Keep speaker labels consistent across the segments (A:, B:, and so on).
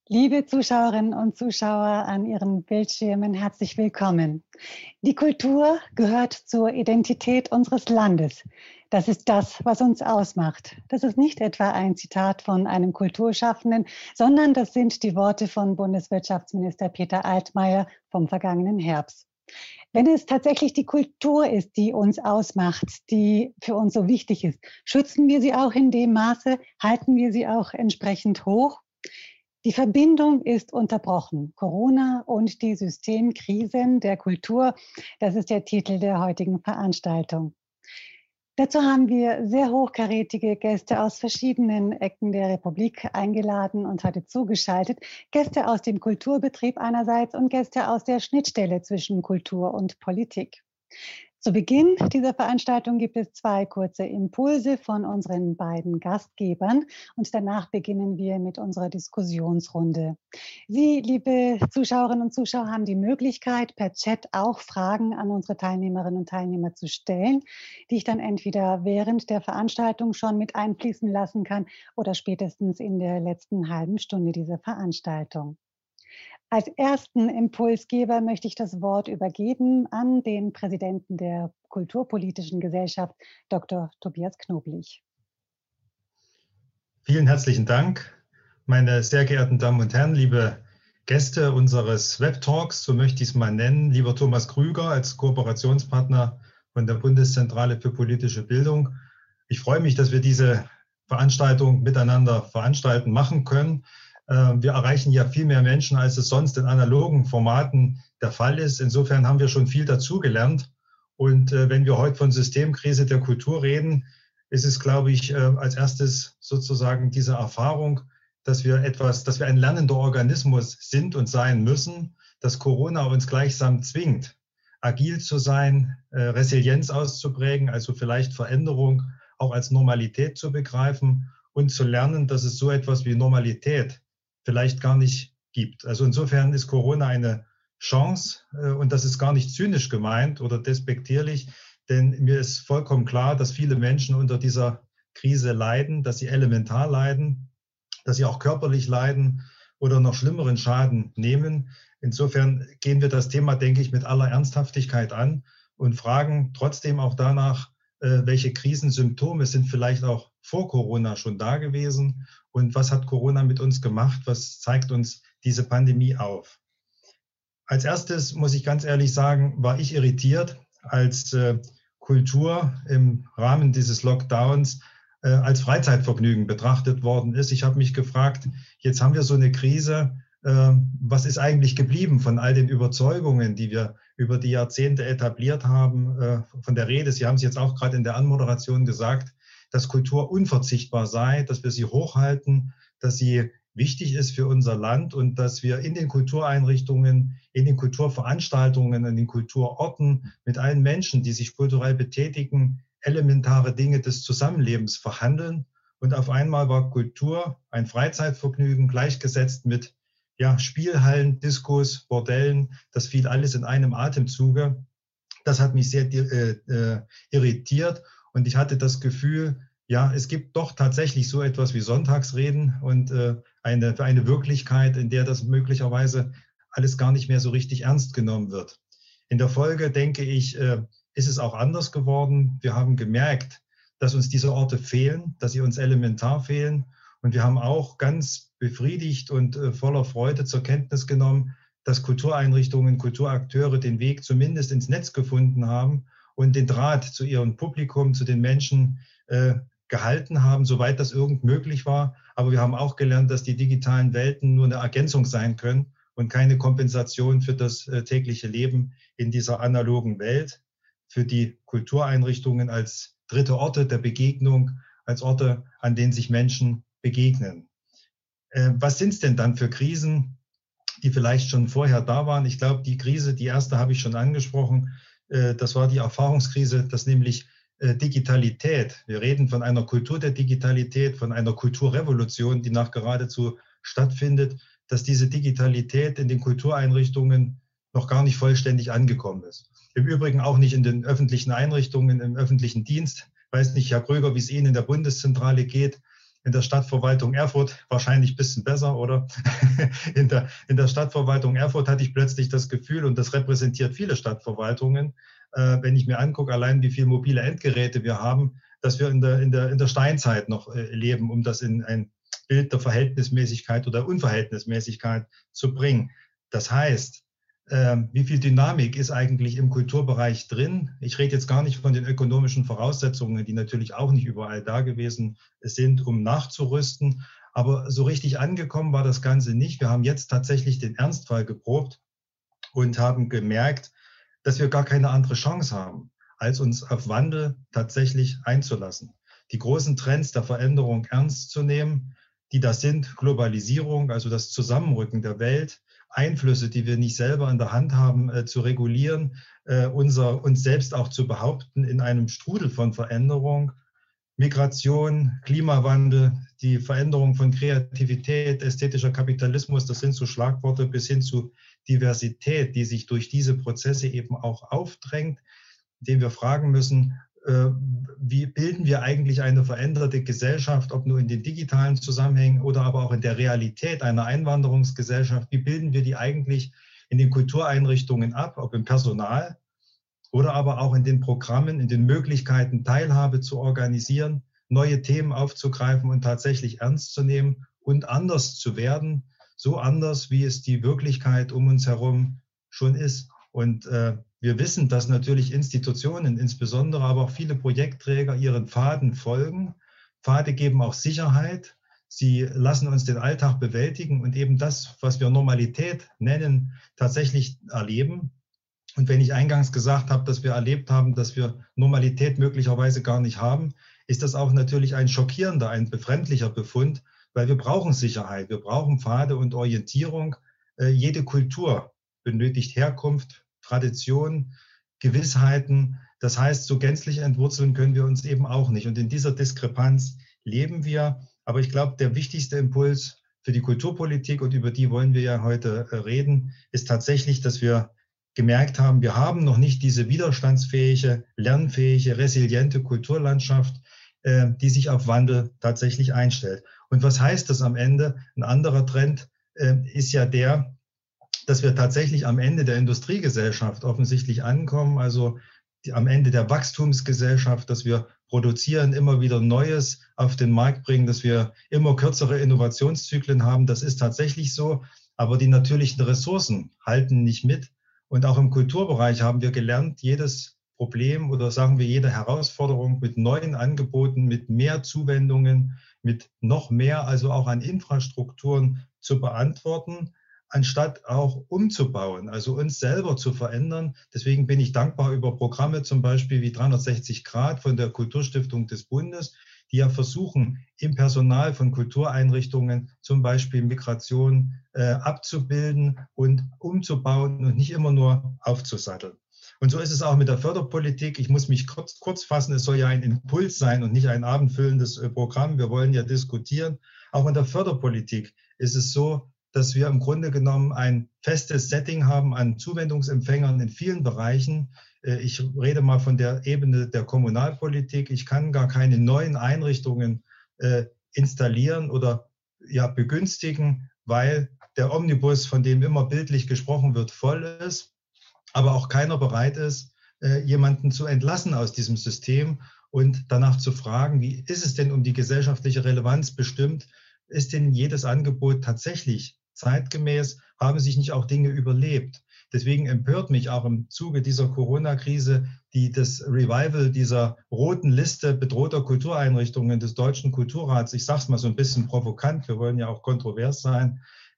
A: Liebe Zuschauerinnen und Zuschauer an Ihren Bildschirmen, herzlich willkommen. Die Kultur gehört zur Identität unseres Landes. Das ist das, was uns ausmacht. Das ist nicht etwa ein Zitat von einem Kulturschaffenden, sondern das sind die Worte von Bundeswirtschaftsminister Peter Altmaier vom vergangenen Herbst. Wenn es tatsächlich die Kultur ist, die uns ausmacht, die für uns so wichtig ist, schützen wir sie auch in dem Maße, halten wir sie auch entsprechend hoch? Die Verbindung ist unterbrochen. Corona und die Systemkrisen der Kultur, das ist der Titel der heutigen Veranstaltung. Dazu haben wir sehr hochkarätige Gäste aus verschiedenen Ecken der Republik eingeladen und heute zugeschaltet. Gäste aus dem Kulturbetrieb einerseits und Gäste aus der Schnittstelle zwischen Kultur und Politik. Zu Beginn dieser Veranstaltung gibt es 2 kurze Impulse von unseren beiden Gastgebern und danach beginnen wir mit unserer Diskussionsrunde. Sie, liebe Zuschauerinnen und Zuschauer, haben die Möglichkeit, per Chat auch Fragen an unsere Teilnehmerinnen und Teilnehmer zu stellen, die ich dann entweder während der Veranstaltung schon mit einfließen lassen kann oder spätestens in der letzten halben Stunde dieser Veranstaltung. Als ersten Impulsgeber möchte ich das Wort übergeben an den Präsidenten der Kulturpolitischen Gesellschaft, Dr. Tobias Knoblich.
B: Vielen herzlichen Dank, meine sehr geehrten Damen und Herren, liebe Gäste unseres Webtalks, so möchte ich es mal nennen, lieber Thomas Krüger als Kooperationspartner von der Bundeszentrale für politische Bildung. Ich freue mich, dass wir diese Veranstaltung miteinander veranstalten machen können. Wir erreichen ja viel mehr Menschen, als es sonst in analogen Formaten der Fall ist. Insofern haben wir schon viel dazugelernt. Und wenn wir heute von Systemkrise der Kultur reden, ist es, glaube ich, als erstes sozusagen diese Erfahrung, dass wir ein lernender Organismus sind und sein müssen, dass Corona uns gleichsam zwingt, agil zu sein, Resilienz auszuprägen, also vielleicht Veränderung auch als Normalität zu begreifen und zu lernen, dass es so etwas wie Normalität vielleicht gar nicht gibt. Also insofern ist Corona eine Chance und das ist gar nicht zynisch gemeint oder despektierlich, denn mir ist vollkommen klar, dass viele Menschen unter dieser Krise leiden, dass sie elementar leiden, dass sie auch körperlich leiden oder noch schlimmeren Schaden nehmen. Insofern gehen wir das Thema, denke ich, mit aller Ernsthaftigkeit an und fragen trotzdem auch danach, welche Krisensymptome sind vielleicht auch vor Corona schon da gewesen und was hat Corona mit uns gemacht, was zeigt uns diese Pandemie auf. Als erstes muss ich ganz ehrlich sagen, war ich irritiert, als Kultur im Rahmen dieses Lockdowns als Freizeitvergnügen betrachtet worden ist. Ich habe mich gefragt, jetzt haben wir so eine Krise, was ist eigentlich geblieben von all den Überzeugungen, die wir über die Jahrzehnte etabliert haben, von der Rede. Sie haben es jetzt auch gerade in der Anmoderation gesagt, dass Kultur unverzichtbar sei, dass wir sie hochhalten, dass sie wichtig ist für unser Land und dass wir in den Kultureinrichtungen, in den Kulturveranstaltungen, in den Kulturorten mit allen Menschen, die sich kulturell betätigen, elementare Dinge des Zusammenlebens verhandeln. Und auf einmal war Kultur ein Freizeitvergnügen gleichgesetzt mit Spielhallen, Diskos, Bordellen. Das fiel alles in einem Atemzuge. Das hat mich sehr irritiert und ich hatte das Gefühl, es gibt doch tatsächlich so etwas wie Sonntagsreden und eine Wirklichkeit, in der das möglicherweise alles gar nicht mehr so richtig ernst genommen wird. In der Folge, denke ich, ist es auch anders geworden. Wir haben gemerkt, dass uns diese Orte fehlen, dass sie uns elementar fehlen. Und wir haben auch ganz befriedigt und voller Freude zur Kenntnis genommen, dass Kultureinrichtungen, Kulturakteure den Weg zumindest ins Netz gefunden haben und den Draht zu ihrem Publikum, zu den Menschen gehalten haben, soweit das irgend möglich war. Aber wir haben auch gelernt, dass die digitalen Welten nur eine Ergänzung sein können und keine Kompensation für das tägliche Leben in dieser analogen Welt, für die Kultureinrichtungen als dritte Orte der Begegnung, als Orte, an denen sich Menschen begegnen. Was sind es denn dann für Krisen, die vielleicht schon vorher da waren? Ich glaube, die Krise, die erste habe ich schon angesprochen, das war die Erfahrungskrise, dass nämlich Digitalität, wir reden von einer Kultur der Digitalität, von einer Kulturrevolution, die nach geradezu stattfindet, dass diese Digitalität in den Kultureinrichtungen noch gar nicht vollständig angekommen ist. Im Übrigen auch nicht in den öffentlichen Einrichtungen, im öffentlichen Dienst. Ich weiß nicht, Herr Krüger, wie es Ihnen in der Bundeszentrale geht. in der Stadtverwaltung Erfurt, wahrscheinlich ein bisschen besser, oder? In der Stadtverwaltung Erfurt hatte ich plötzlich das Gefühl, und das repräsentiert viele Stadtverwaltungen, wenn ich mir angucke, allein wie viele mobile Endgeräte wir haben, dass wir in der Steinzeit noch leben, um das in ein Bild der Verhältnismäßigkeit oder Unverhältnismäßigkeit zu bringen. Das heißt, wie viel Dynamik ist eigentlich im Kulturbereich drin? Ich rede jetzt gar nicht von den ökonomischen Voraussetzungen, die natürlich auch nicht überall da gewesen sind, um nachzurüsten. Aber so richtig angekommen war das Ganze nicht. Wir haben jetzt tatsächlich den Ernstfall geprobt und haben gemerkt, dass wir gar keine andere Chance haben, als uns auf Wandel tatsächlich einzulassen. Die großen Trends der Veränderung ernst zu nehmen, die das sind: Globalisierung, also das Zusammenrücken der Welt, Einflüsse, die wir nicht selber in der Hand haben, zu regulieren, uns selbst auch zu behaupten in einem Strudel von Veränderung, Migration, Klimawandel, die Veränderung von Kreativität, ästhetischer Kapitalismus, das sind so Schlagworte, bis hin zu Diversität, die sich durch diese Prozesse eben auch aufdrängt, indem wir fragen müssen, wie bilden wir eigentlich eine veränderte Gesellschaft, ob nur in den digitalen Zusammenhängen oder aber auch in der Realität einer Einwanderungsgesellschaft, wie bilden wir die eigentlich in den Kultureinrichtungen ab, ob im Personal oder aber auch in den Programmen, in den Möglichkeiten, Teilhabe zu organisieren, neue Themen aufzugreifen und tatsächlich ernst zu nehmen und anders zu werden, so anders, wie es die Wirklichkeit um uns herum schon ist. Und wir wissen, dass natürlich Institutionen, insbesondere aber auch viele Projektträger, ihren Pfaden folgen. Pfade geben auch Sicherheit. Sie lassen uns den Alltag bewältigen und eben das, was wir Normalität nennen, tatsächlich erleben. Und wenn ich eingangs gesagt habe, dass wir erlebt haben, dass wir Normalität möglicherweise gar nicht haben, ist das auch natürlich ein schockierender, ein befremdlicher Befund, weil wir brauchen Sicherheit, wir brauchen Pfade und Orientierung. Jede Kultur benötigt Herkunft, Tradition, Gewissheiten. Das heißt, so gänzlich entwurzeln können wir uns eben auch nicht. Und in dieser Diskrepanz leben wir. Aber ich glaube, der wichtigste Impuls für die Kulturpolitik, und über die wollen wir ja heute reden, ist tatsächlich, dass wir gemerkt haben, wir haben noch nicht diese widerstandsfähige, lernfähige, resiliente Kulturlandschaft, die sich auf Wandel tatsächlich einstellt. Und was heißt das am Ende? Ein anderer Trend ist ja der, dass wir tatsächlich am Ende der Industriegesellschaft offensichtlich ankommen, also am Ende der Wachstumsgesellschaft, dass wir produzieren, immer wieder Neues auf den Markt bringen, dass wir immer kürzere Innovationszyklen haben. Das ist tatsächlich so, aber die natürlichen Ressourcen halten nicht mit. Und auch im Kulturbereich haben wir gelernt, jedes Problem oder sagen wir jede Herausforderung mit neuen Angeboten, mit mehr Zuwendungen, mit noch mehr, also auch an Infrastrukturen zu beantworten, anstatt auch umzubauen, also uns selber zu verändern. Deswegen bin ich dankbar über Programme zum Beispiel wie 360 Grad von der Kulturstiftung des Bundes, die ja versuchen, im Personal von Kultureinrichtungen zum Beispiel Migration abzubilden und umzubauen und nicht immer nur aufzusatteln. Und so ist es auch mit der Förderpolitik. Ich muss mich kurz fassen, es soll ja ein Impuls sein und nicht ein abendfüllendes Programm. Wir wollen ja diskutieren. Auch in der Förderpolitik ist es so, dass wir im Grunde genommen ein festes Setting haben an Zuwendungsempfängern in vielen Bereichen. Ich rede mal von der Ebene der Kommunalpolitik. Ich kann gar keine neuen Einrichtungen installieren oder ja, begünstigen, weil der Omnibus, von dem immer bildlich gesprochen wird, voll ist, aber auch keiner bereit ist, jemanden zu entlassen aus diesem System und danach zu fragen, wie ist es denn um die gesellschaftliche Relevanz bestimmt? Ist denn jedes Angebot tatsächlich zeitgemäß? Haben sich nicht auch Dinge überlebt? Deswegen empört mich auch im Zuge dieser Corona-Krise das Revival dieser roten Liste bedrohter Kultureinrichtungen des Deutschen Kulturrats. Ich sage es mal so ein bisschen provokant, wir wollen ja auch kontrovers sein,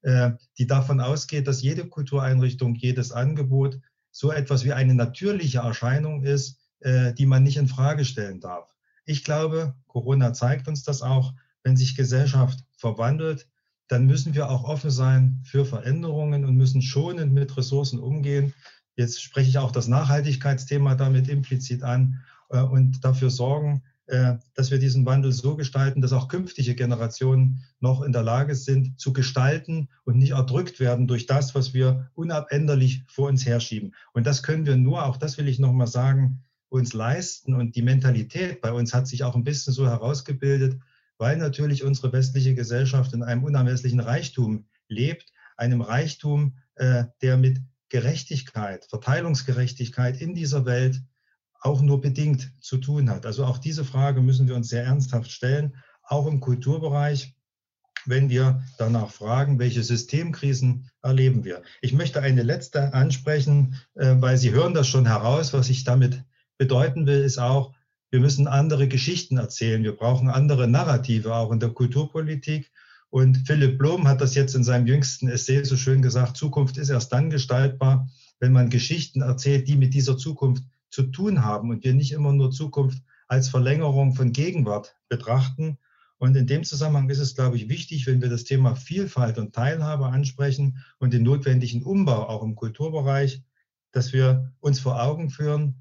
B: die davon ausgeht, dass jede Kultureinrichtung, jedes Angebot so etwas wie eine natürliche Erscheinung ist, die man nicht in Frage stellen darf. Ich glaube, Corona zeigt uns das auch, wenn sich Gesellschaft verwandelt, dann müssen wir auch offen sein für Veränderungen und müssen schonend mit Ressourcen umgehen. Jetzt spreche ich auch das Nachhaltigkeitsthema damit implizit an und dafür sorgen, dass wir diesen Wandel so gestalten, dass auch künftige Generationen noch in der Lage sind, zu gestalten und nicht erdrückt werden durch das, was wir unabänderlich vor uns herschieben. Und das können wir nur, auch das will ich nochmal sagen, uns leisten. Und die Mentalität bei uns hat sich auch ein bisschen so herausgebildet, weil natürlich unsere westliche Gesellschaft in einem unermesslichen Reichtum lebt, einem Reichtum, der mit Gerechtigkeit, Verteilungsgerechtigkeit in dieser Welt auch nur bedingt zu tun hat. Also auch diese Frage müssen wir uns sehr ernsthaft stellen, auch im Kulturbereich, wenn wir danach fragen, welche Systemkrisen erleben wir. Ich möchte eine letzte ansprechen, weil Sie hören das schon heraus. Was ich damit bedeuten will, ist auch, wir müssen andere Geschichten erzählen. Wir brauchen andere Narrative auch in der Kulturpolitik. Und Philipp Blom hat das jetzt in seinem jüngsten Essay so schön gesagt, Zukunft ist erst dann gestaltbar, wenn man Geschichten erzählt, die mit dieser Zukunft zu tun haben und wir nicht immer nur Zukunft als Verlängerung von Gegenwart betrachten. Und in dem Zusammenhang ist es, glaube ich, wichtig, wenn wir das Thema Vielfalt und Teilhabe ansprechen und den notwendigen Umbau auch im Kulturbereich, dass wir uns vor Augen führen,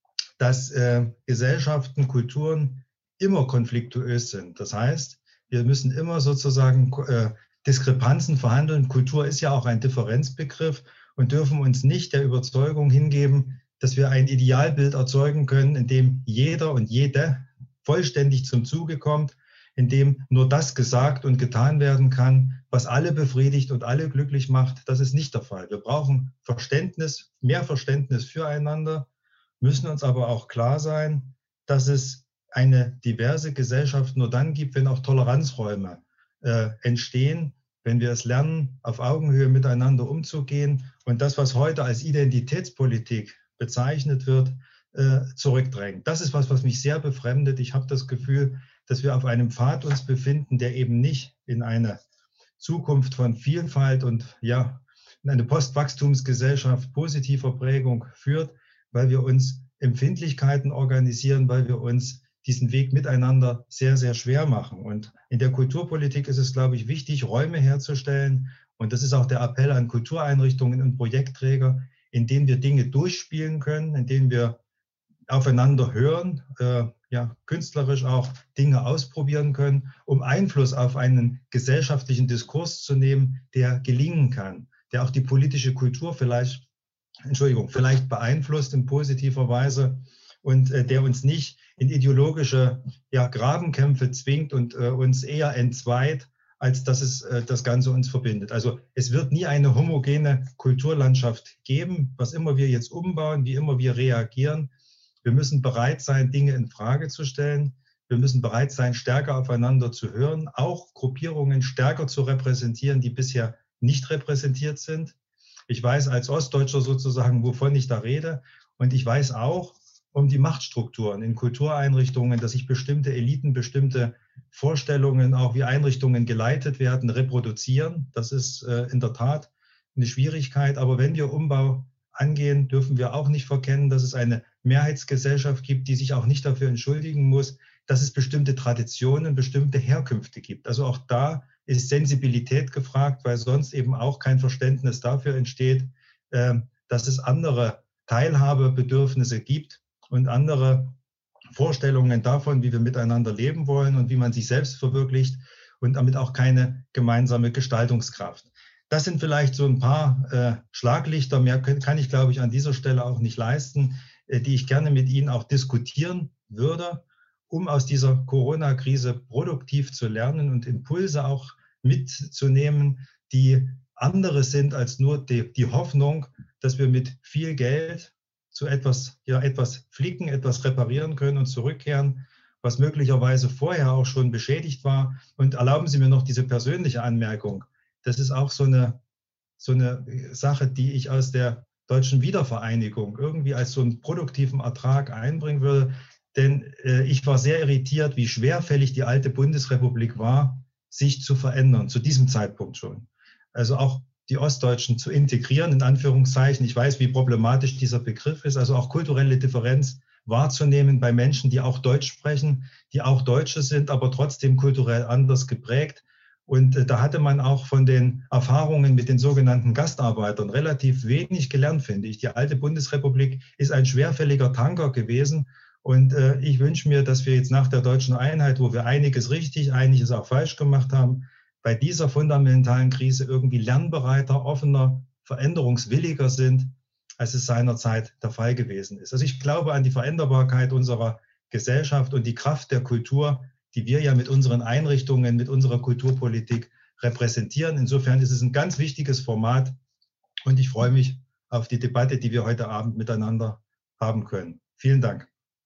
B: dass Gesellschaften, Kulturen immer konfliktuös sind. Das heißt, wir müssen immer sozusagen Diskrepanzen verhandeln. Kultur ist ja auch ein Differenzbegriff und dürfen uns nicht der Überzeugung hingeben, dass wir ein Idealbild erzeugen können, in dem jeder und jede vollständig zum Zuge kommt, in dem nur das gesagt und getan werden kann, was alle befriedigt und alle glücklich macht. Das ist nicht der Fall. Wir brauchen Verständnis, mehr Verständnis füreinander, müssen uns aber auch klar sein, dass es eine diverse Gesellschaft nur dann gibt, wenn auch Toleranzräume entstehen, wenn wir es lernen, auf Augenhöhe miteinander umzugehen und das, was heute als Identitätspolitik bezeichnet wird, zurückdrängen. Das ist was mich sehr befremdet. Ich habe das Gefühl, dass wir auf einem Pfad uns befinden, der eben nicht in eine Zukunft von Vielfalt und ja, in eine Postwachstumsgesellschaft positiver Prägung führt, weil wir uns Empfindlichkeiten organisieren, weil wir uns diesen Weg miteinander sehr, sehr schwer machen. Und in der Kulturpolitik ist es, glaube ich, wichtig, Räume herzustellen. Und das ist auch der Appell an Kultureinrichtungen und Projektträger, in denen wir Dinge durchspielen können, in denen wir aufeinander hören, künstlerisch auch Dinge ausprobieren können, um Einfluss auf einen gesellschaftlichen Diskurs zu nehmen, der gelingen kann, der auch die politische Kultur vielleicht beeinflusst in positiver Weise und der uns nicht in ideologische Grabenkämpfe zwingt und uns eher entzweit, als dass es das Ganze uns verbindet. Also es wird nie eine homogene Kulturlandschaft geben, was immer wir jetzt umbauen, wie immer wir reagieren. Wir müssen bereit sein, Dinge in Frage zu stellen. Wir müssen bereit sein, stärker aufeinander zu hören, auch Gruppierungen stärker zu repräsentieren, die bisher nicht repräsentiert sind. Ich weiß als Ostdeutscher sozusagen, wovon ich da rede. Und ich weiß auch um die Machtstrukturen in Kultureinrichtungen, dass sich bestimmte Eliten, bestimmte Vorstellungen, auch wie Einrichtungen geleitet werden, reproduzieren. Das ist in der Tat eine Schwierigkeit. Aber wenn wir Umbau angehen, dürfen wir auch nicht verkennen, dass es eine Mehrheitsgesellschaft gibt, die sich auch nicht dafür entschuldigen muss, dass es bestimmte Traditionen, bestimmte Herkünfte gibt. Also auch da ist Sensibilität gefragt, weil sonst eben auch kein Verständnis dafür entsteht, dass es andere Teilhabebedürfnisse gibt und andere Vorstellungen davon, wie wir miteinander leben wollen und wie man sich selbst verwirklicht und damit auch keine gemeinsame Gestaltungskraft. Das sind vielleicht so ein paar Schlaglichter, mehr kann ich, glaube ich, an dieser Stelle auch nicht leisten, die ich gerne mit Ihnen auch diskutieren würde, um aus dieser Corona-Krise produktiv zu lernen und Impulse auch mitzunehmen, die andere sind als nur die Hoffnung, dass wir mit viel Geld zu etwas flicken, etwas reparieren können und zurückkehren, was möglicherweise vorher auch schon beschädigt war. Und erlauben Sie mir noch diese persönliche Anmerkung. Das ist auch so eine Sache, die ich aus der deutschen Wiedervereinigung irgendwie als so einen produktiven Ertrag einbringen würde. Denn ich war sehr irritiert, wie schwerfällig die alte Bundesrepublik war, sich zu verändern, zu diesem Zeitpunkt schon. Also auch die Ostdeutschen zu integrieren, in Anführungszeichen. Ich weiß, wie problematisch dieser Begriff ist. Also auch kulturelle Differenz wahrzunehmen bei Menschen, die auch Deutsch sprechen, die auch Deutsche sind, aber trotzdem kulturell anders geprägt. Und da hatte man auch von den Erfahrungen mit den sogenannten Gastarbeitern relativ wenig gelernt, finde ich. Die alte Bundesrepublik ist ein schwerfälliger Tanker gewesen. Und ich wünsche mir, dass wir jetzt nach der deutschen Einheit, wo wir einiges richtig, einiges auch falsch gemacht haben, bei dieser fundamentalen Krise irgendwie lernbereiter, offener, veränderungswilliger sind, als es seinerzeit der Fall gewesen ist. Also ich glaube an die Veränderbarkeit unserer Gesellschaft und die Kraft der Kultur, die wir ja mit unseren Einrichtungen, mit unserer Kulturpolitik repräsentieren. Insofern ist es ein ganz wichtiges Format und ich freue mich auf die Debatte, die wir heute Abend miteinander haben können. Vielen Dank.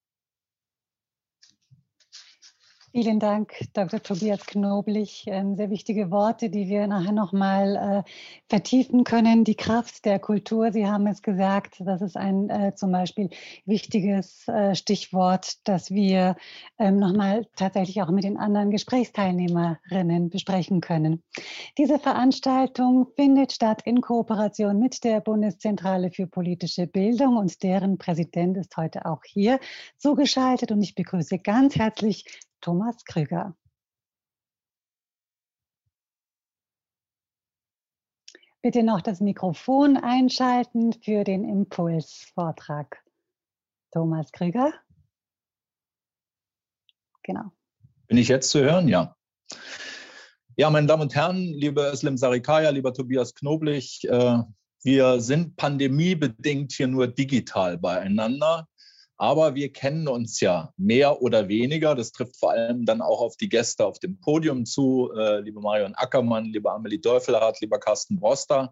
A: Vielen Dank, Dr. Tobias Knoblich. Sehr wichtige Worte, die wir nachher nochmal vertiefen können. Die Kraft der Kultur, Sie haben es gesagt, das ist ein zum Beispiel wichtiges Stichwort, das wir nochmal tatsächlich auch mit den anderen Gesprächsteilnehmerinnen besprechen können. Diese Veranstaltung findet statt in Kooperation mit der Bundeszentrale für politische Bildung und deren Präsident ist heute auch hier zugeschaltet und ich begrüße ganz herzlich Thomas Krüger. Bitte noch das Mikrofon einschalten für den Impulsvortrag. Thomas Krüger. Genau.
C: Bin ich jetzt zu hören? Ja. Ja, meine Damen und Herren, liebe Özlem Sarıkaya, lieber Tobias Knoblich, wir sind pandemiebedingt hier nur digital beieinander. Aber wir kennen uns ja mehr oder weniger. Das trifft vor allem dann auch auf die Gäste auf dem Podium zu. Liebe Marion Ackermann, liebe Amelie Deufelhardt, lieber Carsten Broster.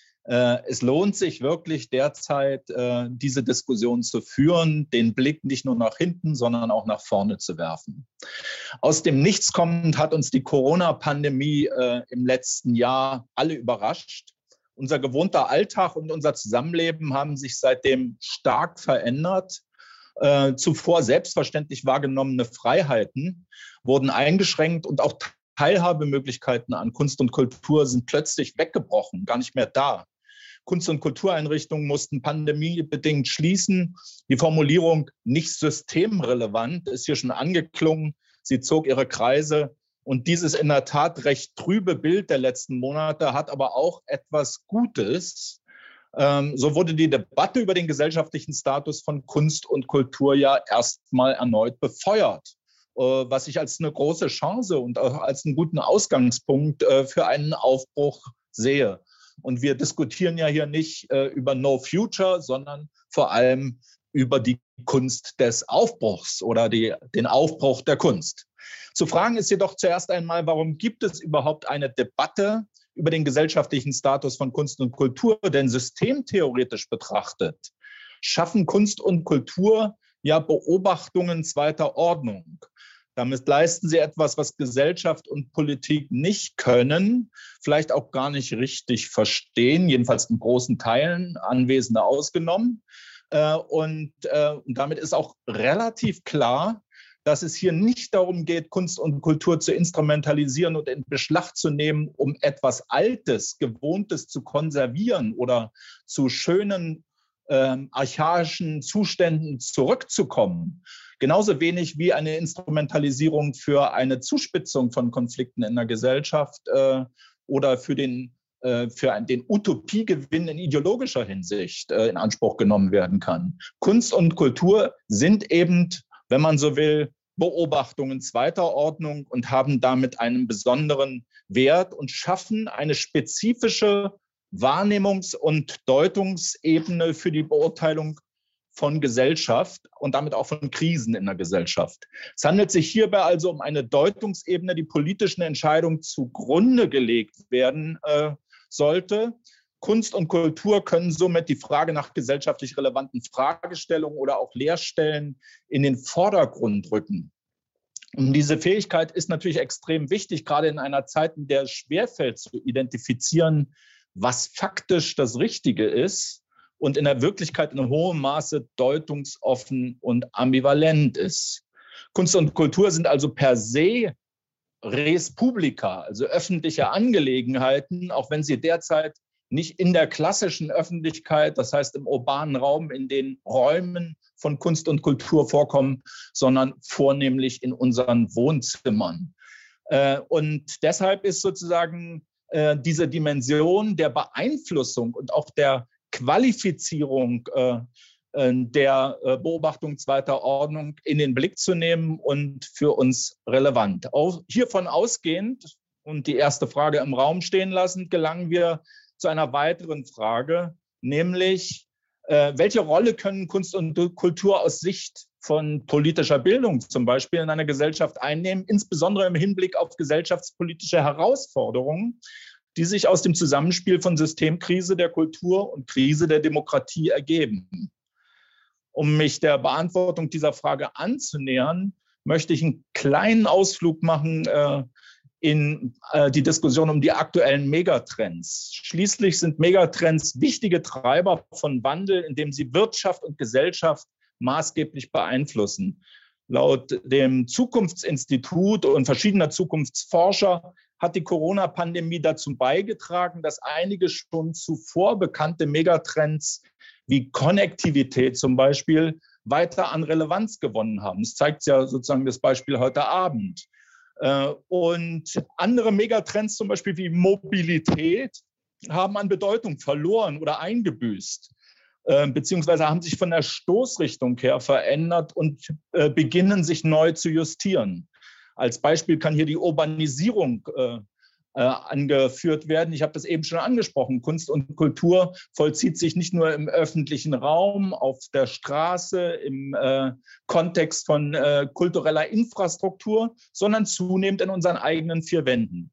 C: Es lohnt sich wirklich derzeit, diese Diskussion zu führen, den Blick nicht nur nach hinten, sondern auch nach vorne zu werfen. Aus dem Nichts kommend hat uns die Corona-Pandemie im letzten Jahr alle überrascht. Unser gewohnter Alltag und unser Zusammenleben haben sich seitdem stark verändert. Zuvor selbstverständlich wahrgenommene Freiheiten wurden eingeschränkt und auch Teilhabemöglichkeiten an Kunst und Kultur sind plötzlich weggebrochen, gar nicht mehr da. Kunst- und Kultureinrichtungen mussten pandemiebedingt schließen. Die Formulierung nicht systemrelevant ist hier schon angeklungen. Sie zog ihre Kreise. Und dieses in der Tat recht trübe Bild der letzten Monate hat aber auch etwas Gutes. So wurde die Debatte über den gesellschaftlichen Status von Kunst und Kultur ja erstmal erneut befeuert, was ich als eine große Chance und auch als einen guten Ausgangspunkt für einen Aufbruch sehe. Und wir diskutieren ja hier nicht über No Future, sondern vor allem über die Kunst des Aufbruchs oder den Aufbruch der Kunst. Zu fragen ist jedoch zuerst einmal, warum gibt es überhaupt eine Debatte über den gesellschaftlichen Status von Kunst und Kultur? Denn systemtheoretisch betrachtet schaffen Kunst und Kultur ja Beobachtungen zweiter Ordnung. Damit leisten sie etwas, was Gesellschaft und Politik nicht können, vielleicht auch gar nicht richtig verstehen, jedenfalls in großen Teilen, Anwesende ausgenommen. Und damit ist auch relativ klar, dass es hier nicht darum geht, Kunst und Kultur zu instrumentalisieren und in Beschlag zu nehmen, um etwas Altes, Gewohntes zu konservieren oder zu schönen archaischen Zuständen zurückzukommen. Genauso wenig wie eine Instrumentalisierung für eine Zuspitzung von Konflikten in der Gesellschaft oder für den Utopiegewinn in ideologischer Hinsicht in Anspruch genommen werden kann. Kunst und Kultur sind eben, wenn man so will, Beobachtungen zweiter Ordnung und haben damit einen besonderen Wert und schaffen eine spezifische Wahrnehmungs- und Deutungsebene für die Beurteilung von Gesellschaft und damit auch von Krisen in der Gesellschaft. Es handelt sich hierbei also um eine Deutungsebene, die politischen Entscheidungen zugrunde gelegt werden sollte. Kunst und Kultur können somit die Frage nach gesellschaftlich relevanten Fragestellungen oder auch Leerstellen in den Vordergrund rücken. Und diese Fähigkeit ist natürlich extrem wichtig, gerade in einer Zeit, in der es schwerfällt zu identifizieren, was faktisch das Richtige ist und in der Wirklichkeit in hohem Maße deutungsoffen und ambivalent ist. Kunst und Kultur sind also per se res publica, also öffentliche Angelegenheiten, auch wenn sie derzeit nicht in der klassischen Öffentlichkeit, das heißt im urbanen Raum, in den Räumen von Kunst und Kultur vorkommen, sondern vornehmlich in unseren Wohnzimmern. Und deshalb ist sozusagen diese Dimension der Beeinflussung und auch der Qualifizierung der Beobachtung zweiter Ordnung in den Blick zu nehmen und für uns relevant. Auch hiervon ausgehend und die erste Frage im Raum stehen lassend, gelangen wir zu einer weiteren Frage, nämlich Welche Rolle können Kunst und Kultur aus Sicht von politischer Bildung zum Beispiel in einer Gesellschaft einnehmen, insbesondere im Hinblick auf gesellschaftspolitische Herausforderungen, die sich aus dem Zusammenspiel von Systemkrise der Kultur und Krise der Demokratie ergeben? Um mich der Beantwortung dieser Frage anzunähern, möchte ich einen kleinen Ausflug machen in die Diskussion um die aktuellen Megatrends. Schließlich sind Megatrends wichtige Treiber von Wandel, indem sie Wirtschaft und Gesellschaft maßgeblich beeinflussen. Laut dem Zukunftsinstitut und verschiedener Zukunftsforscher hat die Corona-Pandemie dazu beigetragen, dass einige schon zuvor bekannte Megatrends wie Konnektivität zum Beispiel weiter an Relevanz gewonnen haben. Das zeigt ja sozusagen das Beispiel heute Abend. Und andere Megatrends, zum Beispiel wie Mobilität, haben an Bedeutung verloren oder eingebüßt, beziehungsweise haben sich von der Stoßrichtung her verändert und beginnen sich neu zu justieren. Als Beispiel kann hier die Urbanisierung angeführt werden. Ich habe das eben schon angesprochen. Kunst und Kultur vollzieht sich nicht nur im öffentlichen Raum, auf der Straße, im Kontext von kultureller Infrastruktur, sondern zunehmend in unseren eigenen vier Wänden.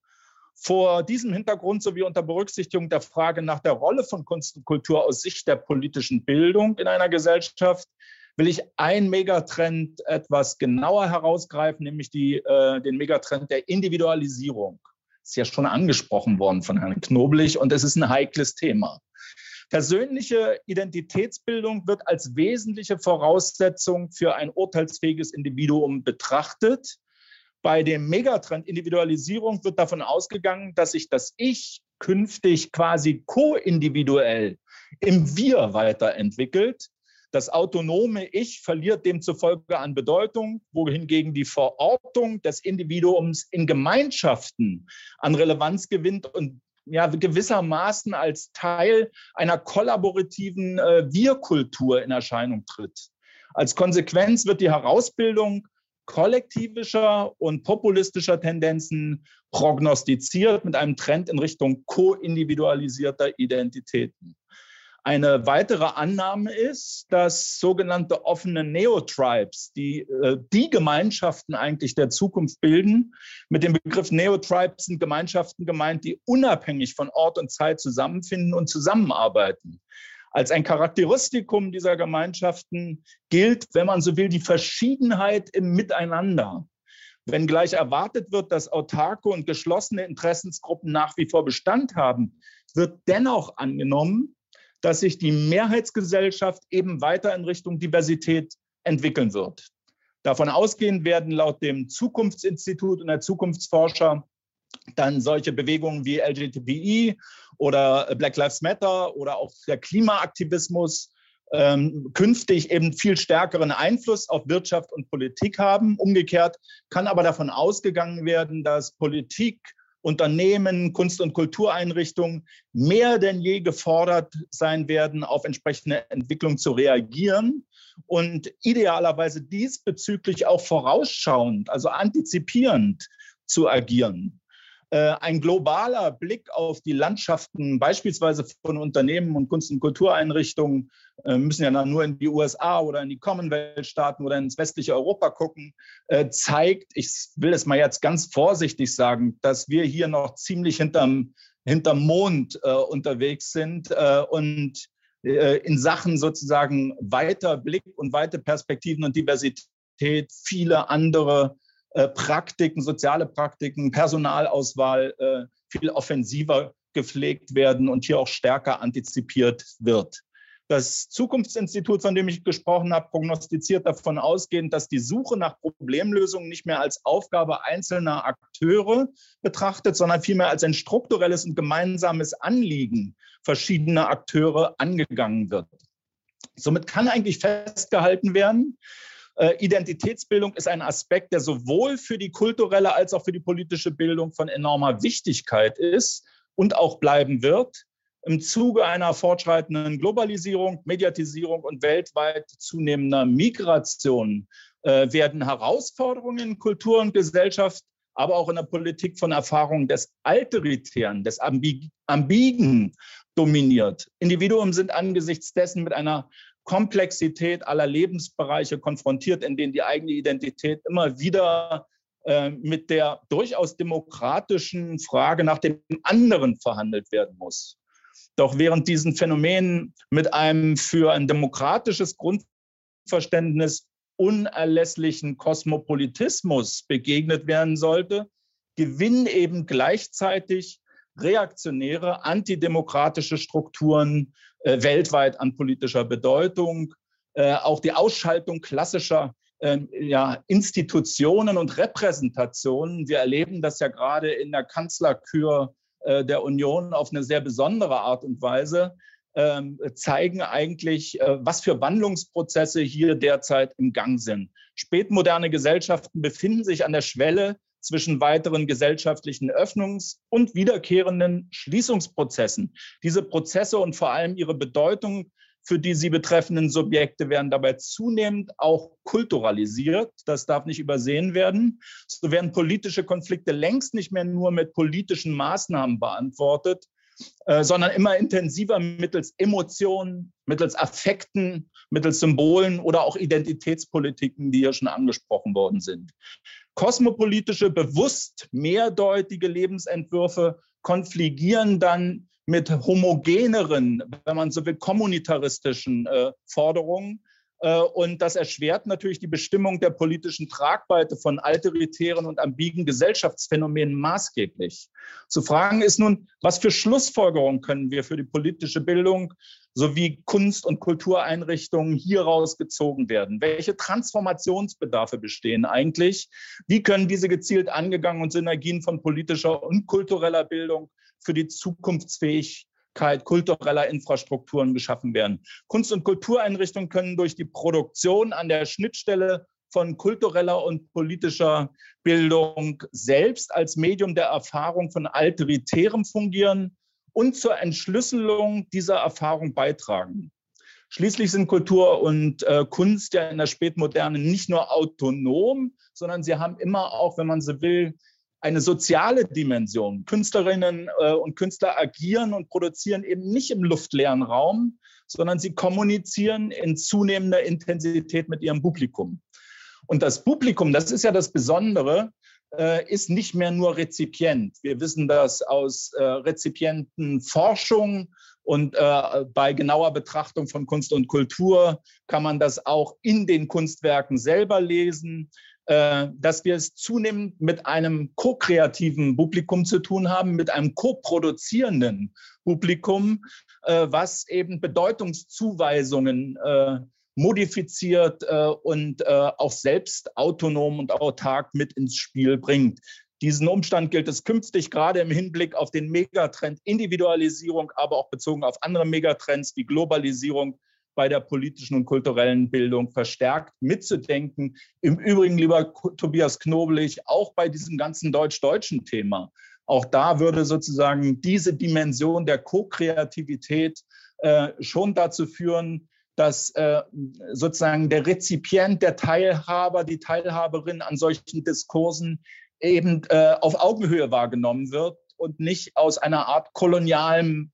C: Vor diesem Hintergrund sowie unter Berücksichtigung der Frage nach der Rolle von Kunst und Kultur aus Sicht der politischen Bildung in einer Gesellschaft will ich einen Megatrend etwas genauer herausgreifen, nämlich den Megatrend der Individualisierung. Ist ja schon angesprochen worden von Herrn Knoblich und es ist ein heikles Thema. Persönliche Identitätsbildung wird als wesentliche Voraussetzung für ein urteilsfähiges Individuum betrachtet. Bei dem Megatrend Individualisierung wird davon ausgegangen, dass sich das Ich künftig quasi ko-individuell im Wir weiterentwickelt. Das autonome Ich verliert demzufolge an Bedeutung, wohingegen die Verortung des Individuums in Gemeinschaften an Relevanz gewinnt und ja, gewissermaßen als Teil einer kollaborativen Wir-Kultur in Erscheinung tritt. Als Konsequenz wird die Herausbildung kollektivischer und populistischer Tendenzen prognostiziert mit einem Trend in Richtung ko-individualisierter Identitäten. Eine weitere Annahme ist, dass sogenannte offene Neotribes, die Gemeinschaften eigentlich der Zukunft bilden. Mit dem Begriff Neotribes sind Gemeinschaften gemeint, die unabhängig von Ort und Zeit zusammenfinden und zusammenarbeiten. Als ein Charakteristikum dieser Gemeinschaften gilt, wenn man so will, die Verschiedenheit im Miteinander. Wenngleich erwartet wird, dass autarke und geschlossene Interessensgruppen nach wie vor Bestand haben, wird dennoch angenommen, dass sich die Mehrheitsgesellschaft eben weiter in Richtung Diversität entwickeln wird. Davon ausgehend werden laut dem Zukunftsinstitut und der Zukunftsforscher dann solche Bewegungen wie LGBTI oder Black Lives Matter oder auch der Klimaaktivismus künftig eben viel stärkeren Einfluss auf Wirtschaft und Politik haben. Umgekehrt kann aber davon ausgegangen werden, dass Politik, Unternehmen, Kunst- und Kultureinrichtungen mehr denn je gefordert sein werden, auf entsprechende Entwicklung zu reagieren und idealerweise diesbezüglich auch vorausschauend, also antizipierend zu agieren. Ein globaler Blick auf die Landschaften beispielsweise von Unternehmen und Kunst- und Kultureinrichtungen, müssen ja nur in die USA oder in die Commonwealth-Staaten oder ins westliche Europa gucken, zeigt, ich will es mal jetzt ganz vorsichtig sagen, dass wir hier noch ziemlich hinterm Mond unterwegs sind und in Sachen sozusagen weiter Blick und weite Perspektiven und Diversität viele andere Praktiken, soziale Praktiken, Personalauswahl viel offensiver gepflegt werden und hier auch stärker antizipiert wird. Das Zukunftsinstitut, von dem ich gesprochen habe, prognostiziert davon ausgehend, dass die Suche nach Problemlösungen nicht mehr als Aufgabe einzelner Akteure betrachtet, sondern vielmehr als ein strukturelles und gemeinsames Anliegen verschiedener Akteure angegangen wird. Somit kann eigentlich festgehalten werden, Identitätsbildung ist ein Aspekt, der sowohl für die kulturelle als auch für die politische Bildung von enormer Wichtigkeit ist und auch bleiben wird. Im Zuge einer fortschreitenden Globalisierung, Mediatisierung und weltweit zunehmender Migration werden Herausforderungen in Kultur und Gesellschaft aber auch in der Politik von Erfahrungen des Alteritären, des Ambigen dominiert. Individuen sind angesichts dessen mit einer Komplexität aller Lebensbereiche konfrontiert, in denen die eigene Identität immer wieder mit der durchaus demokratischen Frage nach dem anderen verhandelt werden muss. Doch während diesen Phänomenen mit einem für ein demokratisches Grundverständnis unerlässlichen Kosmopolitismus begegnet werden sollte, gewinnen eben gleichzeitig reaktionäre, antidemokratische Strukturen weltweit an politischer Bedeutung. Auch die Ausschaltung klassischer Institutionen und Repräsentationen. Wir erleben das ja gerade in der Kanzlerkür der Union auf eine sehr besondere Art und Weise, zeigen eigentlich, was für Wandlungsprozesse hier derzeit im Gang sind. Spätmoderne Gesellschaften befinden sich an der Schwelle zwischen weiteren gesellschaftlichen Öffnungs- und wiederkehrenden Schließungsprozessen. Diese Prozesse und vor allem ihre Bedeutung für die sie betreffenden Subjekte werden dabei zunehmend auch kulturalisiert. Das darf nicht übersehen werden. So werden politische Konflikte längst nicht mehr nur mit politischen Maßnahmen beantwortet, sondern immer intensiver mittels Emotionen, mittels Affekten, mittels Symbolen oder auch Identitätspolitiken, die hier schon angesprochen worden sind. Kosmopolitische, bewusst mehrdeutige Lebensentwürfe konfligieren dann mit homogeneren, wenn man so will, kommunitaristischen Forderungen. Und das erschwert natürlich die Bestimmung der politischen Tragweite von alteritären und ambigen Gesellschaftsphänomenen maßgeblich. Zu fragen ist nun, was für Schlussfolgerungen können wir für die politische Bildung sowie Kunst- und Kultureinrichtungen hieraus gezogen werden? Welche Transformationsbedarfe bestehen eigentlich? Wie können diese gezielt angegangen und Synergien von politischer und kultureller Bildung für die Zukunftsfähigkeit kultureller Infrastrukturen geschaffen werden? Kunst- und Kultureinrichtungen können durch die Produktion an der Schnittstelle von kultureller und politischer Bildung selbst als Medium der Erfahrung von Alteritärem fungieren und zur Entschlüsselung dieser Erfahrung beitragen. Schließlich sind Kultur und Kunst ja in der Spätmoderne nicht nur autonom, sondern sie haben immer auch, wenn man so will, eine soziale Dimension. Künstlerinnen und Künstler agieren und produzieren eben nicht im luftleeren Raum, sondern sie kommunizieren in zunehmender Intensität mit ihrem Publikum. Und das Publikum, das ist ja das Besondere, ist nicht mehr nur Rezipient. Wir wissen das aus Rezipientenforschung und bei genauer Betrachtung von Kunst und Kultur kann man das auch in den Kunstwerken selber lesen, dass wir es zunehmend mit einem ko-kreativen Publikum zu tun haben, mit einem ko-produzierenden Publikum, was eben Bedeutungszuweisungen modifiziert und auch selbst autonom und autark mit ins Spiel bringt. Diesen Umstand gilt es künftig gerade im Hinblick auf den Megatrend Individualisierung, aber auch bezogen auf andere Megatrends wie Globalisierung bei der politischen und kulturellen Bildung verstärkt mitzudenken. Im Übrigen, lieber Tobias Knoblich, auch bei diesem ganzen deutsch-deutschen Thema. Auch da würde sozusagen diese Dimension der Ko-Kreativität schon dazu führen, dass sozusagen der Rezipient, der Teilhaber, die Teilhaberin an solchen Diskursen eben auf Augenhöhe wahrgenommen wird und nicht aus einer Art kolonialem,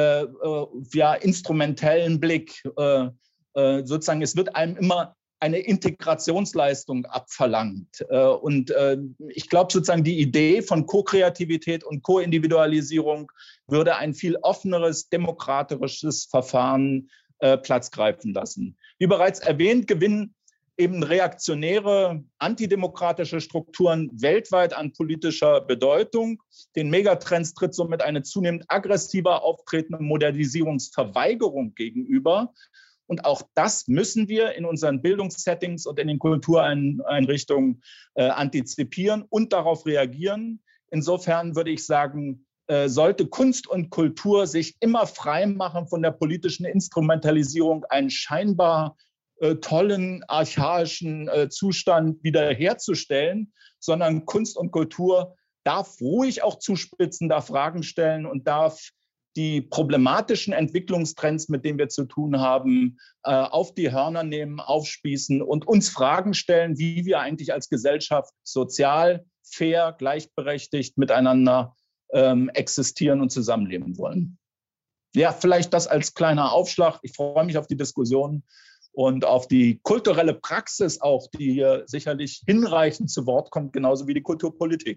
C: instrumentellen Blick. Sozusagen, es wird einem immer eine Integrationsleistung abverlangt. Und ich glaube sozusagen, die Idee von Ko-Kreativität und Ko-Individualisierung würde ein viel offeneres, demokratisches Verfahren Platz greifen lassen. Wie bereits erwähnt, gewinnen eben reaktionäre, antidemokratische Strukturen weltweit an politischer Bedeutung. Den Megatrends tritt somit eine zunehmend aggressiver auftretende Modernisierungsverweigerung gegenüber. Und auch das müssen wir in unseren Bildungssettings und in den Kultureinrichtungen antizipieren und darauf reagieren. Insofern würde ich sagen, sollte Kunst und Kultur sich immer frei machen von der politischen Instrumentalisierung, einen scheinbar tollen, archaischen Zustand wiederherzustellen, sondern Kunst und Kultur darf ruhig auch zuspitzen, darf Fragen stellen und darf die problematischen Entwicklungstrends, mit denen wir zu tun haben, auf die Hörner nehmen, aufspießen und uns Fragen stellen, wie wir eigentlich als Gesellschaft sozial, fair, gleichberechtigt miteinander existieren und zusammenleben wollen. Ja, vielleicht das als kleiner Aufschlag. Ich freue mich auf die Diskussion und auf die kulturelle Praxis auch, die hier sicherlich hinreichend zu Wort kommt, genauso wie die Kulturpolitik.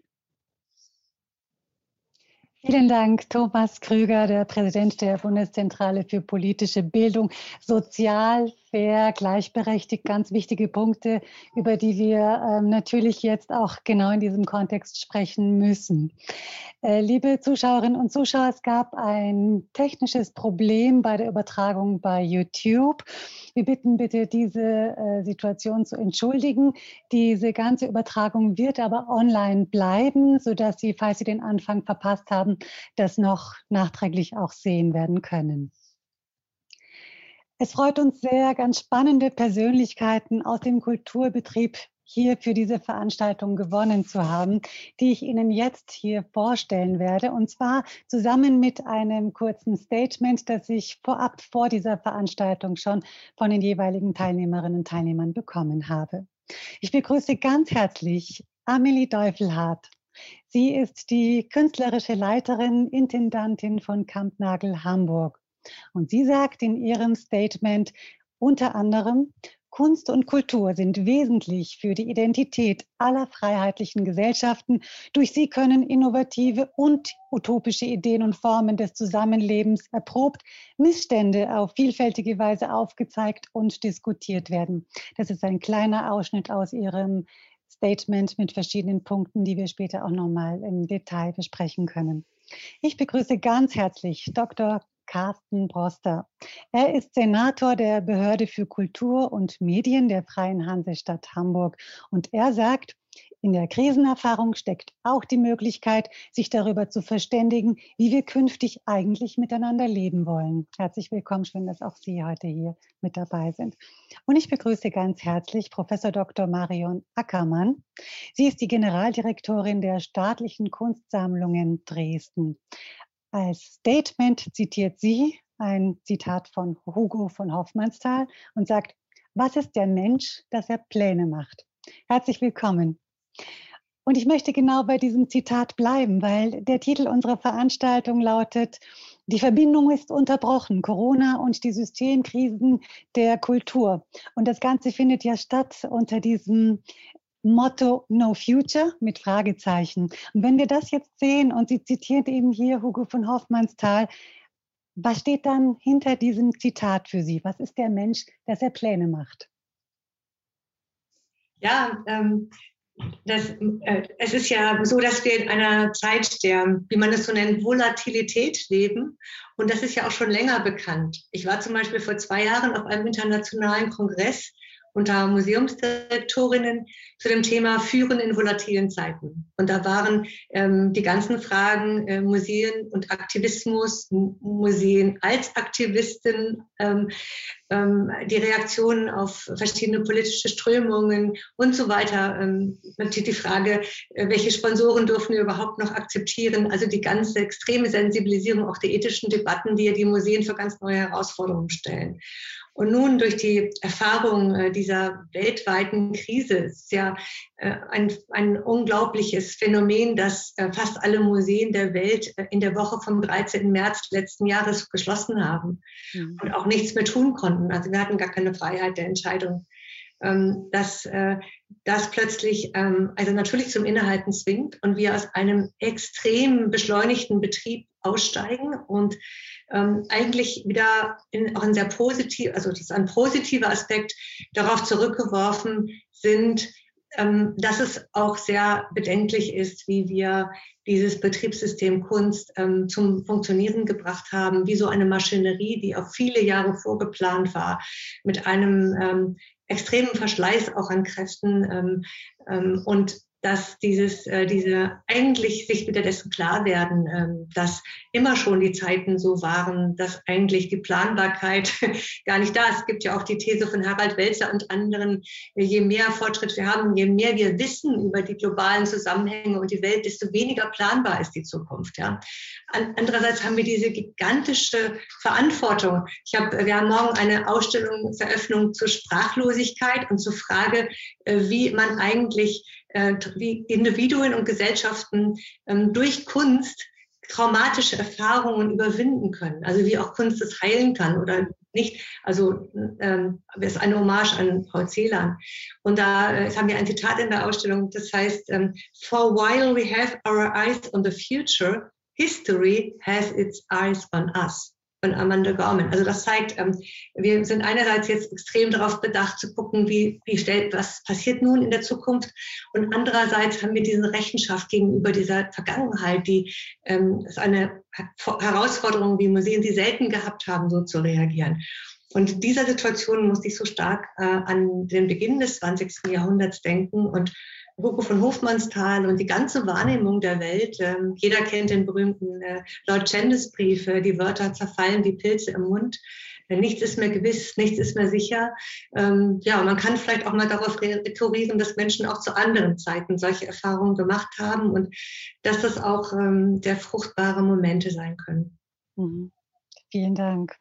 A: Vielen Dank, Thomas Krüger, der Präsident der Bundeszentrale für politische Bildung. Sozial, fair, gleichberechtigt, ganz wichtige Punkte, über die wir natürlich jetzt auch genau in diesem Kontext sprechen müssen. Liebe Zuschauerinnen und Zuschauer, es gab ein technisches Problem bei der Übertragung bei YouTube. Wir bitten bitte, diese Situation zu entschuldigen. Diese ganze Übertragung wird aber online bleiben, sodass Sie, falls Sie den Anfang verpasst haben, das noch nachträglich auch sehen werden können. Es freut uns sehr, ganz spannende Persönlichkeiten aus dem Kulturbetrieb hier für diese Veranstaltung gewonnen zu haben, die ich Ihnen jetzt hier vorstellen werde. Und zwar zusammen mit einem kurzen Statement, das ich vorab vor dieser Veranstaltung schon von den jeweiligen Teilnehmerinnen und Teilnehmern bekommen habe. Ich begrüße ganz herzlich Amelie Deufelhardt. Sie ist die künstlerische Leiterin, Intendantin von Kampnagel Hamburg. Und sie sagt in ihrem Statement unter anderem: Kunst und Kultur sind wesentlich für die Identität aller freiheitlichen Gesellschaften. Durch sie können innovative und utopische Ideen und Formen des Zusammenlebens erprobt, Missstände auf vielfältige Weise aufgezeigt und diskutiert werden. Das ist ein kleiner Ausschnitt aus ihrem Statement mit verschiedenen Punkten, die wir später auch nochmal im Detail besprechen können. Ich begrüße ganz herzlich Dr. Carsten Broster. Er ist Senator der Behörde für Kultur und Medien der Freien Hansestadt Hamburg. Und er sagt, in der Krisenerfahrung steckt auch die Möglichkeit, sich darüber zu verständigen, wie wir künftig eigentlich miteinander leben wollen. Herzlich willkommen, schön, dass auch Sie heute hier mit dabei sind. Und ich begrüße ganz herzlich Professor Dr. Marion Ackermann. Sie ist die Generaldirektorin der Staatlichen Kunstsammlungen Dresden. Als Statement zitiert sie ein Zitat von Hugo von Hofmannsthal und sagt: Was ist der Mensch, dass er Pläne macht? Herzlich willkommen. Und ich möchte genau bei diesem Zitat bleiben, weil der Titel unserer Veranstaltung lautet: Die Verbindung ist unterbrochen, Corona und die Systemkrisen der Kultur. Und das Ganze findet ja statt unter diesem Motto No Future mit Fragezeichen. Und wenn wir das jetzt sehen, und sie zitiert eben hier Hugo von Hofmannsthal, was steht dann hinter diesem Zitat für Sie? Was ist der Mensch, dass er Pläne macht?
D: Ja, es ist ja so, dass wir in einer Zeit der, wie man es so nennt, Volatilität leben. Und das ist ja auch schon länger bekannt. Ich war zum Beispiel vor 2 Jahren auf einem internationalen Kongress unter Museumsdirektorinnen zu dem Thema Führen in volatilen Zeiten. Und da waren die ganzen Fragen Museen und Aktivismus, Museen als Aktivisten, die Reaktionen auf verschiedene politische Strömungen und so weiter. Natürlich die Frage, welche Sponsoren dürfen wir überhaupt noch akzeptieren? Also die ganze extreme Sensibilisierung auch der ethischen Debatten, die ja die Museen für ganz neue Herausforderungen stellen. Und nun durch die Erfahrung dieser weltweiten Krise ist ja ein unglaubliches Phänomen, dass fast alle Museen der Welt in der Woche vom 13. März letzten Jahres geschlossen haben und auch nichts mehr tun konnten. Also wir hatten gar keine Freiheit der Entscheidung. Dass das plötzlich also natürlich zum Innehalten zwingt und wir aus einem extrem beschleunigten Betrieb aussteigen und eigentlich wieder auch ein sehr positiv, also das ist ein positiver Aspekt, darauf zurückgeworfen sind, dass es auch sehr bedenklich ist, wie wir dieses Betriebssystem Kunst zum Funktionieren gebracht haben, wie so eine Maschinerie, die auf viele Jahre vorgeplant war, mit einem extremen Verschleiß auch an Kräften und dass diese eigentlich sich wieder dessen klar werden, dass immer schon die Zeiten so waren, dass eigentlich die Planbarkeit gar nicht da ist. Es gibt ja auch die These von Harald Welzer und anderen, je mehr Fortschritt wir haben, je mehr wir wissen über die globalen Zusammenhänge und die Welt, desto weniger planbar ist die Zukunft. Ja? andererseits haben wir diese gigantische Verantwortung. Wir haben morgen eine Ausstellungseröffnung zur Sprachlosigkeit und zur Frage, wie man eigentlich, wie Individuen und Gesellschaften durch Kunst traumatische Erfahrungen überwinden können. Also wie auch Kunst es heilen kann oder nicht. Also es ist eine Hommage an Paul Celan. Und da haben wir ein Zitat in der Ausstellung, das heißt, For while we have our eyes on the future, history has its eyes on us. Von Amanda Gorman. Also das zeigt, wir sind einerseits jetzt extrem darauf bedacht zu gucken, was passiert nun in der Zukunft, und andererseits haben wir diese Rechenschaft gegenüber dieser Vergangenheit, die ist eine Herausforderung, wie Museen sie selten gehabt haben, so zu reagieren. Und in dieser Situation musste ich so stark an den Beginn des 20. Jahrhunderts denken und Hugo von Hofmannsthal und die ganze Wahrnehmung der Welt. Jeder kennt den berühmten Lord Chandos Brief, die Wörter zerfallen wie Pilze im Mund. Nichts ist mehr gewiss, nichts ist mehr sicher. Man kann vielleicht auch mal darauf rekurrieren, dass Menschen auch zu anderen Zeiten solche Erfahrungen gemacht haben und dass das auch sehr fruchtbare Momente sein können.
A: Mhm. Vielen Dank.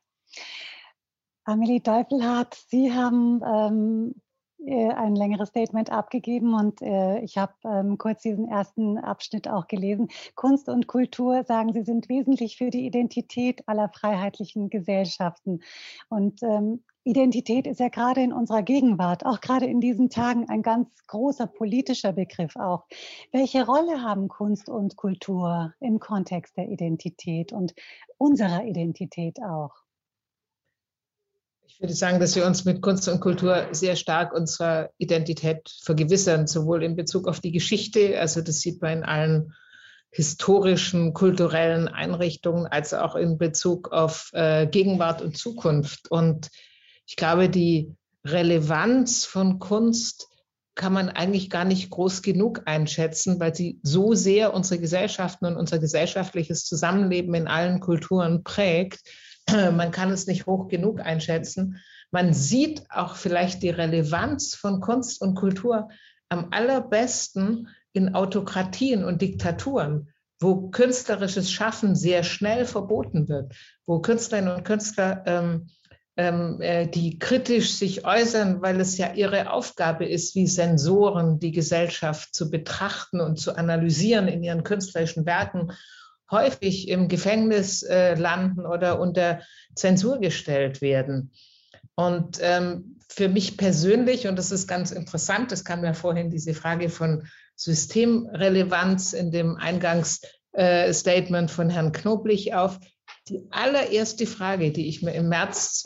A: Amelie Deufelhardt, Sie haben ein längeres Statement abgegeben und ich habe kurz diesen ersten Abschnitt auch gelesen. Kunst und Kultur, sagen Sie, sind wesentlich für die Identität aller freiheitlichen Gesellschaften. Und Identität ist ja gerade in unserer Gegenwart, auch gerade in diesen Tagen, ein ganz großer politischer Begriff auch. Welche Rolle haben Kunst und Kultur im Kontext der Identität und unserer Identität auch?
E: Ich würde sagen, dass wir uns mit Kunst und Kultur sehr stark unserer Identität vergewissern, sowohl in Bezug auf die Geschichte, also das sieht man in allen historischen, kulturellen Einrichtungen, als auch in Bezug auf Gegenwart und Zukunft. Und ich glaube, die Relevanz von Kunst kann man eigentlich gar nicht groß genug einschätzen, weil sie so sehr unsere Gesellschaften und unser gesellschaftliches Zusammenleben in allen Kulturen prägt. Man kann es nicht hoch genug einschätzen. Man sieht auch vielleicht die Relevanz von Kunst und Kultur am allerbesten in Autokratien und Diktaturen, wo künstlerisches Schaffen sehr schnell verboten wird, wo Künstlerinnen und Künstler, die kritisch sich äußern, weil es ja ihre Aufgabe ist, wie Sensoren die Gesellschaft zu betrachten und zu analysieren in ihren künstlerischen Werken, häufig im Gefängnis landen oder unter Zensur gestellt werden. Und für mich persönlich, und das ist ganz interessant, es kam ja vorhin diese Frage von Systemrelevanz in dem Eingangsstatement von Herrn Knoblich auf. Die allererste Frage, die ich mir im März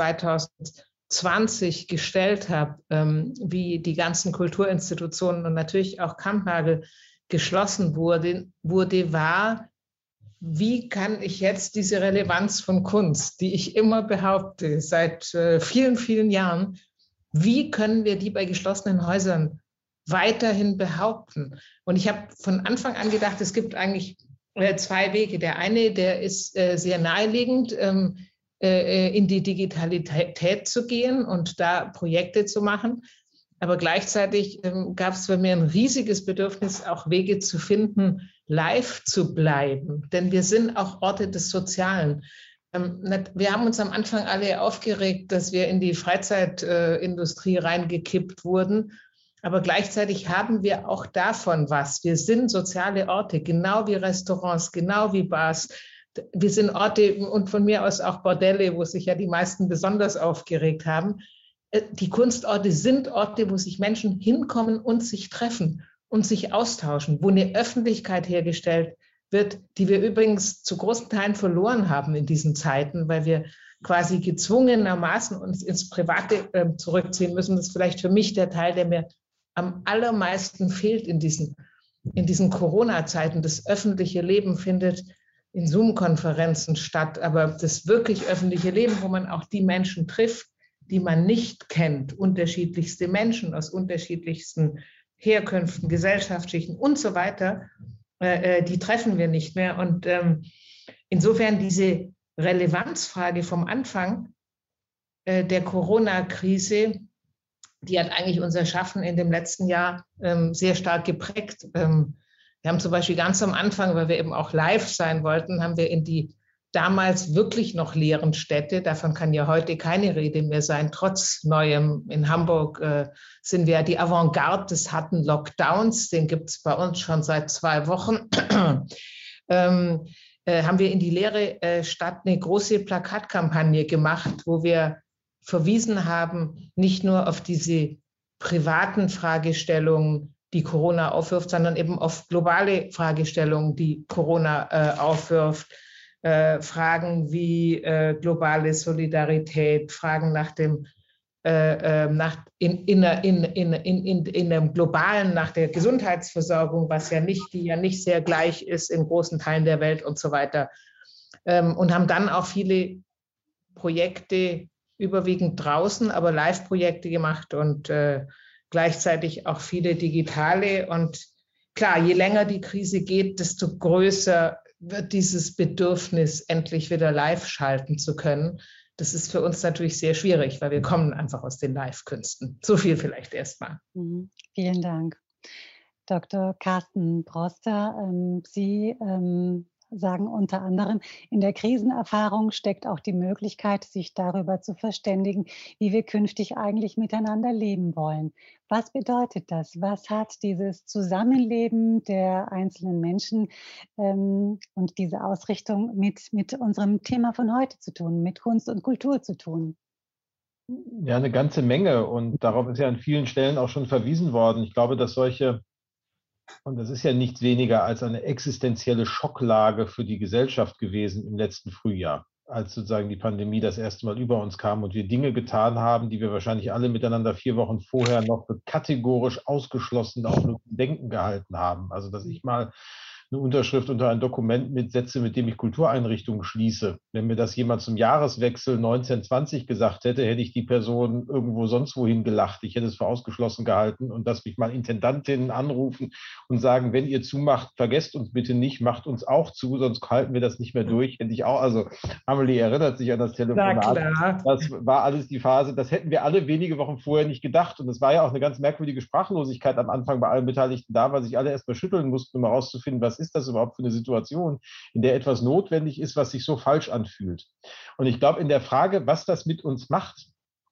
E: 2020 gestellt habe, wie die ganzen Kulturinstitutionen und natürlich auch Kampnagel geschlossen wurde, war, wie kann ich jetzt diese Relevanz von Kunst, die ich immer behaupte, seit vielen, vielen Jahren, wie können wir die bei geschlossenen Häusern weiterhin behaupten? Und ich habe von Anfang an gedacht, es gibt eigentlich zwei Wege. Der eine, der ist sehr naheliegend, in die Digitalität zu gehen und da Projekte zu machen. Aber gleichzeitig gab es bei mir ein riesiges Bedürfnis, auch Wege zu finden, live zu bleiben. Denn wir sind auch Orte des Sozialen. Wir haben uns am Anfang alle aufgeregt, dass wir in die Freizeitindustrie reingekippt wurden. Aber gleichzeitig haben wir auch davon was. Wir sind soziale Orte, genau wie Restaurants, genau wie Bars. Wir sind Orte und von mir aus auch Bordelle, wo sich ja die meisten besonders aufgeregt haben. Die Kunstorte sind Orte, wo sich Menschen hinkommen und sich treffen und sich austauschen, wo eine Öffentlichkeit hergestellt wird, die wir übrigens zu großen Teilen verloren haben in diesen Zeiten, weil wir quasi gezwungenermaßen uns ins Private zurückziehen müssen. Das ist vielleicht für mich der Teil, der mir am allermeisten fehlt in diesen Corona-Zeiten. Das öffentliche Leben findet in Zoom-Konferenzen statt, aber das wirklich öffentliche Leben, wo man auch die Menschen trifft, die man nicht kennt, unterschiedlichste Menschen aus unterschiedlichsten Herkünften, Gesellschaftsschichten und so weiter, die treffen wir nicht mehr. Und insofern diese Relevanzfrage vom Anfang der Corona-Krise, die hat eigentlich unser Schaffen in dem letzten Jahr sehr stark geprägt. Wir haben zum Beispiel ganz am Anfang, weil wir eben auch live sein wollten, haben wir in die damals wirklich noch leeren Städte, davon kann ja heute keine Rede mehr sein, trotz Neuem. In Hamburg sind wir ja die Avantgarde des harten Lockdowns, den gibt es bei uns schon seit 2 Wochen. Haben wir in die leere Stadt eine große Plakatkampagne gemacht, wo wir verwiesen haben, nicht nur auf diese privaten Fragestellungen, die Corona aufwirft, sondern eben auf globale Fragestellungen, die Corona aufwirft. Fragen wie globale Solidarität, Fragen nach dem in einem globalen, nach der Gesundheitsversorgung, was die ja nicht sehr gleich ist in großen Teilen der Welt und so weiter. Und haben dann auch viele Projekte überwiegend draußen, aber Live-Projekte gemacht und gleichzeitig auch viele digitale. Und klar, je länger die Krise geht, desto größer wird dieses Bedürfnis, endlich wieder live schalten zu können. Das ist für uns natürlich sehr schwierig, weil wir kommen einfach aus den Live-Künsten. So viel vielleicht erstmal.
A: Vielen Dank. Dr. Carsten Broster, Sie sagen unter anderem, in der Krisenerfahrung steckt auch die Möglichkeit, sich darüber zu verständigen, wie wir künftig eigentlich miteinander leben wollen. Was bedeutet das? Was hat dieses Zusammenleben der einzelnen Menschen und diese Ausrichtung mit unserem Thema von heute zu tun, mit Kunst und Kultur zu tun?
F: Ja, eine ganze Menge. Und darauf ist ja an vielen Stellen auch schon verwiesen worden. Ich glaube, dass und das ist ja nichts weniger als eine existenzielle Schocklage für die Gesellschaft gewesen im letzten Frühjahr, als sozusagen die Pandemie das erste Mal über uns kam und wir Dinge getan haben, die wir wahrscheinlich alle miteinander 4 Wochen vorher noch für kategorisch ausgeschlossen auch nur zum Denken gehalten haben. Also, dass ich mal eine Unterschrift unter ein Dokument mitsetze, mit dem ich Kultureinrichtungen schließe. Wenn mir das jemand zum Jahreswechsel 1920 gesagt hätte, hätte ich die Person irgendwo sonst wohin gelacht. Ich hätte es für ausgeschlossen gehalten und dass mich mal Intendantinnen anrufen und sagen, wenn ihr zumacht, vergesst uns bitte nicht, macht uns auch zu, sonst halten wir das nicht mehr durch. Hätte ich auch, also Amelie erinnert sich an das Telefonat. Das war alles die Phase, das hätten wir alle wenige Wochen vorher nicht gedacht. Und es war ja auch eine ganz merkwürdige Sprachlosigkeit am Anfang bei allen Beteiligten da, weil sich alle erst mal schütteln mussten, um herauszufinden, was ist das überhaupt für eine Situation, in der etwas notwendig ist, was sich so falsch anfühlt. Und ich glaube, in der Frage, was das mit uns macht,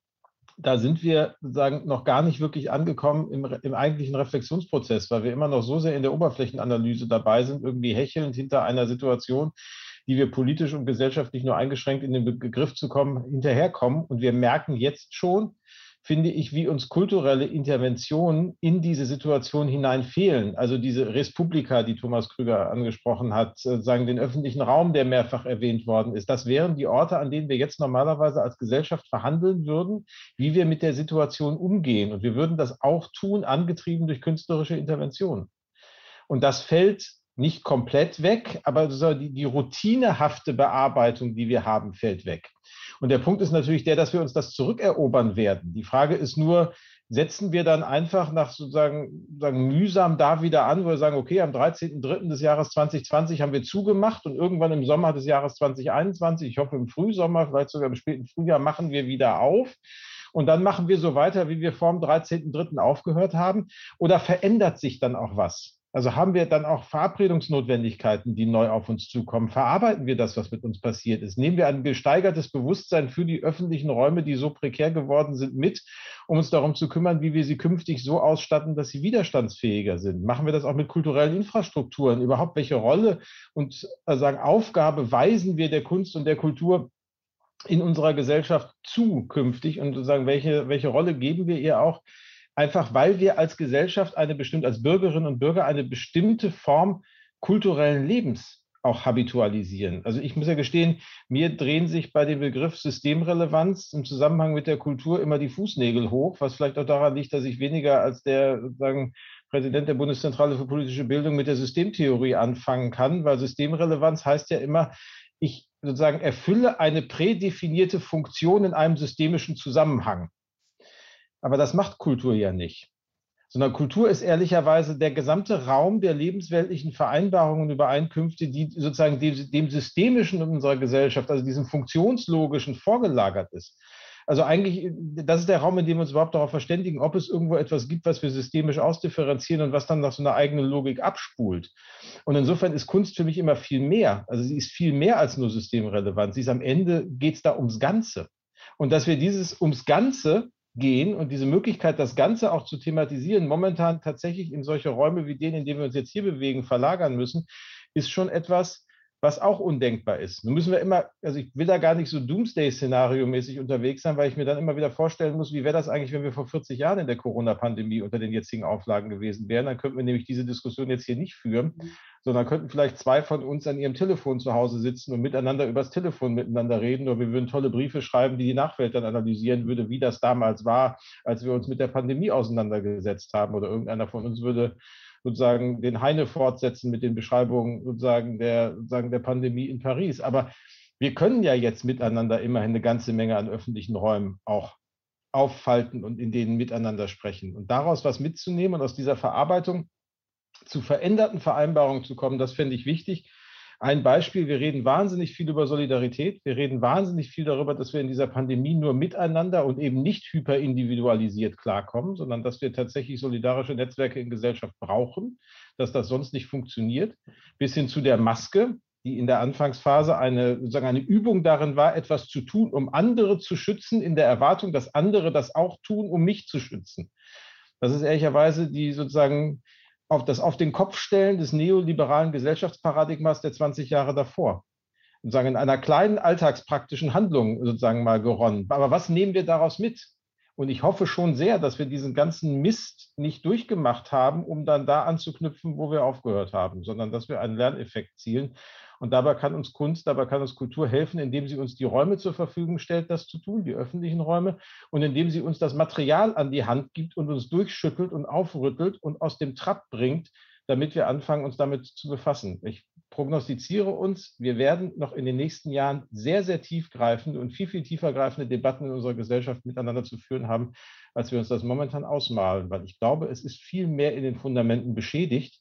F: da sind wir sozusagen noch gar nicht wirklich angekommen im eigentlichen Reflexionsprozess, weil wir immer noch so sehr in der Oberflächenanalyse dabei sind, irgendwie hechelnd hinter einer Situation, die wir politisch und gesellschaftlich nur eingeschränkt in den Begriff zu kommen, hinterherkommen. Und wir merken jetzt schon, finde ich, wie uns kulturelle Interventionen in diese Situation hinein fehlen. Also diese Respublika, die Thomas Krüger angesprochen hat, sagen den öffentlichen Raum, der mehrfach erwähnt worden ist. Das wären die Orte, an denen wir jetzt normalerweise als Gesellschaft verhandeln würden, wie wir mit der Situation umgehen. Und wir würden das auch tun, angetrieben durch künstlerische Interventionen. Und das fällt nicht komplett weg, aber die routinehafte Bearbeitung, die wir haben, fällt weg. Und der Punkt ist natürlich der, dass wir uns das zurückerobern werden. Die Frage ist nur, setzen wir dann einfach nach sozusagen mühsam da wieder an, wo wir sagen, okay, am 13.03. des Jahres 2020 haben wir zugemacht und irgendwann im Sommer des Jahres 2021, ich hoffe im Frühsommer, vielleicht sogar im späten Frühjahr, machen wir wieder auf. Und dann machen wir so weiter, wie wir vor dem 13.03. aufgehört haben. Oder verändert sich dann auch was? Also haben wir dann auch Verabredungsnotwendigkeiten, die neu auf uns zukommen? Verarbeiten wir das, was mit uns passiert ist? Nehmen wir ein gesteigertes Bewusstsein für die öffentlichen Räume, die so prekär geworden sind, mit, um uns darum zu kümmern, wie wir sie künftig so ausstatten, dass sie widerstandsfähiger sind? Machen wir das auch mit kulturellen Infrastrukturen? Überhaupt welche Rolle und Aufgabe weisen wir der Kunst und der Kultur in unserer Gesellschaft zukünftig? Und welche Rolle geben wir ihr auch? Einfach weil wir als Gesellschaft als Bürgerinnen und Bürger eine bestimmte Form kulturellen Lebens auch habitualisieren. Also ich muss ja gestehen, mir drehen sich bei dem Begriff Systemrelevanz im Zusammenhang mit der Kultur immer die Fußnägel hoch, was vielleicht auch daran liegt, dass ich weniger als der Präsident der Bundeszentrale für politische Bildung mit der Systemtheorie anfangen kann, weil Systemrelevanz heißt ja immer, ich erfülle eine prädefinierte Funktion in einem systemischen Zusammenhang. Aber das macht Kultur ja nicht. Sondern Kultur ist ehrlicherweise der gesamte Raum der lebensweltlichen Vereinbarungen und Übereinkünfte, die sozusagen dem Systemischen in unserer Gesellschaft, also diesem Funktionslogischen, vorgelagert ist. Also eigentlich, das ist der Raum, in dem wir uns überhaupt darauf verständigen, ob es irgendwo etwas gibt, was wir systemisch ausdifferenzieren und was dann nach so einer eigenen Logik abspult. Und insofern ist Kunst für mich immer viel mehr. Also sie ist viel mehr als nur systemrelevant. Sie ist am Ende, geht es da ums Ganze. Und dass wir dieses ums Ganze gehen und diese Möglichkeit, das Ganze auch zu thematisieren, momentan tatsächlich in solche Räume wie den, in denen wir uns jetzt hier bewegen, verlagern müssen, ist schon etwas, was auch undenkbar ist. Nun müssen wir immer, also ich will da gar nicht so Doomsday-Szenario-mäßig unterwegs sein, weil ich mir dann immer wieder vorstellen muss, wie wäre das eigentlich, wenn wir vor 40 Jahren in der Corona-Pandemie unter den jetzigen Auflagen gewesen wären. Dann könnten wir nämlich diese Diskussion jetzt hier nicht führen, sondern könnten vielleicht zwei von uns an ihrem Telefon zu Hause sitzen und miteinander übers Telefon miteinander reden, oder wir würden tolle Briefe schreiben, die Nachwelt dann analysieren würde, wie das damals war, als wir uns mit der Pandemie auseinandergesetzt haben, oder irgendeiner von uns würde sozusagen den Heine fortsetzen mit den Beschreibungen sozusagen der Pandemie in Paris. Aber wir können ja jetzt miteinander immerhin eine ganze Menge an öffentlichen Räumen auch auffalten und in denen miteinander sprechen. Und daraus was mitzunehmen und aus dieser Verarbeitung zu veränderten Vereinbarungen zu kommen, das fände ich wichtig. Ein Beispiel, wir reden wahnsinnig viel über Solidarität. Wir reden wahnsinnig viel darüber, dass wir in dieser Pandemie nur miteinander und eben nicht hyperindividualisiert klarkommen, sondern dass wir tatsächlich solidarische Netzwerke in Gesellschaft brauchen, dass das sonst nicht funktioniert. Bis hin zu der Maske, die in der Anfangsphase eine Übung darin war, etwas zu tun, um andere zu schützen, in der Erwartung, dass andere das auch tun, um mich zu schützen. Das ist ehrlicherweise die sozusagen das auf den Kopf stellen des neoliberalen Gesellschaftsparadigmas der 20 Jahre davor. Sozusagen in einer kleinen alltagspraktischen Handlung sozusagen mal geronnen. Aber was nehmen wir daraus mit? Und ich hoffe schon sehr, dass wir diesen ganzen Mist nicht durchgemacht haben, um dann da anzuknüpfen, wo wir aufgehört haben, sondern dass wir einen Lerneffekt zielen. Und dabei kann uns Kunst, dabei kann uns Kultur helfen, indem sie uns die Räume zur Verfügung stellt, das zu tun, die öffentlichen Räume, und indem sie uns das Material an die Hand gibt und uns durchschüttelt und aufrüttelt und aus dem Trab bringt, damit wir anfangen, uns damit zu befassen. Ich prognostiziere uns, wir werden noch in den nächsten Jahren sehr, sehr tiefgreifende und viel, viel tiefergreifende Debatten in unserer Gesellschaft miteinander zu führen haben, als wir uns das momentan ausmalen. Weil ich glaube, es ist viel mehr in den Fundamenten beschädigt,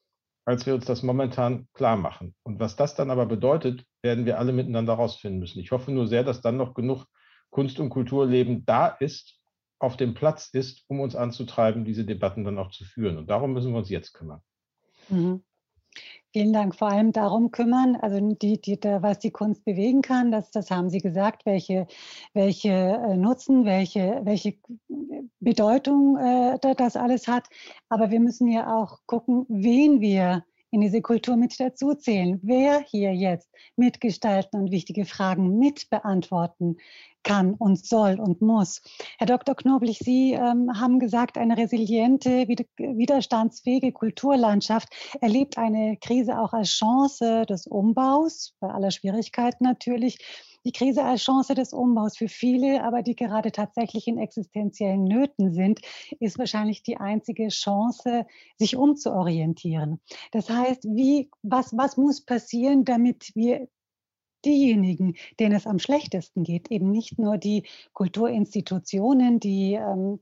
F: als wir uns das momentan klar machen. Und was das dann aber bedeutet, werden wir alle miteinander rausfinden müssen. Ich hoffe nur sehr, dass dann noch genug Kunst- und Kulturleben da ist, auf dem Platz ist, um uns anzutreiben, diese Debatten dann auch zu führen. Und darum müssen wir uns jetzt kümmern.
A: Mhm. Vielen Dank. Vor allem darum kümmern, also was die Kunst bewegen kann, das haben Sie gesagt, welche Nutzen, welche Bedeutung das alles hat. Aber wir müssen ja auch gucken, wen wir in diese Kultur mit dazuzählen, wer hier jetzt mitgestalten und wichtige Fragen mitbeantworten kann und soll und muss. Herr Dr. Knoblich, Sie haben gesagt, eine resiliente, widerstandsfähige Kulturlandschaft erlebt eine Krise auch als Chance des Umbaus, bei aller Schwierigkeit natürlich. Die Krise als Chance des Umbaus für viele, aber die gerade tatsächlich in existenziellen Nöten sind, ist wahrscheinlich die einzige Chance, sich umzuorientieren. Das heißt, was muss passieren, damit wir diejenigen, denen es am schlechtesten geht, eben nicht nur die Kulturinstitutionen, die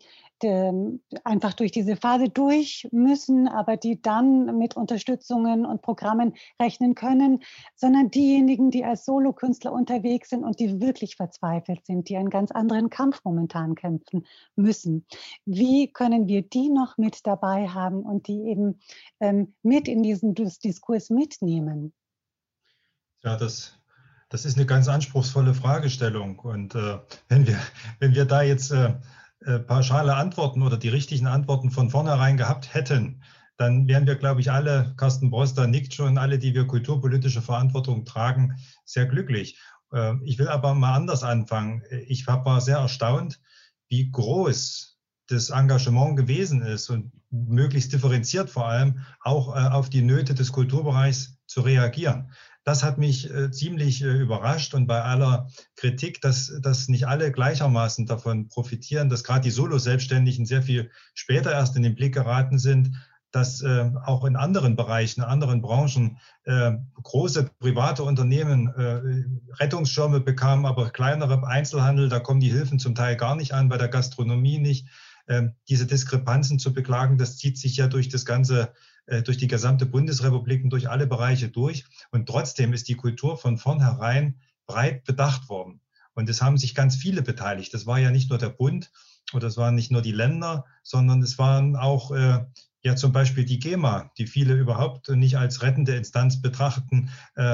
A: einfach durch diese Phase durch müssen, aber die dann mit Unterstützungen und Programmen rechnen können, sondern diejenigen, die als Solokünstler unterwegs sind und die wirklich verzweifelt sind, die einen ganz anderen Kampf momentan kämpfen müssen. Wie können wir die noch mit dabei haben und die eben mit in diesen Diskurs mitnehmen?
B: Ja, das ist eine ganz anspruchsvolle Fragestellung. Und wenn wir da jetzt pauschale Antworten oder die richtigen Antworten von vornherein gehabt hätten, dann wären wir, glaube ich, alle, Carsten Broster nickt schon, alle, die wir kulturpolitische Verantwortung tragen, sehr glücklich. Ich will aber mal anders anfangen. Ich war sehr erstaunt, wie groß das Engagement gewesen ist und möglichst differenziert vor allem auch auf die Nöte des Kulturbereichs zu reagieren. Das hat mich ziemlich überrascht, und bei aller Kritik, dass nicht alle gleichermaßen davon profitieren, dass gerade die Solo-Selbstständigen sehr viel später erst in den Blick geraten sind, dass auch in anderen Bereichen, in anderen Branchen große private Unternehmen Rettungsschirme bekamen, aber kleinere Einzelhandel, da kommen die Hilfen zum Teil gar nicht an, bei der Gastronomie nicht. Diese Diskrepanzen zu beklagen, das zieht sich ja durch die gesamte Bundesrepublik und durch alle Bereiche durch. Und trotzdem ist die Kultur von vornherein breit bedacht worden. Und es haben sich ganz viele beteiligt. Das war ja nicht nur der Bund oder es waren nicht nur die Länder, sondern es waren auch ja zum Beispiel die GEMA, die viele überhaupt nicht als rettende Instanz betrachten.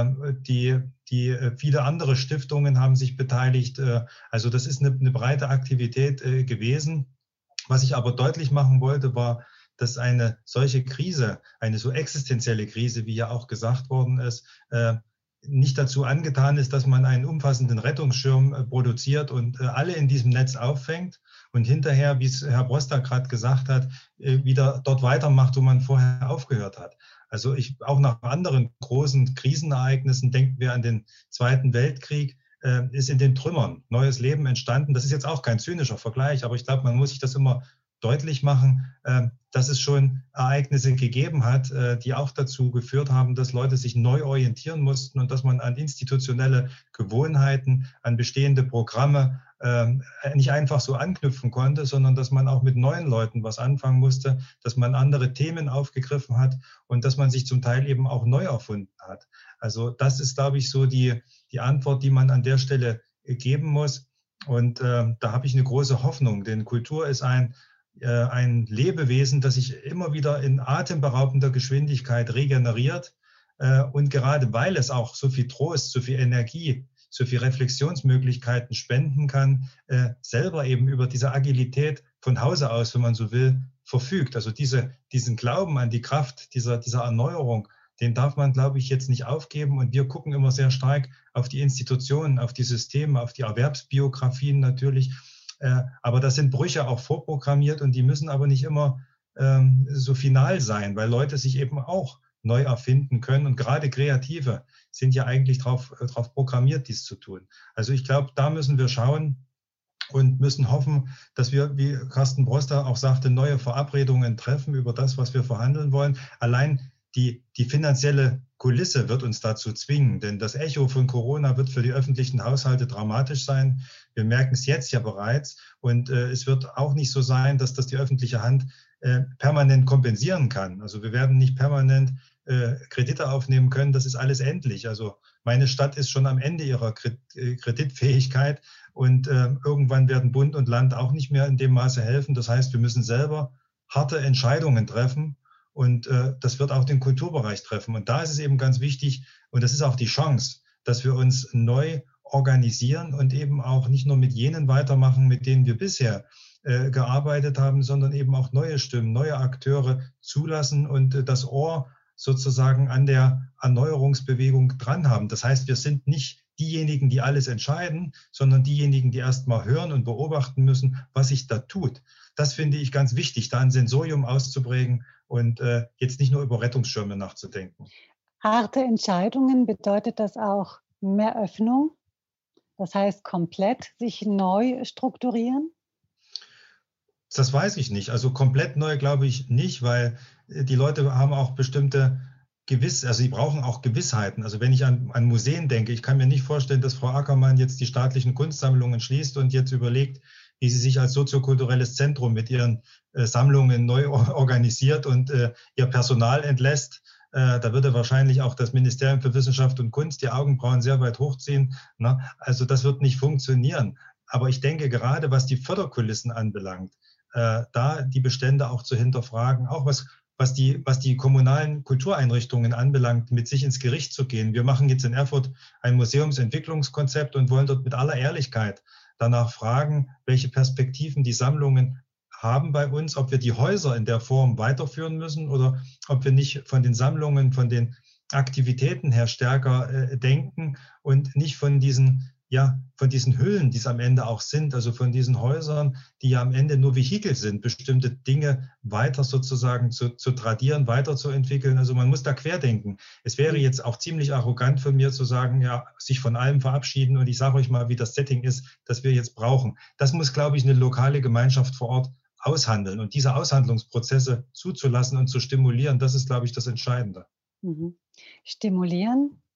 B: Die viele andere Stiftungen haben sich beteiligt. Also das ist eine breite Aktivität gewesen. Was ich aber deutlich machen wollte, war, dass eine solche Krise, eine so existenzielle Krise, wie ja auch gesagt worden ist, nicht dazu angetan ist, dass man einen umfassenden Rettungsschirm produziert und alle in diesem Netz auffängt und hinterher, wie es Herr Broster gerade gesagt hat, wieder dort weitermacht, wo man vorher aufgehört hat. Also auch nach anderen großen Krisenereignissen, denken wir an den Zweiten Weltkrieg, ist in den Trümmern neues Leben entstanden. Das ist jetzt auch kein zynischer Vergleich, aber ich glaube, man muss sich das immer deutlich machen, dass es schon Ereignisse gegeben hat, die auch dazu geführt haben, dass Leute sich neu orientieren mussten und dass man an institutionelle Gewohnheiten, an bestehende Programme nicht einfach so anknüpfen konnte, sondern dass man auch mit neuen Leuten was anfangen musste, dass man andere Themen aufgegriffen hat und dass man sich zum Teil eben auch neu erfunden hat. Also das ist, glaube ich, so die Antwort, die man an der Stelle geben muss. Und da habe ich eine große Hoffnung, denn Kultur ist ein Lebewesen, das sich immer wieder in atemberaubender Geschwindigkeit regeneriert. Und gerade weil es auch so viel Trost, so viel Energie, so viel Reflexionsmöglichkeiten spenden kann, selber eben über diese Agilität von Hause aus, wenn man so will, verfügt. Also diesen Glauben an die Kraft dieser Erneuerung, den darf man, glaube ich, jetzt nicht aufgeben. Und wir gucken immer sehr stark auf die Institutionen, auf die Systeme, auf die Erwerbsbiografien natürlich. Aber das sind Brüche auch vorprogrammiert und die müssen aber nicht immer so final sein, weil Leute sich eben auch neu erfinden können. Und gerade Kreative sind ja eigentlich drauf programmiert, dies zu tun. Also ich glaube, da müssen wir schauen und müssen hoffen, dass wir, wie Carsten Broster auch sagte, neue Verabredungen treffen über das, was wir verhandeln wollen. Allein die finanzielle Kulisse wird uns dazu zwingen, denn das Echo von Corona wird für die öffentlichen Haushalte dramatisch sein. Wir merken es jetzt ja bereits und es wird auch nicht so sein, dass das die öffentliche Hand permanent kompensieren kann. Also wir werden nicht permanent Kredite aufnehmen können, das ist alles endlich. Also meine Stadt ist schon am Ende ihrer Kreditfähigkeit und irgendwann werden Bund und Land auch nicht mehr in dem Maße helfen. Das heißt, wir müssen selber harte Entscheidungen treffen. Und das wird auch den Kulturbereich treffen. Und da ist es eben ganz wichtig, und das ist auch die Chance, dass wir uns neu organisieren und eben auch nicht nur mit jenen weitermachen, mit denen wir bisher gearbeitet haben, sondern eben auch neue Stimmen, neue Akteure zulassen und das Ohr sozusagen an der Erneuerungsbewegung dran haben. Das heißt, wir sind nicht diejenigen, die alles entscheiden, sondern diejenigen, die erst mal hören und beobachten müssen, was sich da tut. Das finde ich ganz wichtig, da ein Sensorium auszuprägen und jetzt nicht nur über Rettungsschirme nachzudenken.
A: Harte Entscheidungen, bedeutet das auch mehr Öffnung? Das heißt, komplett sich neu strukturieren?
B: Das weiß ich nicht. Also komplett neu glaube ich nicht, weil die Leute haben auch bestimmte also sie brauchen auch Gewissheiten. Also wenn ich an Museen denke, ich kann mir nicht vorstellen, dass Frau Ackermann jetzt die staatlichen Kunstsammlungen schließt und jetzt überlegt, wie sie sich als soziokulturelles Zentrum mit ihren Sammlungen neu organisiert und ihr Personal entlässt. Da würde wahrscheinlich auch das Ministerium für Wissenschaft und Kunst die Augenbrauen sehr weit hochziehen. Ne? Also das wird nicht funktionieren. Aber ich denke, gerade was die Förderkulissen anbelangt, da die Bestände auch zu hinterfragen, auch was die kommunalen Kultureinrichtungen anbelangt, mit sich ins Gericht zu gehen. Wir machen jetzt in Erfurt ein Museumsentwicklungskonzept und wollen dort mit aller Ehrlichkeit danach fragen, welche Perspektiven die Sammlungen haben bei uns, ob wir die Häuser in der Form weiterführen müssen oder ob wir nicht von den Sammlungen, von den Aktivitäten her stärker denken und nicht von diesen Hüllen, die es am Ende auch sind, also von diesen Häusern, die ja am Ende nur Vehikel sind, bestimmte Dinge weiter sozusagen zu tradieren, weiterzuentwickeln. Also man muss da querdenken. Es wäre jetzt auch ziemlich arrogant von mir zu sagen, ja, sich von allem verabschieden und ich sage euch mal, wie das Setting ist, das wir jetzt brauchen. Das muss, glaube ich, eine lokale Gemeinschaft vor Ort aushandeln und diese Aushandlungsprozesse zuzulassen und zu stimulieren, das ist, glaube ich, das Entscheidende.
A: Stimulieren,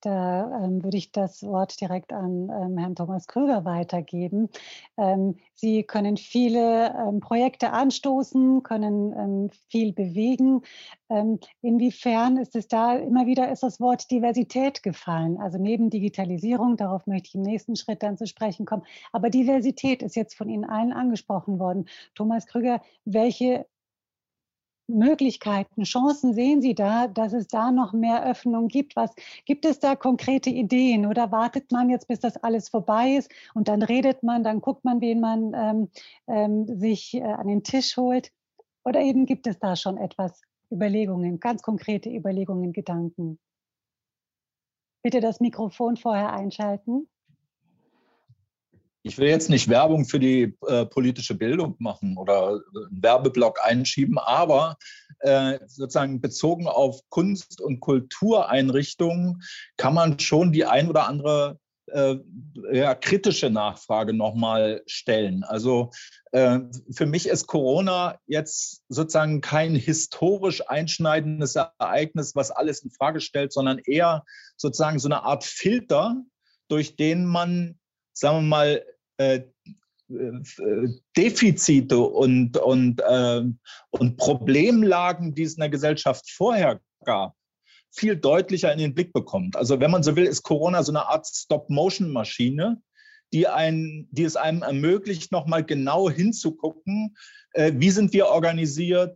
A: Da würde ich das Wort direkt an Herrn Thomas Krüger weitergeben. Sie können viele Projekte anstoßen, können viel bewegen. Inwiefern ist es da, immer wieder ist das Wort Diversität gefallen, also neben Digitalisierung, darauf möchte ich im nächsten Schritt dann zu sprechen kommen, aber Diversität ist jetzt von Ihnen allen angesprochen worden. Thomas Krüger, welche Möglichkeiten, Chancen sehen Sie da, dass es da noch mehr Öffnung gibt? Gibt es da konkrete Ideen oder wartet man jetzt, bis das alles vorbei ist und dann redet man, dann guckt man, wen man sich an den Tisch holt? Oder eben gibt es da schon etwas, Überlegungen, ganz konkrete Überlegungen, Gedanken? Bitte das Mikrofon vorher einschalten.
C: Ich will jetzt nicht Werbung für die politische Bildung machen oder einen Werbeblock einschieben, aber sozusagen bezogen auf Kunst- und Kultureinrichtungen kann man schon die ein oder andere kritische Nachfrage nochmal stellen. Also für mich ist Corona jetzt sozusagen kein historisch einschneidendes Ereignis, was alles in Frage stellt, sondern eher sozusagen so eine Art Filter, durch den man, sagen wir mal, Defizite und Problemlagen, die es in der Gesellschaft vorher gab, viel deutlicher in den Blick bekommt. Also wenn man so will, ist Corona so eine Art Stop-Motion-Maschine, die es einem ermöglicht, nochmal genau hinzugucken, wie sind wir organisiert,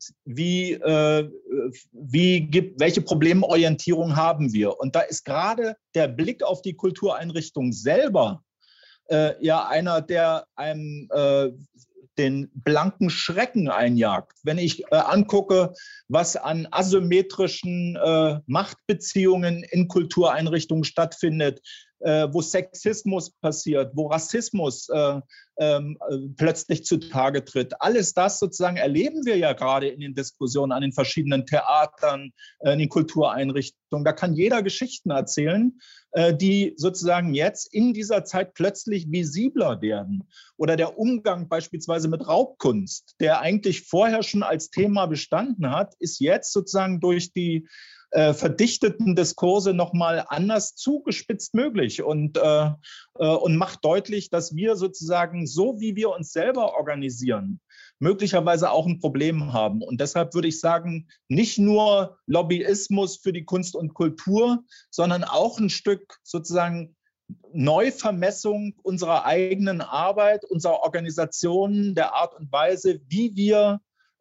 C: welche Problemorientierung haben wir. Und da ist gerade der Blick auf die Kultureinrichtung selber einer, der einem den blanken Schrecken einjagt. Wenn ich angucke, was an asymmetrischen Machtbeziehungen in Kultureinrichtungen stattfindet, wo Sexismus passiert, wo Rassismus plötzlich zutage tritt. Alles das sozusagen erleben wir ja gerade in den Diskussionen an den verschiedenen Theatern, in den Kultureinrichtungen. Da kann jeder Geschichten erzählen, die sozusagen jetzt in dieser Zeit plötzlich visibler werden. Oder der Umgang beispielsweise mit Raubkunst, der eigentlich vorher schon als Thema bestanden hat, ist jetzt sozusagen durch die verdichteten Diskurse nochmal anders zugespitzt möglich und macht deutlich, dass wir sozusagen so, wie wir uns selber organisieren, möglicherweise auch ein Problem haben. Und deshalb würde ich sagen, nicht nur Lobbyismus für die Kunst und Kultur, sondern auch ein Stück sozusagen Neuvermessung unserer eigenen Arbeit, unserer Organisation, der Art und Weise, wie wir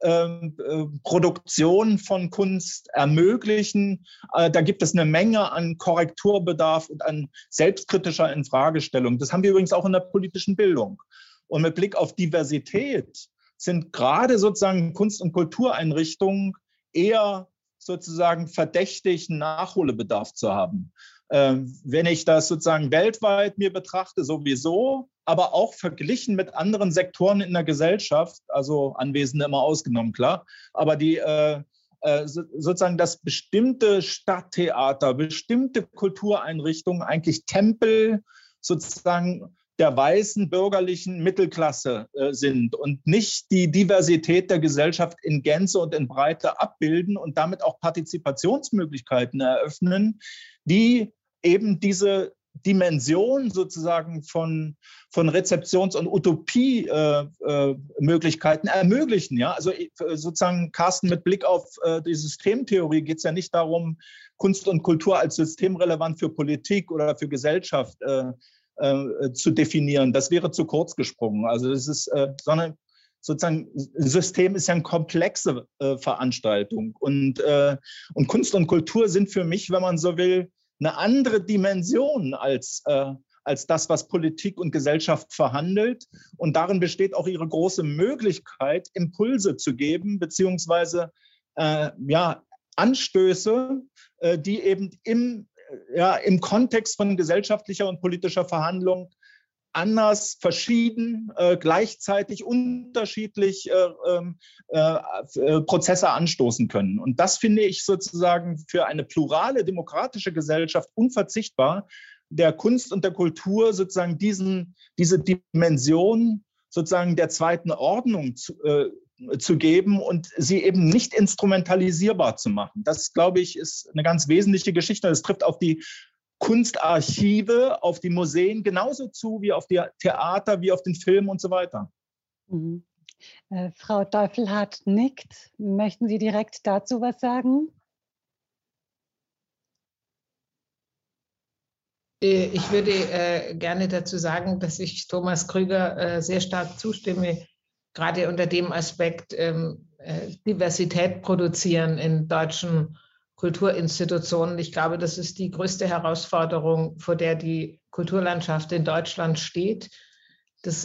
C: Produktion von Kunst ermöglichen. Da gibt es eine Menge an Korrekturbedarf und an selbstkritischer Infragestellung. Das haben wir übrigens auch in der politischen Bildung. Und mit Blick auf Diversität sind gerade sozusagen Kunst- und Kultureinrichtungen eher sozusagen verdächtig, Nachholbedarf zu haben. Wenn ich das sozusagen weltweit mir betrachte, sowieso, aber auch verglichen mit anderen Sektoren in der Gesellschaft, also Anwesende immer ausgenommen, klar, aber die sozusagen, dass bestimmte Stadttheater, bestimmte Kultureinrichtungen eigentlich Tempel sozusagen der weißen bürgerlichen Mittelklasse sind und nicht die Diversität der Gesellschaft in Gänze und in Breite abbilden und damit auch Partizipationsmöglichkeiten eröffnen, die eben diese Dimension sozusagen von Rezeptions- und Utopie-Möglichkeiten ermöglichen. Ja? Also sozusagen, Carsten, mit Blick auf die Systemtheorie geht es ja nicht darum, Kunst und Kultur als systemrelevant für Politik oder für Gesellschaft zu definieren. Das wäre zu kurz gesprungen. Also das ist, sondern sozusagen, System ist ja eine komplexe Veranstaltung. Und Kunst und Kultur sind für mich, wenn man so will, eine andere Dimension als das, was Politik und Gesellschaft verhandelt. Und darin besteht auch ihre große Möglichkeit, Impulse zu geben, beziehungsweise Anstöße, die eben im Kontext von gesellschaftlicher und politischer Verhandlung anders, verschieden, gleichzeitig unterschiedlich Prozesse anstoßen können. Und das finde ich sozusagen für eine plurale, demokratische Gesellschaft unverzichtbar, der Kunst und der Kultur sozusagen diese Dimension sozusagen der zweiten Ordnung zu geben und sie eben nicht instrumentalisierbar zu machen. Das, glaube ich, ist eine ganz wesentliche Geschichte. Das trifft auf die Kunstarchive, auf die Museen genauso zu wie auf die Theater, wie auf den Film und so weiter.
A: Mhm. Frau Teufelhardt nickt. Möchten Sie direkt dazu was sagen?
E: Ich würde gerne dazu sagen, dass ich Thomas Krüger sehr stark zustimme, gerade unter dem Aspekt Diversität produzieren in deutschen Kulturinstitutionen. Ich glaube, das ist die größte Herausforderung, vor der die Kulturlandschaft in Deutschland steht. Das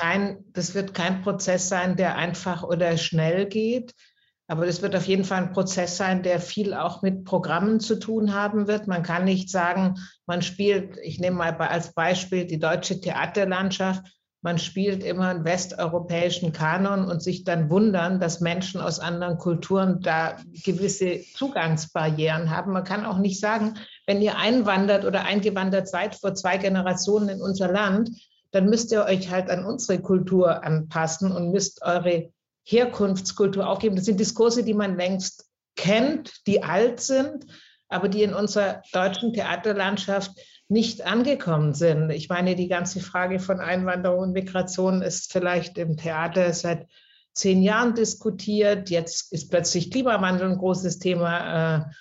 E: wird kein Prozess sein, der einfach oder schnell geht. Aber das wird auf jeden Fall ein Prozess sein, der viel auch mit Programmen zu tun haben wird. Man kann nicht sagen, man spielt, ich nehme mal als Beispiel die deutsche Theaterlandschaft, man spielt immer einen westeuropäischen Kanon und sich dann wundern, dass Menschen aus anderen Kulturen da gewisse Zugangsbarrieren haben. Man kann auch nicht sagen, wenn ihr einwandert oder eingewandert seid vor 2 Generationen in unser Land, dann müsst ihr euch halt an unsere Kultur anpassen und müsst eure Herkunftskultur aufgeben. Das sind Diskurse, die man längst kennt, die alt sind, aber die in unserer deutschen Theaterlandschaft nicht angekommen sind. Ich meine, die ganze Frage von Einwanderung und Migration ist vielleicht im Theater seit 10 Jahren diskutiert. Jetzt ist plötzlich Klimawandel ein großes Thema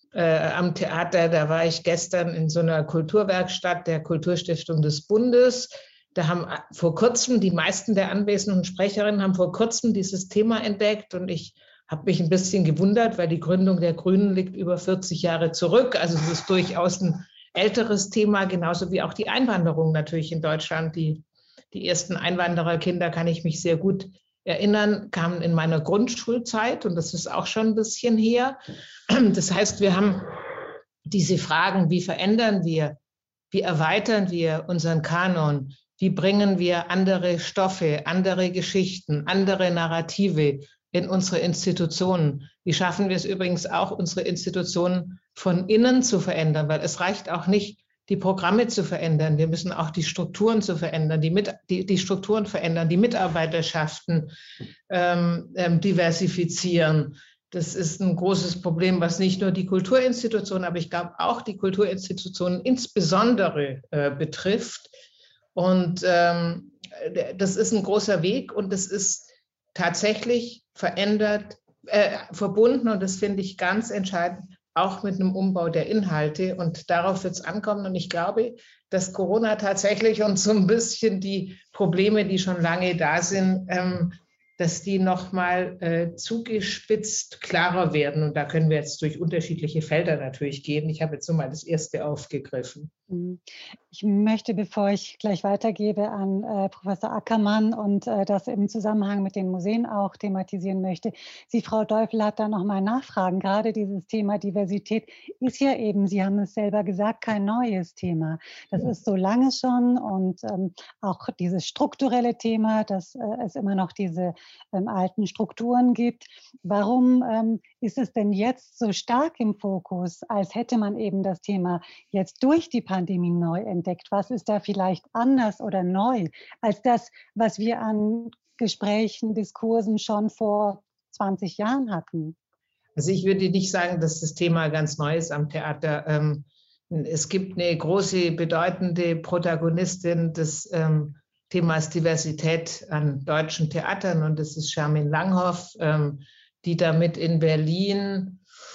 E: am Theater. Da war ich gestern in so einer Kulturwerkstatt der Kulturstiftung des Bundes. Da haben vor kurzem, die meisten der anwesenden Sprecherinnen haben vor kurzem dieses Thema entdeckt und ich habe mich ein bisschen gewundert, weil die Gründung der Grünen liegt über 40 Jahre zurück. Also es ist durchaus ein älteres Thema, genauso wie auch die Einwanderung natürlich in Deutschland. Die ersten Einwandererkinder, kann ich mich sehr gut erinnern, kamen in meiner Grundschulzeit und das ist auch schon ein bisschen her. Das heißt, wir haben diese Fragen, wie verändern wir, wie erweitern wir unseren Kanon, wie bringen wir andere Stoffe, andere Geschichten, andere Narrative in unsere Institutionen. Wie schaffen wir es übrigens auch, unsere Institutionen von innen zu verändern? Weil es reicht auch nicht, die Programme zu verändern. Wir müssen auch die Strukturen zu verändern, die Strukturen verändern, die Mitarbeiterschaften diversifizieren. Das ist ein großes Problem, was nicht nur die Kulturinstitutionen, aber ich glaube auch die Kulturinstitutionen insbesondere betrifft. Und das ist ein großer Weg und das ist tatsächlich verbunden, und das finde ich ganz entscheidend, auch mit einem Umbau der Inhalte. Und darauf wird es ankommen. Und ich glaube, dass Corona tatsächlich uns so ein bisschen die Probleme, die schon lange da sind, dass die nochmal zugespitzt klarer werden. Und da können wir jetzt durch unterschiedliche Felder natürlich gehen. Ich habe jetzt nur mal das erste aufgegriffen.
A: Ich möchte, bevor ich gleich weitergebe an Professor Ackermann und das im Zusammenhang mit den Museen auch thematisieren möchte, Sie, Frau Teufelhardt, da nochmal nachfragen. Gerade dieses Thema Diversität ist ja eben, Sie haben es selber gesagt, kein neues Thema. Das ist so lange schon und auch dieses strukturelle Thema, dass es immer noch diese alten Strukturen gibt. Warum ist es denn jetzt so stark im Fokus, als hätte man eben das Thema jetzt durch die Pandemie neu entdeckt? Was ist da vielleicht anders oder neu als das, was wir an Gesprächen, Diskursen schon vor 20 Jahren hatten?
E: Also ich würde nicht sagen, dass das Thema ganz neu ist am Theater. Es gibt eine große, bedeutende Protagonistin des Themas Diversität an deutschen Theatern und das ist Charmin Langhoff, die damit in Berlin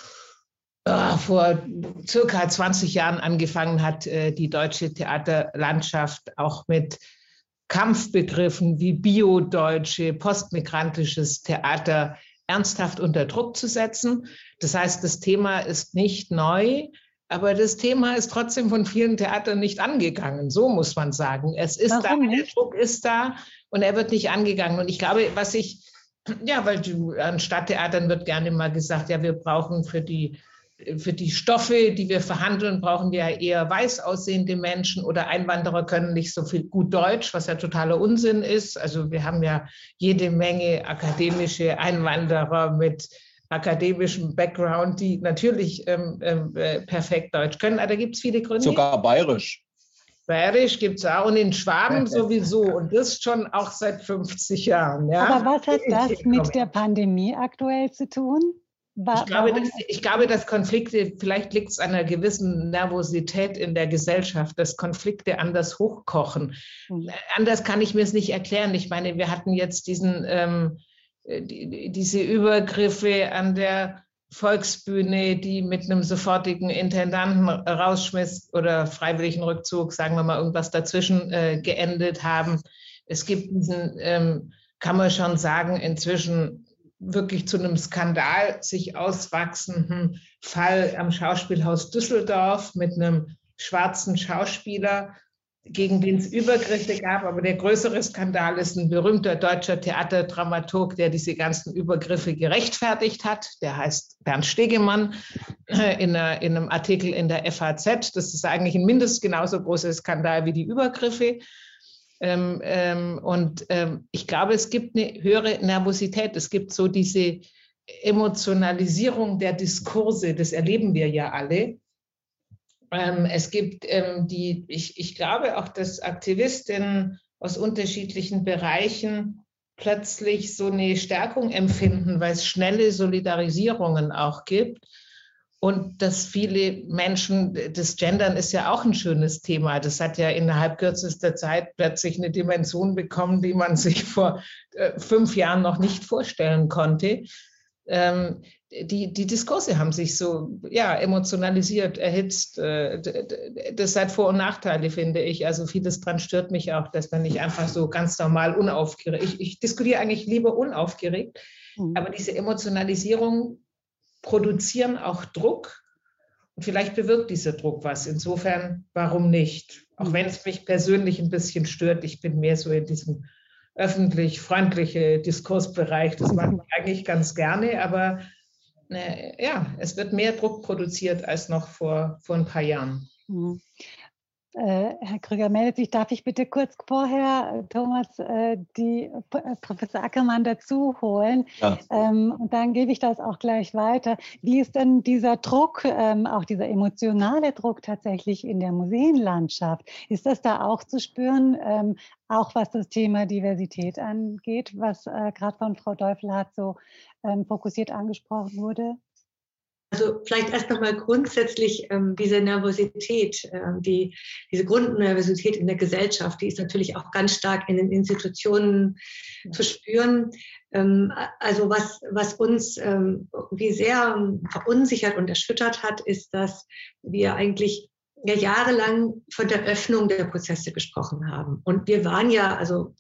E: vor circa 20 Jahren angefangen hat, die deutsche Theaterlandschaft auch mit Kampfbegriffen wie Bio-Deutsche, postmigrantisches Theater ernsthaft unter Druck zu setzen. Das heißt, das Thema ist nicht neu, aber das Thema ist trotzdem von vielen Theatern nicht angegangen. So muss man sagen. Es ist da, der Druck ist da und er wird nicht angegangen. Und ich glaube, weil an Stadttheatern wird gerne mal gesagt, ja, wir brauchen für die Stoffe, die wir verhandeln, brauchen wir ja eher weiß aussehende Menschen oder Einwanderer können nicht so viel gut Deutsch, was ja totaler Unsinn ist. Also wir haben ja jede Menge akademische Einwanderer mit akademischem Background, die natürlich perfekt Deutsch können. Aber da gibt es viele Gründe.
C: Sogar bayerisch.
E: Bayerisch gibt es auch und in Schwaben sowieso und das schon auch seit 50 Jahren. Ja?
A: Aber was hat das mit der Pandemie aktuell zu tun?
E: Ich glaube, dass Konflikte, vielleicht liegt es an einer gewissen Nervosität in der Gesellschaft, dass Konflikte anders hochkochen. Anders kann ich mir es nicht erklären. Ich meine, wir hatten jetzt diese Übergriffe an der Volksbühne, die mit einem sofortigen Intendanten Rausschmiss oder freiwilligen Rückzug, sagen wir mal irgendwas dazwischen, geendet haben. Es gibt diesen, kann man schon sagen, inzwischen wirklich zu einem Skandal sich auswachsenden Fall am Schauspielhaus Düsseldorf mit einem schwarzen Schauspieler, gegen den es Übergriffe gab. Aber der größere Skandal ist ein berühmter deutscher Theaterdramaturg, der diese ganzen Übergriffe gerechtfertigt hat. Der heißt Bernd Stegemann in einem Artikel in der FAZ. Das ist eigentlich ein mindestens genauso großer Skandal wie die Übergriffe. Ich glaube, es gibt eine höhere Nervosität. Es gibt so diese Emotionalisierung der Diskurse. Das erleben wir ja alle. Es gibt ich glaube auch, dass Aktivistinnen aus unterschiedlichen Bereichen plötzlich so eine Stärkung empfinden, weil es schnelle Solidarisierungen auch gibt. Und dass viele Menschen, das Gendern ist ja auch ein schönes Thema. Das hat ja innerhalb kürzester Zeit plötzlich eine Dimension bekommen, die man sich vor 5 Jahren noch nicht vorstellen konnte. Die Diskurse haben sich so emotionalisiert, erhitzt. Das hat Vor- und Nachteile, finde ich. Also vieles dran stört mich auch, dass man nicht einfach so ganz normal unaufgeregt. Ich diskutiere eigentlich lieber unaufgeregt, aber diese Emotionalisierung produzieren auch Druck und vielleicht bewirkt dieser Druck was. Insofern, warum nicht? Auch wenn es mich persönlich ein bisschen stört, ich bin mehr so in diesem öffentlich-freundlichen Diskursbereich. Das mache ich eigentlich ganz gerne, aber es wird mehr Druck produziert als noch vor ein paar Jahren.
A: Herr Krüger meldet sich. Darf ich bitte kurz vorher, Thomas, die Professor Ackermann dazu holen? Ja. Und dann gebe ich das auch gleich weiter. Wie ist denn dieser Druck, auch dieser emotionale Druck tatsächlich in der Museenlandschaft? Ist das da auch zu spüren, auch was das Thema Diversität angeht, was gerade von Frau Deufelhardt so fokussiert angesprochen wurde?
D: Also vielleicht erst nochmal grundsätzlich diese Nervosität, diese Grundnervosität in der Gesellschaft, die ist natürlich auch ganz stark in den Institutionen zu spüren. Also was uns wie sehr verunsichert und erschüttert hat, ist, dass wir eigentlich jahrelang von der Öffnung der Prozesse gesprochen haben. Und wir waren ja,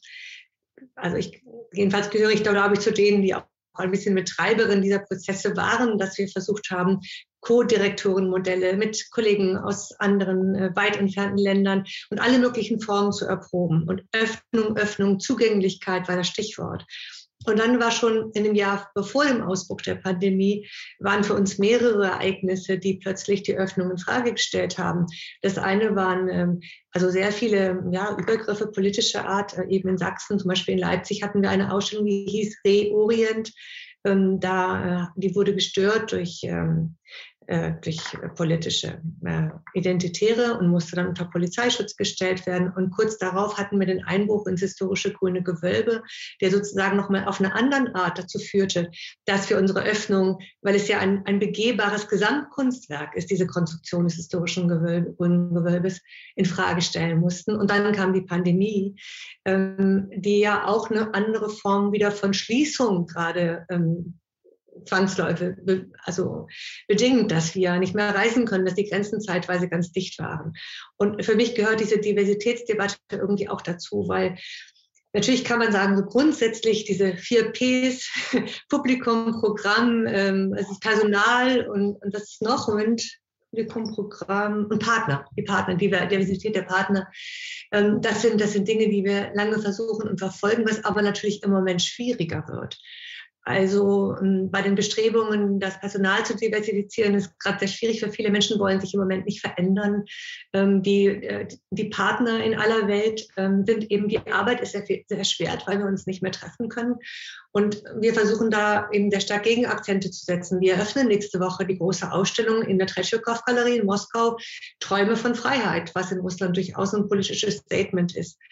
D: jedenfalls gehöre ich da, glaube ich, zu denen, die auch ein bisschen Mittreiberin dieser Prozesse waren, dass wir versucht haben, Co-Direktorenmodelle mit Kollegen aus anderen weit entfernten Ländern und alle möglichen Formen zu erproben. Und Öffnung, Zugänglichkeit war das Stichwort. Und dann war schon in dem Jahr vor dem Ausbruch der Pandemie, waren für uns mehrere Ereignisse, die plötzlich die Öffnung in Frage gestellt haben. Das eine waren sehr viele Übergriffe politischer Art, eben in Sachsen, zum Beispiel in Leipzig hatten wir eine Ausstellung, die hieß Reorient. Die wurde gestört durch politische Identitäre und musste dann unter Polizeischutz gestellt werden. Und kurz darauf hatten wir den Einbruch ins historische Grüne Gewölbe, der sozusagen nochmal auf eine andere Art dazu führte, dass wir unsere Öffnung, weil es ja ein begehbares Gesamtkunstwerk ist, diese Konstruktion des historischen Grünen Gewölbes, in Frage stellen mussten. Und dann kam die Pandemie, die ja auch eine andere Form wieder von Schließung gerade zwangsläufig bedingt, dass wir nicht mehr reisen können, dass die Grenzen zeitweise ganz dicht waren. Und für mich gehört diese Diversitätsdebatte irgendwie auch dazu, weil natürlich kann man sagen, so grundsätzlich diese 4 Ps, Publikum, Programm, es ist Personal und das ist noch, Publikum, Programm und Partner, die Diversität der Partner. Das sind Dinge, die wir lange versuchen und verfolgen, was aber natürlich im Moment schwieriger wird. Also bei den Bestrebungen, das Personal zu diversifizieren, ist gerade sehr schwierig, weil viele Menschen wollen sich im Moment nicht verändern. Die Partner in aller Welt sind eben, die Arbeit ist sehr erschwert, weil wir uns nicht mehr treffen können. Und wir versuchen da eben sehr stark Gegenakzente zu setzen. Wir eröffnen nächste Woche die große Ausstellung in der Treschikow-Galerie in Moskau, Träume von Freiheit, was in Russland durchaus ein politisches Statement ist.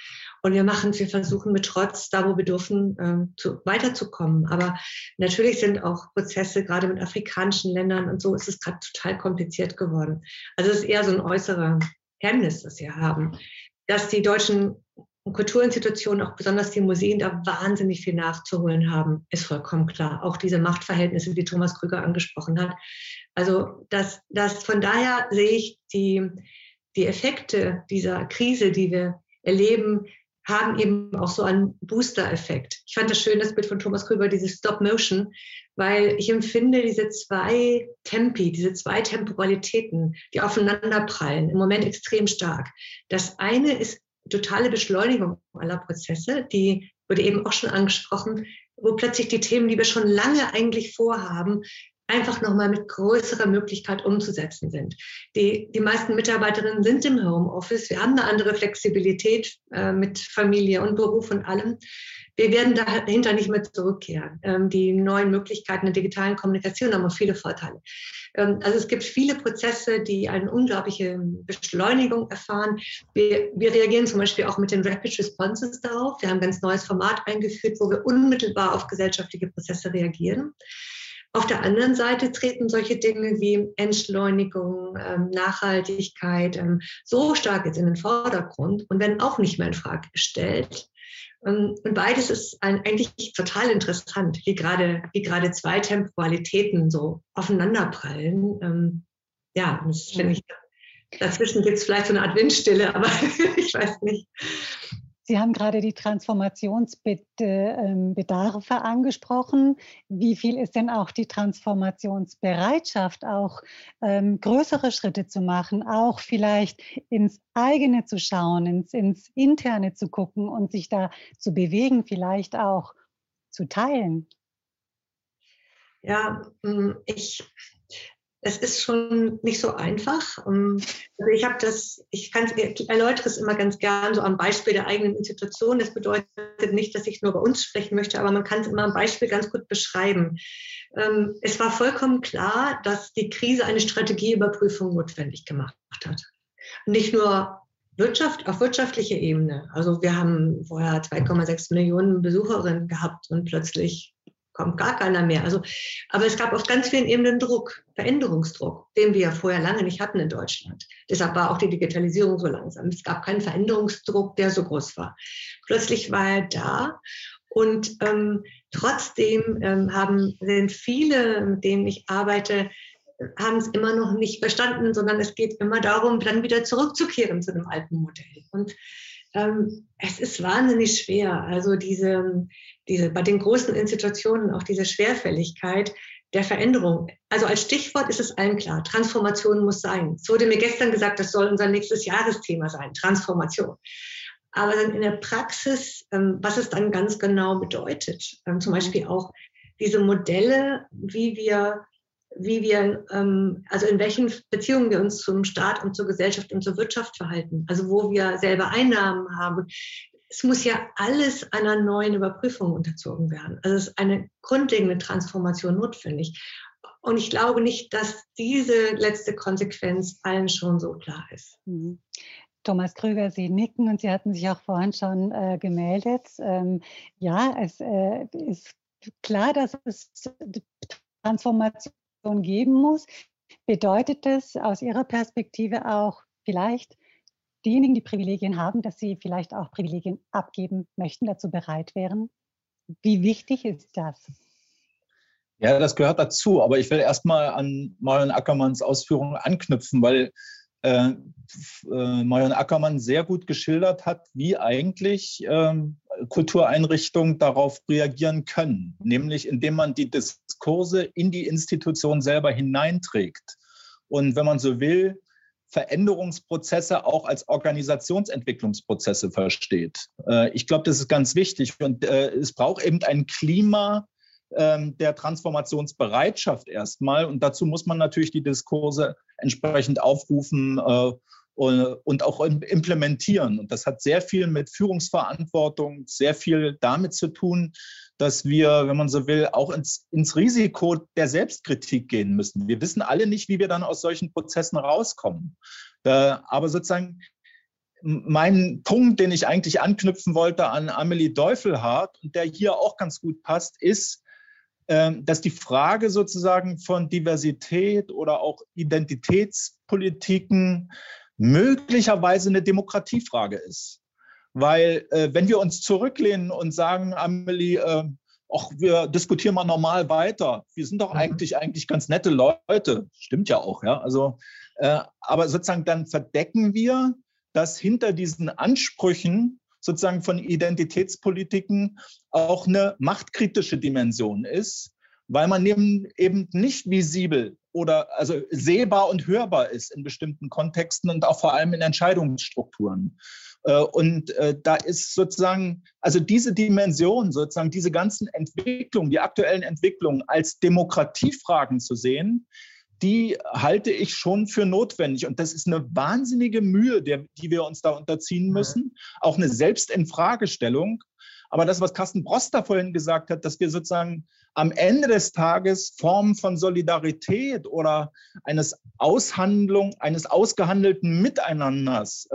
D: Und wir versuchen mit Trotz, da wo wir dürfen, weiterzukommen. Aber natürlich sind auch Prozesse, gerade mit afrikanischen Ländern und so, ist es gerade total kompliziert geworden. Also es ist eher so ein äußerer Hemmnis, das wir haben. Dass die deutschen Kulturinstitutionen, auch besonders die Museen, da wahnsinnig viel nachzuholen haben, ist vollkommen klar. Auch diese Machtverhältnisse, die Thomas Krüger angesprochen hat. Also von daher sehe ich die Effekte dieser Krise, die wir erleben, haben eben auch so einen Booster-Effekt. Ich fand das schön, das Bild von Thomas Krüger, dieses Stop-Motion, weil ich empfinde diese zwei Tempi, diese zwei Temporalitäten, die aufeinanderprallen, im Moment extrem stark. Das eine ist totale Beschleunigung aller Prozesse, die wurde eben auch schon angesprochen, wo plötzlich die Themen, die wir schon lange eigentlich vorhaben, einfach nochmal mit größerer Möglichkeit umzusetzen sind. Die meisten Mitarbeiterinnen sind im Homeoffice. Wir haben eine andere Flexibilität mit Familie und Beruf und allem. Wir werden dahinter nicht mehr zurückkehren. Die neuen Möglichkeiten der digitalen Kommunikation haben auch viele Vorteile. Also es gibt viele Prozesse, die eine unglaubliche Beschleunigung erfahren. Wir reagieren zum Beispiel auch mit den Rapid Responses darauf. Wir haben ein ganz neues Format eingeführt, wo wir unmittelbar auf gesellschaftliche Prozesse reagieren. Auf der anderen Seite treten solche Dinge wie Entschleunigung, Nachhaltigkeit so stark jetzt in den Vordergrund und werden auch nicht mehr in Frage gestellt. Und beides ist eigentlich total interessant, wie gerade zwei Temporalitäten so aufeinanderprallen. Ja, das finde ich, dazwischen gibt es vielleicht so eine Art Windstille, aber ich weiß nicht.
A: Sie haben gerade die Transformationsbedarfe angesprochen. Wie viel ist denn auch die Transformationsbereitschaft, auch größere Schritte zu machen, auch vielleicht ins eigene zu schauen, ins Interne zu gucken und sich da zu bewegen, vielleicht auch zu teilen?
D: Ja, es ist schon nicht so einfach. Also ich erläutere es immer ganz gern so am Beispiel der eigenen Institution. Das bedeutet nicht, dass ich nur bei uns sprechen möchte, aber man kann es immer am Beispiel ganz gut beschreiben. Es war vollkommen klar, dass die Krise eine Strategieüberprüfung notwendig gemacht hat. Nicht nur auf wirtschaftlicher Ebene. Also wir haben vorher 2,6 Millionen Besucherinnen gehabt und plötzlich kommt gar keiner mehr. Aber es gab auf ganz vielen Ebenen Druck, Veränderungsdruck, den wir ja vorher lange nicht hatten in Deutschland. Deshalb war auch die Digitalisierung so langsam. Es gab keinen Veränderungsdruck, der so groß war. Plötzlich war er da und trotzdem sind viele, mit denen ich arbeite, haben es immer noch nicht verstanden, sondern es geht immer darum, dann wieder zurückzukehren zu dem alten Modell. Und es ist wahnsinnig schwer, also bei den großen Institutionen auch diese Schwerfälligkeit der Veränderung. Also als Stichwort ist es allen klar, Transformation muss sein. Es wurde mir gestern gesagt, das soll unser nächstes Jahresthema sein, Transformation. Aber dann in der Praxis, was es dann ganz genau bedeutet, zum Beispiel auch diese Modelle, also in welchen Beziehungen wir uns zum Staat und zur Gesellschaft und zur Wirtschaft verhalten, also wo wir selber Einnahmen haben. Es muss ja alles einer neuen Überprüfung unterzogen werden. Also es ist eine grundlegende Transformation notwendig. Und ich glaube nicht, dass diese letzte Konsequenz allen schon so klar ist.
A: Thomas Krüger, Sie nicken und Sie hatten sich auch vorhin schon gemeldet. Ja, es ist klar, dass es Transformation geben muss. Bedeutet es aus Ihrer Perspektive auch vielleicht diejenigen, die Privilegien haben, dass sie vielleicht auch Privilegien abgeben möchten, dazu bereit wären? Wie wichtig ist das?
C: Ja, das gehört dazu. Aber ich will erstmal an Marion Ackermanns Ausführungen anknüpfen, weil Marion Ackermann sehr gut geschildert hat, wie eigentlich Kultureinrichtungen darauf reagieren können, nämlich indem man die Diskurse in die Institution selber hineinträgt. Und wenn man so will, Veränderungsprozesse auch als Organisationsentwicklungsprozesse versteht. Ich glaube, das ist ganz wichtig. Und es braucht eben ein Klima der Transformationsbereitschaft erstmal. Und dazu muss man natürlich die Diskurse entsprechend aufrufen und auch implementieren. Und das hat sehr viel mit Führungsverantwortung, sehr viel damit zu tun, dass wir, wenn man so will, auch ins Risiko der Selbstkritik gehen müssen. Wir wissen alle nicht, wie wir dann aus solchen Prozessen rauskommen. Aber sozusagen mein Punkt, den ich eigentlich anknüpfen wollte an Amelie Deufelhardt und der hier auch ganz gut passt, ist, dass die Frage sozusagen von Diversität oder auch Identitätspolitiken möglicherweise eine Demokratiefrage ist. Weil wenn wir uns zurücklehnen und sagen, Amelie, wir diskutieren mal normal weiter, wir sind doch eigentlich ganz nette Leute, stimmt ja auch, ja. Also, aber sozusagen dann verdecken wir, dass hinter diesen Ansprüchen sozusagen von Identitätspolitiken auch eine machtkritische Dimension ist, weil man eben nicht visibel oder also sehbar und hörbar ist in bestimmten Kontexten und auch vor allem in Entscheidungsstrukturen. Und da ist sozusagen, also diese Dimension, sozusagen diese ganzen Entwicklungen, die aktuellen Entwicklungen als Demokratiefragen zu sehen, die halte ich schon für notwendig. Und das ist eine wahnsinnige Mühe, die wir uns da unterziehen müssen. Auch eine Selbstinfragestellung. Aber das, was Carsten Broster vorhin gesagt hat, dass wir sozusagen am Ende des Tages Formen von Solidarität oder eines ausgehandelten Miteinanders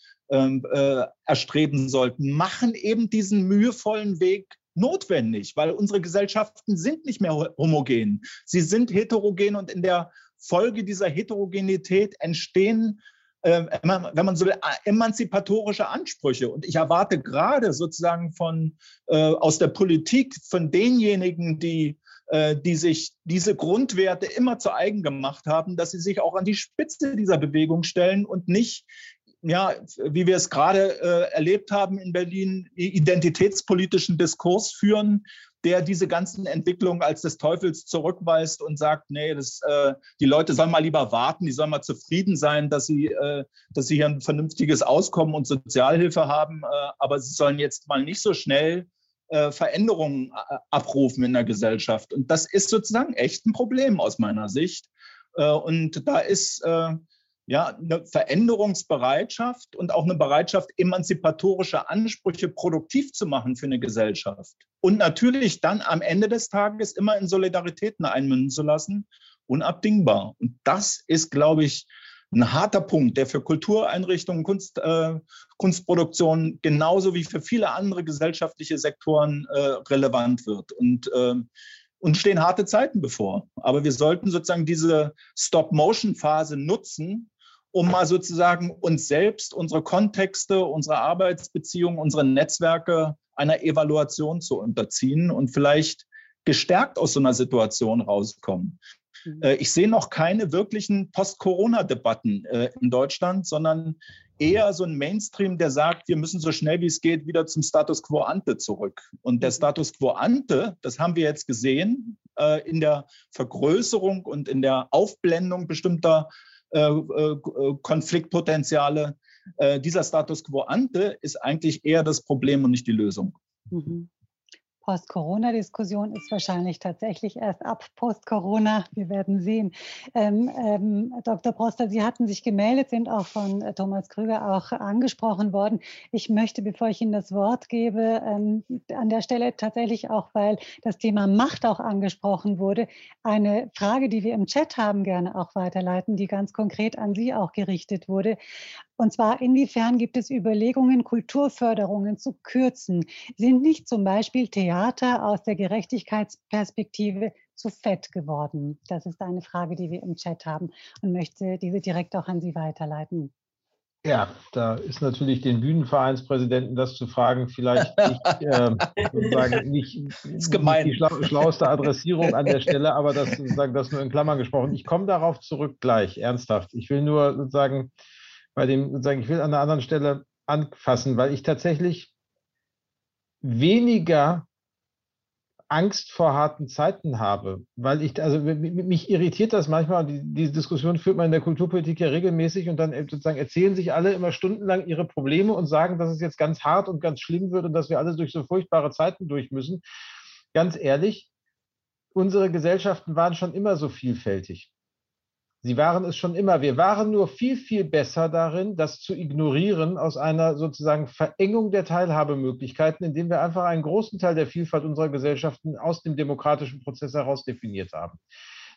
C: erstreben sollten, machen eben diesen mühevollen Weg notwendig, weil unsere Gesellschaften sind nicht mehr homogen. Sie sind heterogen und in der Folge dieser Heterogenität entstehen, wenn man so will, emanzipatorische Ansprüche. Und ich erwarte gerade sozusagen aus der Politik von denjenigen, die sich diese Grundwerte immer zu eigen gemacht haben, dass sie sich auch an die Spitze dieser Bewegung stellen und nicht, ja, wie wir es gerade erlebt haben in Berlin, identitätspolitischen Diskurs führen, der diese ganzen Entwicklungen als des Teufels zurückweist und sagt, nee, die Leute sollen mal lieber warten, die sollen mal zufrieden sein, dass sie hier ein vernünftiges Auskommen und Sozialhilfe haben, aber sie sollen jetzt mal nicht so schnell Veränderungen abrufen in der Gesellschaft. Und das ist sozusagen echt ein Problem aus meiner Sicht. Und da ist eine Veränderungsbereitschaft und auch eine Bereitschaft, emanzipatorische Ansprüche produktiv zu machen für eine Gesellschaft. Und natürlich dann am Ende des Tages immer in Solidaritäten einmünden zu lassen, unabdingbar. Und das ist, glaube ich, ein harter Punkt, der für Kultureinrichtungen, Kunstproduktionen genauso wie für viele andere gesellschaftliche Sektoren relevant wird. Und stehen harte Zeiten bevor. Aber wir sollten sozusagen diese Stop-Motion-Phase nutzen, um mal sozusagen uns selbst, unsere Kontexte, unsere Arbeitsbeziehungen, unsere Netzwerke einer Evaluation zu unterziehen und vielleicht gestärkt aus so einer Situation rauskommen. Ich sehe noch keine wirklichen Post-Corona-Debatten in Deutschland, sondern eher so ein Mainstream, der sagt, wir müssen so schnell wie es geht wieder zum Status quo ante zurück. Und der Status quo ante, das haben wir jetzt gesehen, in der Vergrößerung und in der Aufblendung bestimmter Konfliktpotenziale. Dieser Status quo ante ist eigentlich eher das Problem und nicht die Lösung.
A: Post-Corona-Diskussion ist wahrscheinlich tatsächlich erst ab Post-Corona. Wir werden sehen. Dr. Broster, Sie hatten sich gemeldet, sind auch von Thomas Krüger auch angesprochen worden. Ich möchte, bevor ich Ihnen das Wort gebe, an der Stelle tatsächlich auch, weil das Thema Macht auch angesprochen wurde, eine Frage, die wir im Chat haben, gerne auch weiterleiten, die ganz konkret an Sie auch gerichtet wurde. Und zwar, inwiefern gibt es Überlegungen, Kulturförderungen zu kürzen? Sind nicht zum Beispiel Theater aus der Gerechtigkeitsperspektive zu fett geworden? Das ist eine Frage, die wir im Chat haben und möchte diese direkt auch an Sie weiterleiten.
F: Ja, da ist natürlich den Bühnenvereinspräsidenten das zu fragen, vielleicht nicht die schlauste Adressierung an der Stelle, aber das nur in Klammern gesprochen. Ich komme darauf zurück gleich, ernsthaft. Ich will nur sozusagen ich will an einer anderen Stelle anfassen, weil ich tatsächlich weniger Angst vor harten Zeiten habe, weil mich irritiert das manchmal, diese Diskussion führt man in der Kulturpolitik ja regelmäßig und dann sozusagen erzählen sich alle immer stundenlang ihre Probleme und sagen, dass es jetzt ganz hart und ganz schlimm wird und dass wir alle durch so furchtbare Zeiten durch müssen. Ganz ehrlich, unsere Gesellschaften waren schon immer so vielfältig. Sie waren es schon immer. Wir waren nur viel, viel besser darin, das zu ignorieren aus einer sozusagen Verengung der Teilhabemöglichkeiten, indem wir einfach einen großen Teil der Vielfalt unserer Gesellschaften aus dem demokratischen Prozess heraus definiert haben.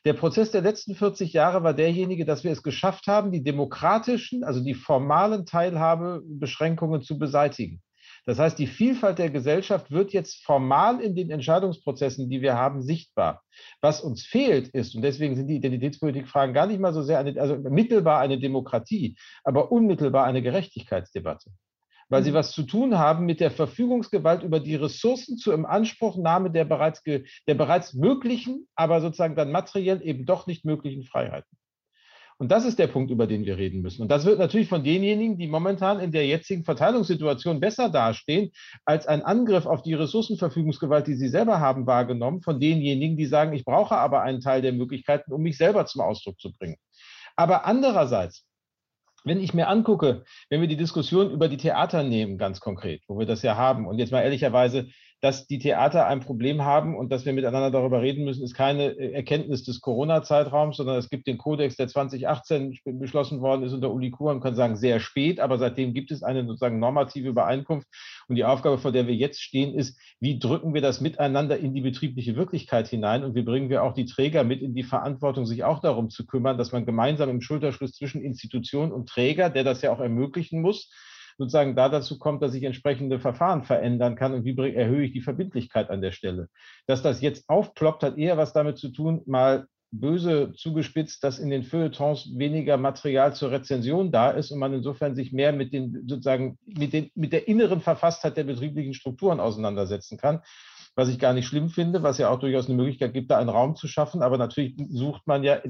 F: Der Prozess der letzten 40 Jahre war derjenige, dass wir es geschafft haben, die demokratischen, also die formalen Teilhabebeschränkungen zu beseitigen. Das heißt, die Vielfalt der Gesellschaft wird jetzt formal in den Entscheidungsprozessen, die wir haben, sichtbar. Was uns fehlt ist, und deswegen sind die Identitätspolitikfragen gar nicht mal so sehr also mittelbar eine Demokratie, aber unmittelbar eine Gerechtigkeitsdebatte. Weil sie was zu tun haben mit der Verfügungsgewalt über die Ressourcen zur Inanspruchnahme der bereits möglichen, aber sozusagen dann materiell eben doch nicht möglichen Freiheiten. Und das ist der Punkt, über den wir reden müssen. Und das wird natürlich von denjenigen, die momentan in der jetzigen Verteilungssituation besser dastehen, als ein Angriff auf die Ressourcenverfügungsgewalt, die sie selber haben, wahrgenommen, von denjenigen, die sagen, ich brauche aber einen Teil der Möglichkeiten, um mich selber zum Ausdruck zu bringen. Aber andererseits, wenn ich mir angucke, wenn wir die Diskussion über die Theater nehmen, ganz konkret, wo wir das ja haben, und jetzt mal ehrlicherweise, dass die Theater ein Problem haben und dass wir miteinander darüber reden müssen, ist keine Erkenntnis des Corona-Zeitraums, sondern es gibt den Kodex, der 2018 beschlossen worden ist unter Uli Kuhr, man kann sagen sehr spät, aber seitdem gibt es eine sozusagen normative Übereinkunft. Und die Aufgabe, vor der wir jetzt stehen, ist, wie drücken wir das miteinander in die betriebliche Wirklichkeit hinein und wie bringen wir auch die Träger mit in die Verantwortung, sich auch darum zu kümmern, dass man gemeinsam im Schulterschluss zwischen Institution und Träger, der das ja auch ermöglichen muss, sozusagen da dazu kommt, dass ich entsprechende Verfahren verändern kann und wie erhöhe ich die Verbindlichkeit an der Stelle. Dass das jetzt aufploppt, hat eher was damit zu tun, mal böse zugespitzt, dass in den Feuilletons weniger Material zur Rezension da ist und man insofern sich mehr mit den sozusagen mit der inneren Verfasstheit der betrieblichen Strukturen auseinandersetzen kann. Was ich gar nicht schlimm finde, was ja auch durchaus eine Möglichkeit gibt, da einen Raum zu schaffen. Aber natürlich sucht man ja in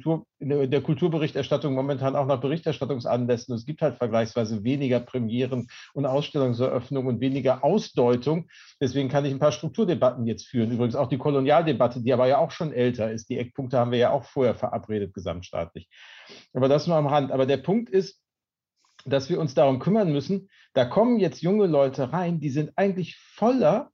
F: der Kulturberichterstattung momentan auch nach Berichterstattungsanlässen. Es gibt halt vergleichsweise weniger Premieren und Ausstellungseröffnungen und weniger Ausdeutung. Deswegen kann ich ein paar Strukturdebatten jetzt führen. Übrigens auch die Kolonialdebatte, die aber ja auch schon älter ist. Die Eckpunkte haben wir ja auch vorher verabredet, gesamtstaatlich. Aber das nur am Rand. Aber der Punkt ist, dass wir uns darum kümmern müssen, da kommen jetzt junge Leute rein, die sind eigentlich voller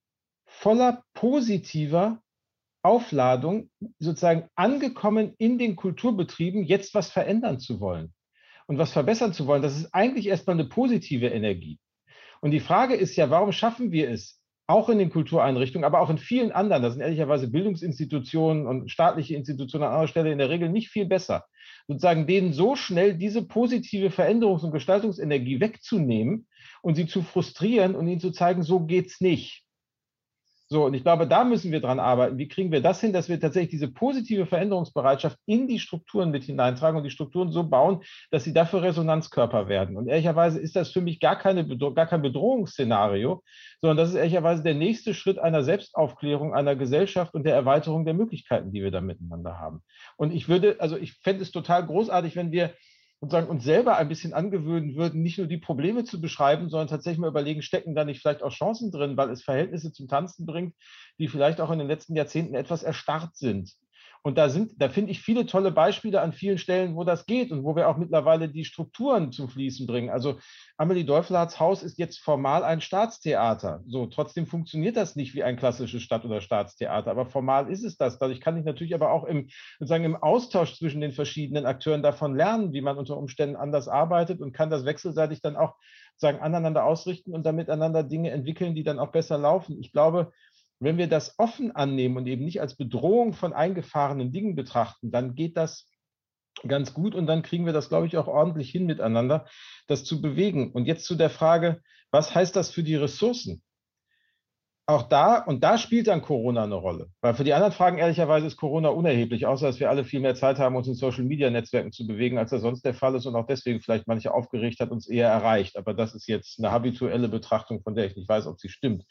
F: positiver Aufladung, sozusagen angekommen in den Kulturbetrieben, jetzt was verändern zu wollen und was verbessern zu wollen. Das ist eigentlich erstmal eine positive Energie. Und die Frage ist ja, warum schaffen wir es, auch in den Kultureinrichtungen, aber auch in vielen anderen, das sind ehrlicherweise Bildungsinstitutionen und staatliche Institutionen an anderer Stelle in der Regel nicht viel besser, sozusagen denen so schnell diese positive Veränderungs- und Gestaltungsenergie wegzunehmen und sie zu frustrieren und ihnen zu zeigen, so geht's nicht. So, und ich glaube, da müssen wir dran arbeiten. Wie kriegen wir das hin, dass wir tatsächlich diese positive Veränderungsbereitschaft in die Strukturen mit hineintragen und die Strukturen so bauen, dass sie dafür Resonanzkörper werden? Und ehrlicherweise ist das für mich gar kein Bedrohungsszenario, sondern das ist ehrlicherweise der nächste Schritt einer Selbstaufklärung einer Gesellschaft und der Erweiterung der Möglichkeiten, die wir da miteinander haben. Und ich fände es total großartig, wenn wir sozusagen uns selber ein bisschen angewöhnen würden, nicht nur die Probleme zu beschreiben, sondern tatsächlich mal überlegen, stecken da nicht vielleicht auch Chancen drin, weil es Verhältnisse zum Tanzen bringt, die vielleicht auch in den letzten Jahrzehnten etwas erstarrt sind. Und da finde ich viele tolle Beispiele an vielen Stellen, wo das geht und wo wir auch mittlerweile die Strukturen zum Fließen bringen. Also Amelie Deufelhardts Haus ist jetzt formal ein Staatstheater. So, trotzdem funktioniert das nicht wie ein klassisches Stadt- oder Staatstheater, aber formal ist es das. Dadurch kann ich natürlich aber auch im Austausch zwischen den verschiedenen Akteuren davon lernen, wie man unter Umständen anders arbeitet und kann das wechselseitig dann auch aneinander ausrichten und dann miteinander Dinge entwickeln, die dann auch besser laufen. Ich glaube, wenn wir das offen annehmen und eben nicht als Bedrohung von eingefahrenen Dingen betrachten, dann geht das ganz gut und dann kriegen wir das, glaube ich, auch ordentlich hin miteinander, das zu bewegen. Und jetzt zu der Frage, was heißt das für die Ressourcen? Auch da spielt dann Corona eine Rolle. Weil für die anderen Fragen, ehrlicherweise, ist Corona unerheblich, außer dass wir alle viel mehr Zeit haben, uns in Social-Media-Netzwerken zu bewegen, als das sonst der Fall ist und auch deswegen vielleicht manche Aufgeregtheit uns eher erreicht. Aber das ist jetzt eine habituelle Betrachtung, von der ich nicht weiß, ob sie stimmt.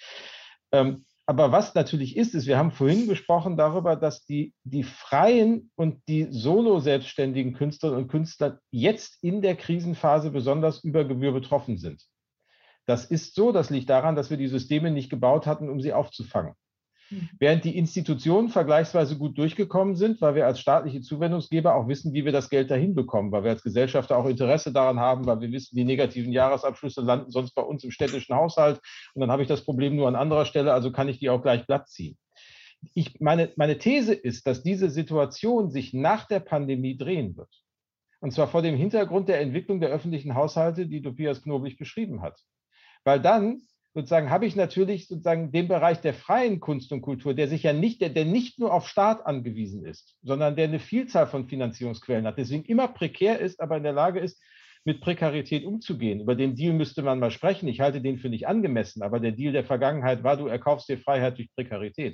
F: Aber was natürlich ist, wir haben vorhin gesprochen darüber, dass die freien und die solo-selbstständigen Künstlerinnen und Künstler jetzt in der Krisenphase besonders über Gebühr betroffen sind. Das ist so, das liegt daran, dass wir die Systeme nicht gebaut hatten, um sie aufzufangen. Während die Institutionen vergleichsweise gut durchgekommen sind, weil wir als staatliche Zuwendungsgeber auch wissen, wie wir das Geld dahin bekommen, weil wir als Gesellschafter auch Interesse daran haben, weil wir wissen, die negativen Jahresabschlüsse landen sonst bei uns im städtischen Haushalt und dann habe ich das Problem nur an anderer Stelle, also kann ich die auch gleich glatt ziehen. Meine These ist, dass diese Situation sich nach der Pandemie drehen wird. Und zwar vor dem Hintergrund der Entwicklung der öffentlichen Haushalte, die Tobias Knoblich beschrieben hat. Weil dann sozusagen habe ich natürlich sozusagen den Bereich der freien Kunst und Kultur, der sich ja nicht, der nicht nur auf Staat angewiesen ist, sondern der eine Vielzahl von Finanzierungsquellen hat, deswegen immer prekär ist, aber in der Lage ist, mit Prekarität umzugehen. Über den Deal müsste man mal sprechen. Ich halte den für nicht angemessen, aber der Deal der Vergangenheit war, du erkaufst dir Freiheit durch Prekarität.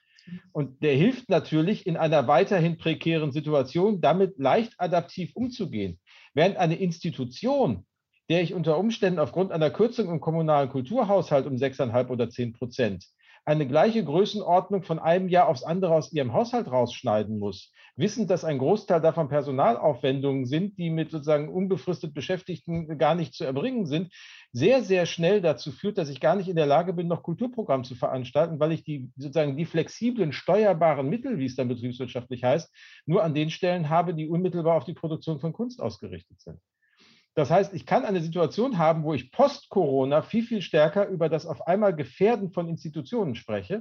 F: Und der hilft natürlich in einer weiterhin prekären Situation, damit leicht adaptiv umzugehen. Während eine Institution, der ich unter Umständen aufgrund einer Kürzung im kommunalen Kulturhaushalt um 6,5 oder 10% eine gleiche Größenordnung von einem Jahr aufs andere aus ihrem Haushalt rausschneiden muss, wissend, dass ein Großteil davon Personalaufwendungen sind, die mit sozusagen unbefristet Beschäftigten gar nicht zu erbringen sind, sehr, sehr schnell dazu führt, dass ich gar nicht in der Lage bin, noch Kulturprogramm zu veranstalten, weil ich die flexiblen, steuerbaren Mittel, wie es dann betriebswirtschaftlich heißt, nur an den Stellen habe, die unmittelbar auf die Produktion von Kunst ausgerichtet sind. Das heißt, ich kann eine Situation haben, wo ich post-Corona viel, viel stärker über das auf einmal Gefährden von Institutionen spreche,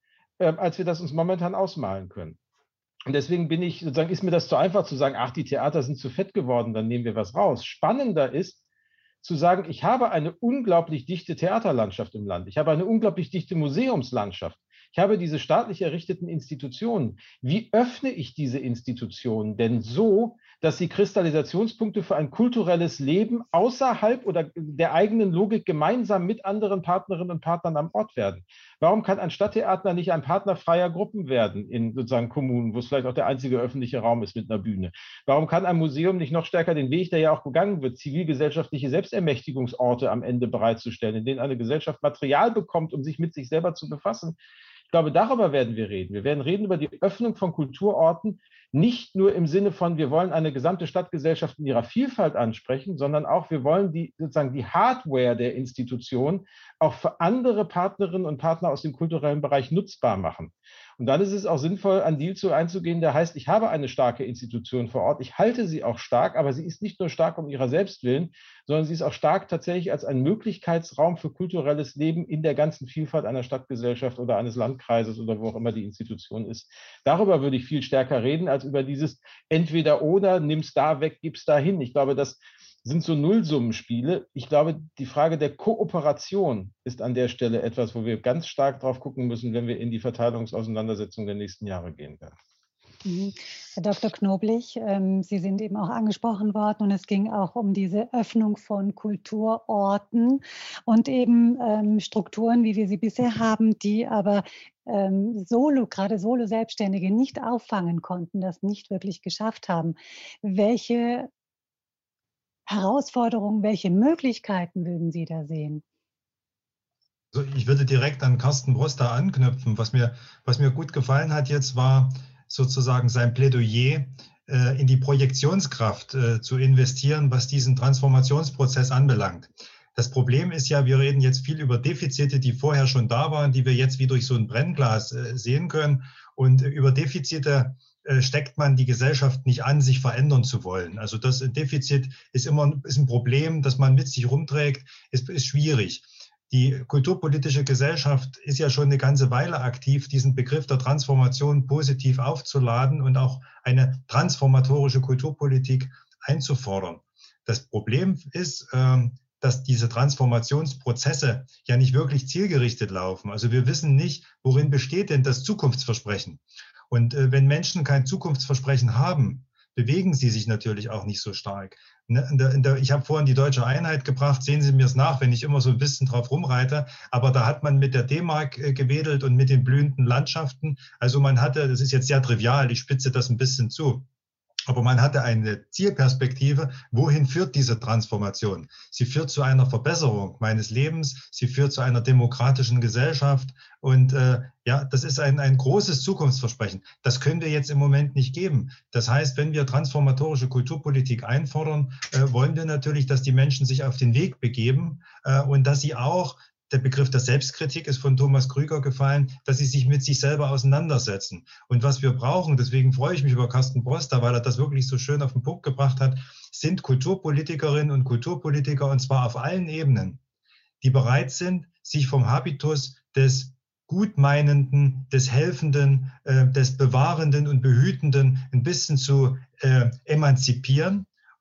F: als wir das uns momentan ausmalen können. Und deswegen ist mir das zu einfach zu sagen, ach, die Theater sind zu fett geworden, dann nehmen wir was raus. Spannender ist zu sagen, ich habe eine unglaublich dichte Theaterlandschaft im Land. Ich habe eine unglaublich dichte Museumslandschaft. Ich habe diese staatlich errichteten Institutionen. Wie öffne ich diese Institutionen denn so, dass sie Kristallisationspunkte für ein kulturelles Leben außerhalb oder der eigenen Logik gemeinsam mit anderen Partnerinnen und Partnern am Ort werden? Warum kann ein Stadttheater nicht ein Partner freier Gruppen werden in sozusagen Kommunen, wo es vielleicht auch der einzige öffentliche Raum ist mit einer Bühne? Warum kann ein Museum nicht noch stärker den Weg, der ja auch gegangen wird, zivilgesellschaftliche Selbstermächtigungsorte am Ende bereitzustellen, in denen eine Gesellschaft Material bekommt, um sich mit sich selber zu befassen? Ich glaube, darüber werden wir reden. Wir werden reden über die Öffnung von Kulturorten, nicht nur im Sinne von, wir wollen eine gesamte Stadtgesellschaft in ihrer Vielfalt ansprechen, sondern auch, wir wollen die Hardware der Institution auch für andere Partnerinnen und Partner aus dem kulturellen Bereich nutzbar machen. Und dann ist es auch sinnvoll, einen Deal einzugehen, der heißt, ich habe eine starke Institution vor Ort, ich halte sie auch stark, aber sie ist nicht nur stark um ihrer selbst willen, sondern sie ist auch stark tatsächlich als ein Möglichkeitsraum für kulturelles Leben in der ganzen Vielfalt einer Stadtgesellschaft oder eines Landkreises oder wo auch immer die Institution ist. Darüber würde ich viel stärker reden, als über dieses Entweder-Oder, nimm's da weg, gib's da hin. Ich glaube, das sind so Nullsummenspiele. Ich glaube, die Frage der Kooperation ist an der Stelle etwas, wo wir ganz stark drauf gucken müssen, wenn wir in die Verteilungsauseinandersetzung der nächsten Jahre gehen werden.
A: Herr Dr. Knoblich, Sie sind eben auch angesprochen worden und es ging auch um diese Öffnung von Kulturorten und eben Strukturen, wie wir sie bisher haben, die aber gerade Solo-Selbstständige nicht auffangen konnten, das nicht wirklich geschafft haben. Welche Herausforderungen, welche Möglichkeiten würden Sie da sehen?
B: Also ich würde direkt an Carsten Broß da anknüpfen. Was mir gut gefallen hat jetzt, war sozusagen sein Plädoyer, in die Projektionskraft zu investieren, was diesen Transformationsprozess anbelangt. Das Problem ist ja, wir reden jetzt viel über Defizite, die vorher schon da waren, die wir jetzt wie durch so ein Brennglas sehen können. Und über Defizite steckt man die Gesellschaft nicht an, sich verändern zu wollen. Also das Defizit ist ein Problem, das man mit sich rumträgt, ist schwierig. Die kulturpolitische Gesellschaft ist ja schon eine ganze Weile aktiv, diesen Begriff der Transformation positiv aufzuladen und auch eine transformatorische Kulturpolitik einzufordern. Das Problem ist, dass diese Transformationsprozesse ja nicht wirklich zielgerichtet laufen. Also wir wissen nicht, worin besteht denn das Zukunftsversprechen. Und wenn Menschen kein Zukunftsversprechen haben, bewegen sie sich natürlich auch nicht so stark. Ich habe vorhin die deutsche Einheit gebracht, sehen Sie mir es nach, wenn ich immer so ein bisschen drauf rumreite, aber da hat man mit der D-Mark gewedelt und mit den blühenden Landschaften. Also man hatte, das ist jetzt sehr trivial, ich spitze das ein bisschen zu, aber man hatte eine Zielperspektive, wohin führt diese Transformation? Sie führt zu einer Verbesserung meines Lebens, sie führt zu einer demokratischen Gesellschaft und das ist ein großes Zukunftsversprechen. Das können wir jetzt im Moment nicht geben. Das heißt, wenn wir transformatorische Kulturpolitik einfordern, wollen wir natürlich, dass die Menschen sich auf den Weg begeben und dass sie auch, der Begriff der Selbstkritik ist von Thomas Krüger gefallen, dass sie sich mit sich selber auseinandersetzen. Und was wir brauchen, deswegen freue ich mich über Carsten Broß, weil er das wirklich so schön auf den Punkt gebracht hat, sind Kulturpolitikerinnen und Kulturpolitiker, und zwar auf allen Ebenen, die bereit sind, sich vom Habitus des Gutmeinenden, des Helfenden, des Bewahrenden und Behütenden ein bisschen zu emanzipieren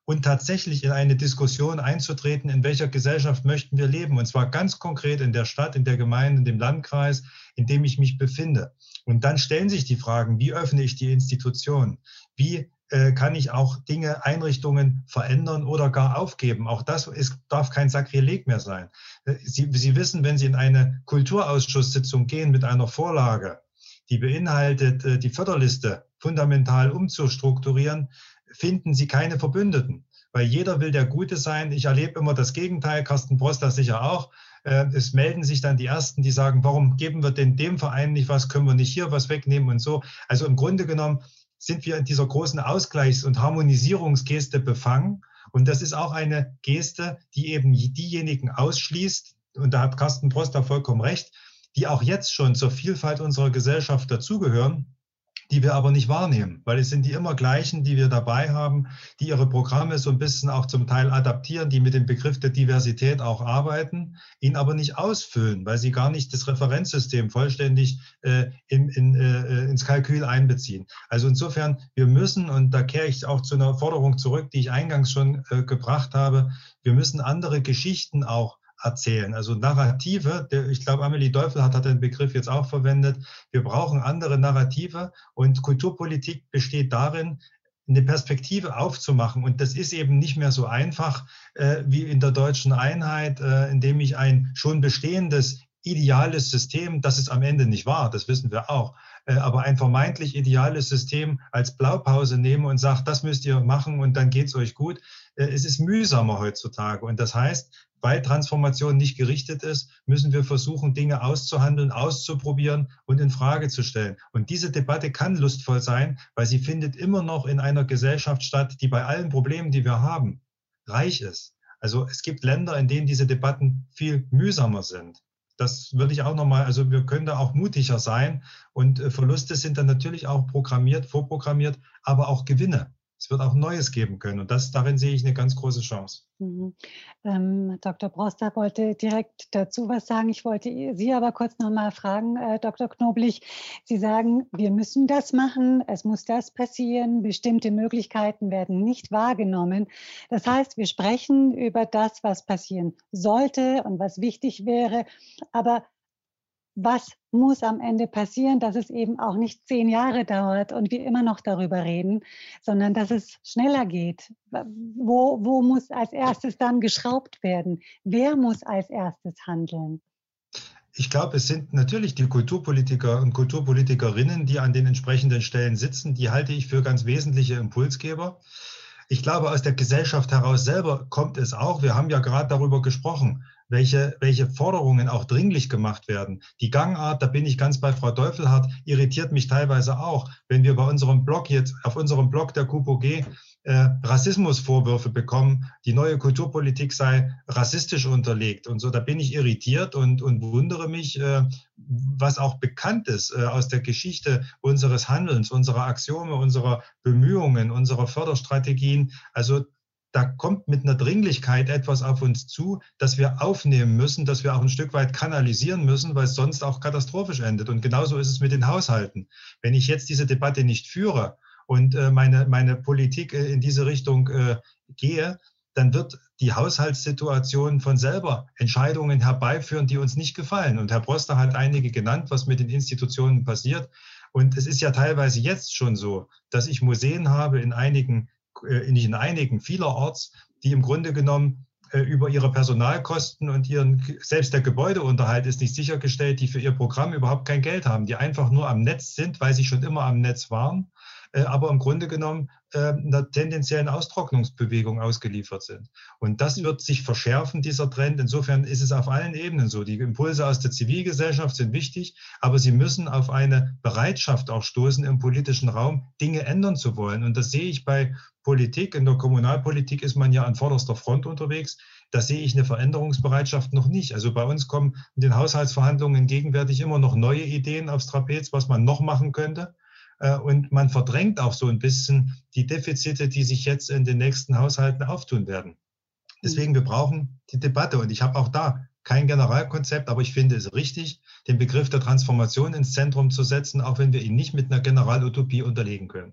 B: und tatsächlich in eine Diskussion einzutreten, in welcher Gesellschaft möchten wir leben. Und zwar ganz konkret in der Stadt, in der Gemeinde, in dem Landkreis, in dem ich mich befinde. Und dann stellen sich die Fragen, wie öffne ich die Institutionen? Wie kann ich auch Dinge, Einrichtungen verändern oder gar aufgeben? Auch das darf kein Sakrileg mehr sein. Sie wissen, wenn Sie in eine Kulturausschusssitzung gehen mit einer Vorlage, die beinhaltet, die Förderliste fundamental umzustrukturieren, finden Sie keine Verbündeten, weil jeder will der Gute sein. Ich erlebe immer das Gegenteil, Carsten Broster sicher auch. Es melden sich dann die Ersten, die sagen, warum geben wir denn dem Verein nicht was, können wir nicht hier was wegnehmen und so. Also im Grunde genommen sind wir in dieser großen Ausgleichs- und Harmonisierungsgeste befangen. Und das ist auch eine Geste, die eben diejenigen ausschließt, und da hat Carsten Broster vollkommen recht, die auch jetzt schon zur Vielfalt unserer Gesellschaft dazugehören, die wir aber nicht wahrnehmen, weil es sind die immer gleichen, die wir dabei haben, die ihre Programme so ein bisschen auch zum Teil adaptieren, die mit dem Begriff der Diversität auch arbeiten, ihn aber nicht ausfüllen, weil sie gar nicht das Referenzsystem vollständig ins Kalkül einbeziehen. Also insofern, wir müssen, und da kehre ich auch zu einer Forderung zurück, die ich eingangs schon gebracht habe, wir müssen andere Geschichten auch erzählen, also Narrative. Ich glaube, Amelie Teufel hat den Begriff jetzt auch verwendet. Wir brauchen andere Narrative und Kulturpolitik besteht darin, eine Perspektive aufzumachen. Und das ist eben nicht mehr so einfach wie in der deutschen Einheit, indem ich ein schon bestehendes ideales System, das es am Ende nicht war, das wissen wir auch, aber ein vermeintlich ideales System als Blaupause nehme und sage, das müsst ihr machen und dann geht es euch gut. Es ist mühsamer heutzutage und das heißt, weil Transformation nicht gerichtet ist, müssen wir versuchen, Dinge auszuhandeln, auszuprobieren und in Frage zu stellen. Und diese Debatte kann lustvoll sein, weil sie findet immer noch in einer Gesellschaft statt, die bei allen Problemen, die wir haben, reich ist. Also es gibt Länder, in denen diese Debatten viel mühsamer sind. Das würde ich auch nochmal, also wir können da auch mutiger sein und Verluste sind dann natürlich auch vorprogrammiert, aber auch Gewinne. Es wird auch Neues geben können und darin sehe ich eine ganz große Chance.
A: Dr. Broster wollte direkt dazu was sagen. Ich wollte Sie aber kurz noch mal fragen, Dr. Knoblich. Sie sagen, wir müssen das machen, es muss das passieren, bestimmte Möglichkeiten werden nicht wahrgenommen. Das heißt, wir sprechen über das, was passieren sollte und was wichtig wäre, aber was muss am Ende passieren, dass es eben auch nicht 10 Jahre dauert und wir immer noch darüber reden, sondern dass es schneller geht. Wo muss als erstes dann geschraubt werden? Wer muss als erstes handeln?
B: Ich glaube, es sind natürlich die Kulturpolitiker und Kulturpolitikerinnen, die an den entsprechenden Stellen sitzen. Die halte ich für ganz wesentliche Impulsgeber. Ich glaube, aus der Gesellschaft heraus selber kommt es auch. Wir haben ja gerade darüber gesprochen, welche Forderungen auch dringlich gemacht werden. Die Gangart, da bin ich ganz bei Frau Teufelhardt, irritiert mich teilweise auch, wenn wir bei unserem Blog jetzt, auf unserem Blog der KUPOG, Rassismusvorwürfe bekommen, die neue Kulturpolitik sei rassistisch unterlegt und so. Da bin ich irritiert und wundere mich, was auch bekannt ist aus der Geschichte unseres Handelns, unserer Axiome, unserer Bemühungen, unserer Förderstrategien. Also da kommt mit einer Dringlichkeit etwas auf uns zu, das wir aufnehmen müssen, das wir auch ein Stück weit kanalisieren müssen, weil es sonst auch katastrophisch endet. Und genauso ist es mit den Haushalten. Wenn ich jetzt diese Debatte nicht führe und meine Politik in diese Richtung gehe, dann wird die Haushaltssituation von selber Entscheidungen herbeiführen, die uns nicht gefallen. Und Herr Broster hat einige genannt, was mit den Institutionen passiert. Und es ist ja teilweise jetzt schon so, dass ich Museen habe vielerorts, die im Grunde genommen über ihre Personalkosten und selbst der Gebäudeunterhalt ist nicht sichergestellt, die für ihr Programm überhaupt kein Geld haben, die einfach nur am Netz sind, weil sie schon immer am Netz waren, aber im Grunde genommen einer tendenziellen Austrocknungsbewegung ausgeliefert sind. Und das wird sich verschärfen, dieser Trend. Insofern ist es auf allen Ebenen so. Die Impulse aus der Zivilgesellschaft sind wichtig, aber sie müssen auf eine Bereitschaft auch stoßen, im politischen Raum Dinge ändern zu wollen. Und das sehe ich bei Politik. In der Kommunalpolitik ist man ja an vorderster Front unterwegs. Da sehe ich eine Veränderungsbereitschaft noch nicht. Also bei uns kommen in den Haushaltsverhandlungen gegenwärtig immer noch neue Ideen aufs Trapez, was man noch machen könnte. Und man verdrängt auch so ein bisschen die Defizite, die sich jetzt in den nächsten Haushalten auftun werden. Deswegen, wir brauchen die Debatte. Und ich habe auch da kein Generalkonzept, aber ich finde es richtig, den Begriff der Transformation ins Zentrum zu setzen, auch wenn wir ihn nicht mit einer Generalutopie unterlegen können.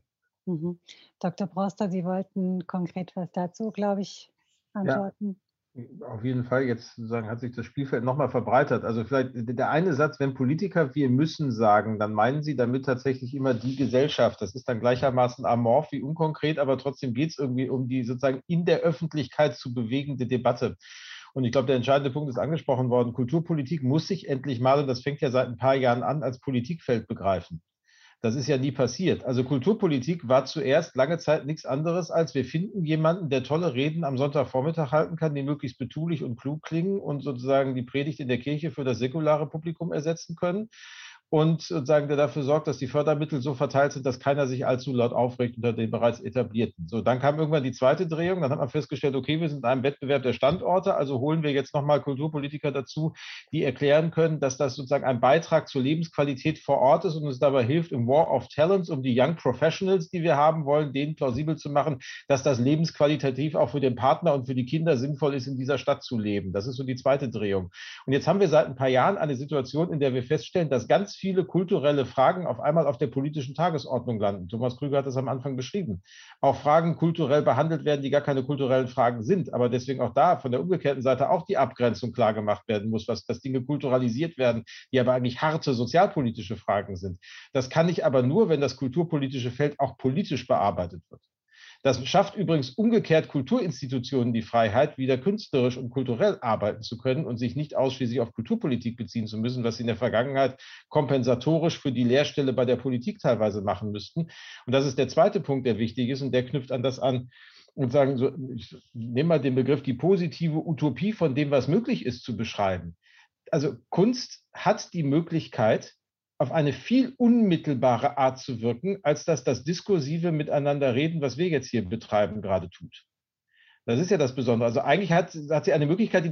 A: Mhm. Dr. Broster, Sie wollten konkret was dazu, glaube ich, antworten.
F: Ja, auf jeden Fall. Jetzt sozusagen hat sich das Spielfeld nochmal verbreitert. Also vielleicht der eine Satz, wenn Politiker wir müssen sagen, dann meinen sie damit tatsächlich immer die Gesellschaft. Das ist dann gleichermaßen amorph wie unkonkret, aber trotzdem geht es irgendwie um die sozusagen in der Öffentlichkeit zu bewegende Debatte. Und ich glaube, der entscheidende Punkt ist angesprochen worden. Kulturpolitik muss sich endlich mal, und das fängt ja seit ein paar Jahren an, als Politikfeld begreifen. Das ist ja nie passiert. Also Kulturpolitik war zuerst lange Zeit nichts anderes, als wir finden jemanden, der tolle Reden am Sonntagvormittag halten kann, die möglichst betulich und klug klingen und sozusagen die Predigt in der Kirche für das säkulare Publikum ersetzen können. Und sozusagen der dafür sorgt, dass die Fördermittel so verteilt sind, dass keiner sich allzu laut aufregt unter den bereits etablierten. So, dann kam irgendwann die zweite Drehung, dann hat man festgestellt, okay, wir sind in einem Wettbewerb der Standorte, also holen wir jetzt nochmal Kulturpolitiker dazu, die erklären können, dass das sozusagen ein Beitrag zur Lebensqualität vor Ort ist und uns dabei hilft, im War of Talents, um die Young Professionals, die wir haben wollen, denen plausibel zu machen, dass das lebensqualitativ auch für den Partner und für die Kinder sinnvoll ist, in dieser Stadt zu leben. Das ist so die zweite Drehung. Und jetzt haben wir seit ein paar Jahren eine Situation, in der wir feststellen, dass ganz viele kulturelle Fragen auf einmal auf der politischen Tagesordnung landen. Thomas Krüger hat das am Anfang beschrieben. Auch Fragen kulturell behandelt werden, die gar keine kulturellen Fragen sind, aber deswegen auch da von der umgekehrten Seite auch die Abgrenzung klar gemacht werden muss, dass Dinge kulturalisiert werden, die aber eigentlich harte sozialpolitische Fragen sind. Das kann ich aber nur, wenn das kulturpolitische Feld auch politisch bearbeitet wird. Das schafft übrigens umgekehrt Kulturinstitutionen die Freiheit, wieder künstlerisch und kulturell arbeiten zu können und sich nicht ausschließlich auf Kulturpolitik beziehen zu müssen, was sie in der Vergangenheit kompensatorisch für die Leerstelle bei der Politik teilweise machen müssten. Und das ist der zweite Punkt, der wichtig ist und der knüpft an das an und sagen, so, ich nehme mal den Begriff, die positive Utopie von dem, was möglich ist, zu beschreiben. Also Kunst hat die Möglichkeit, auf eine viel unmittelbare Art zu wirken, als dass das diskursive Miteinanderreden, was wir jetzt hier betreiben, gerade tut. Das ist ja das Besondere. Also eigentlich hat sie eine Möglichkeit,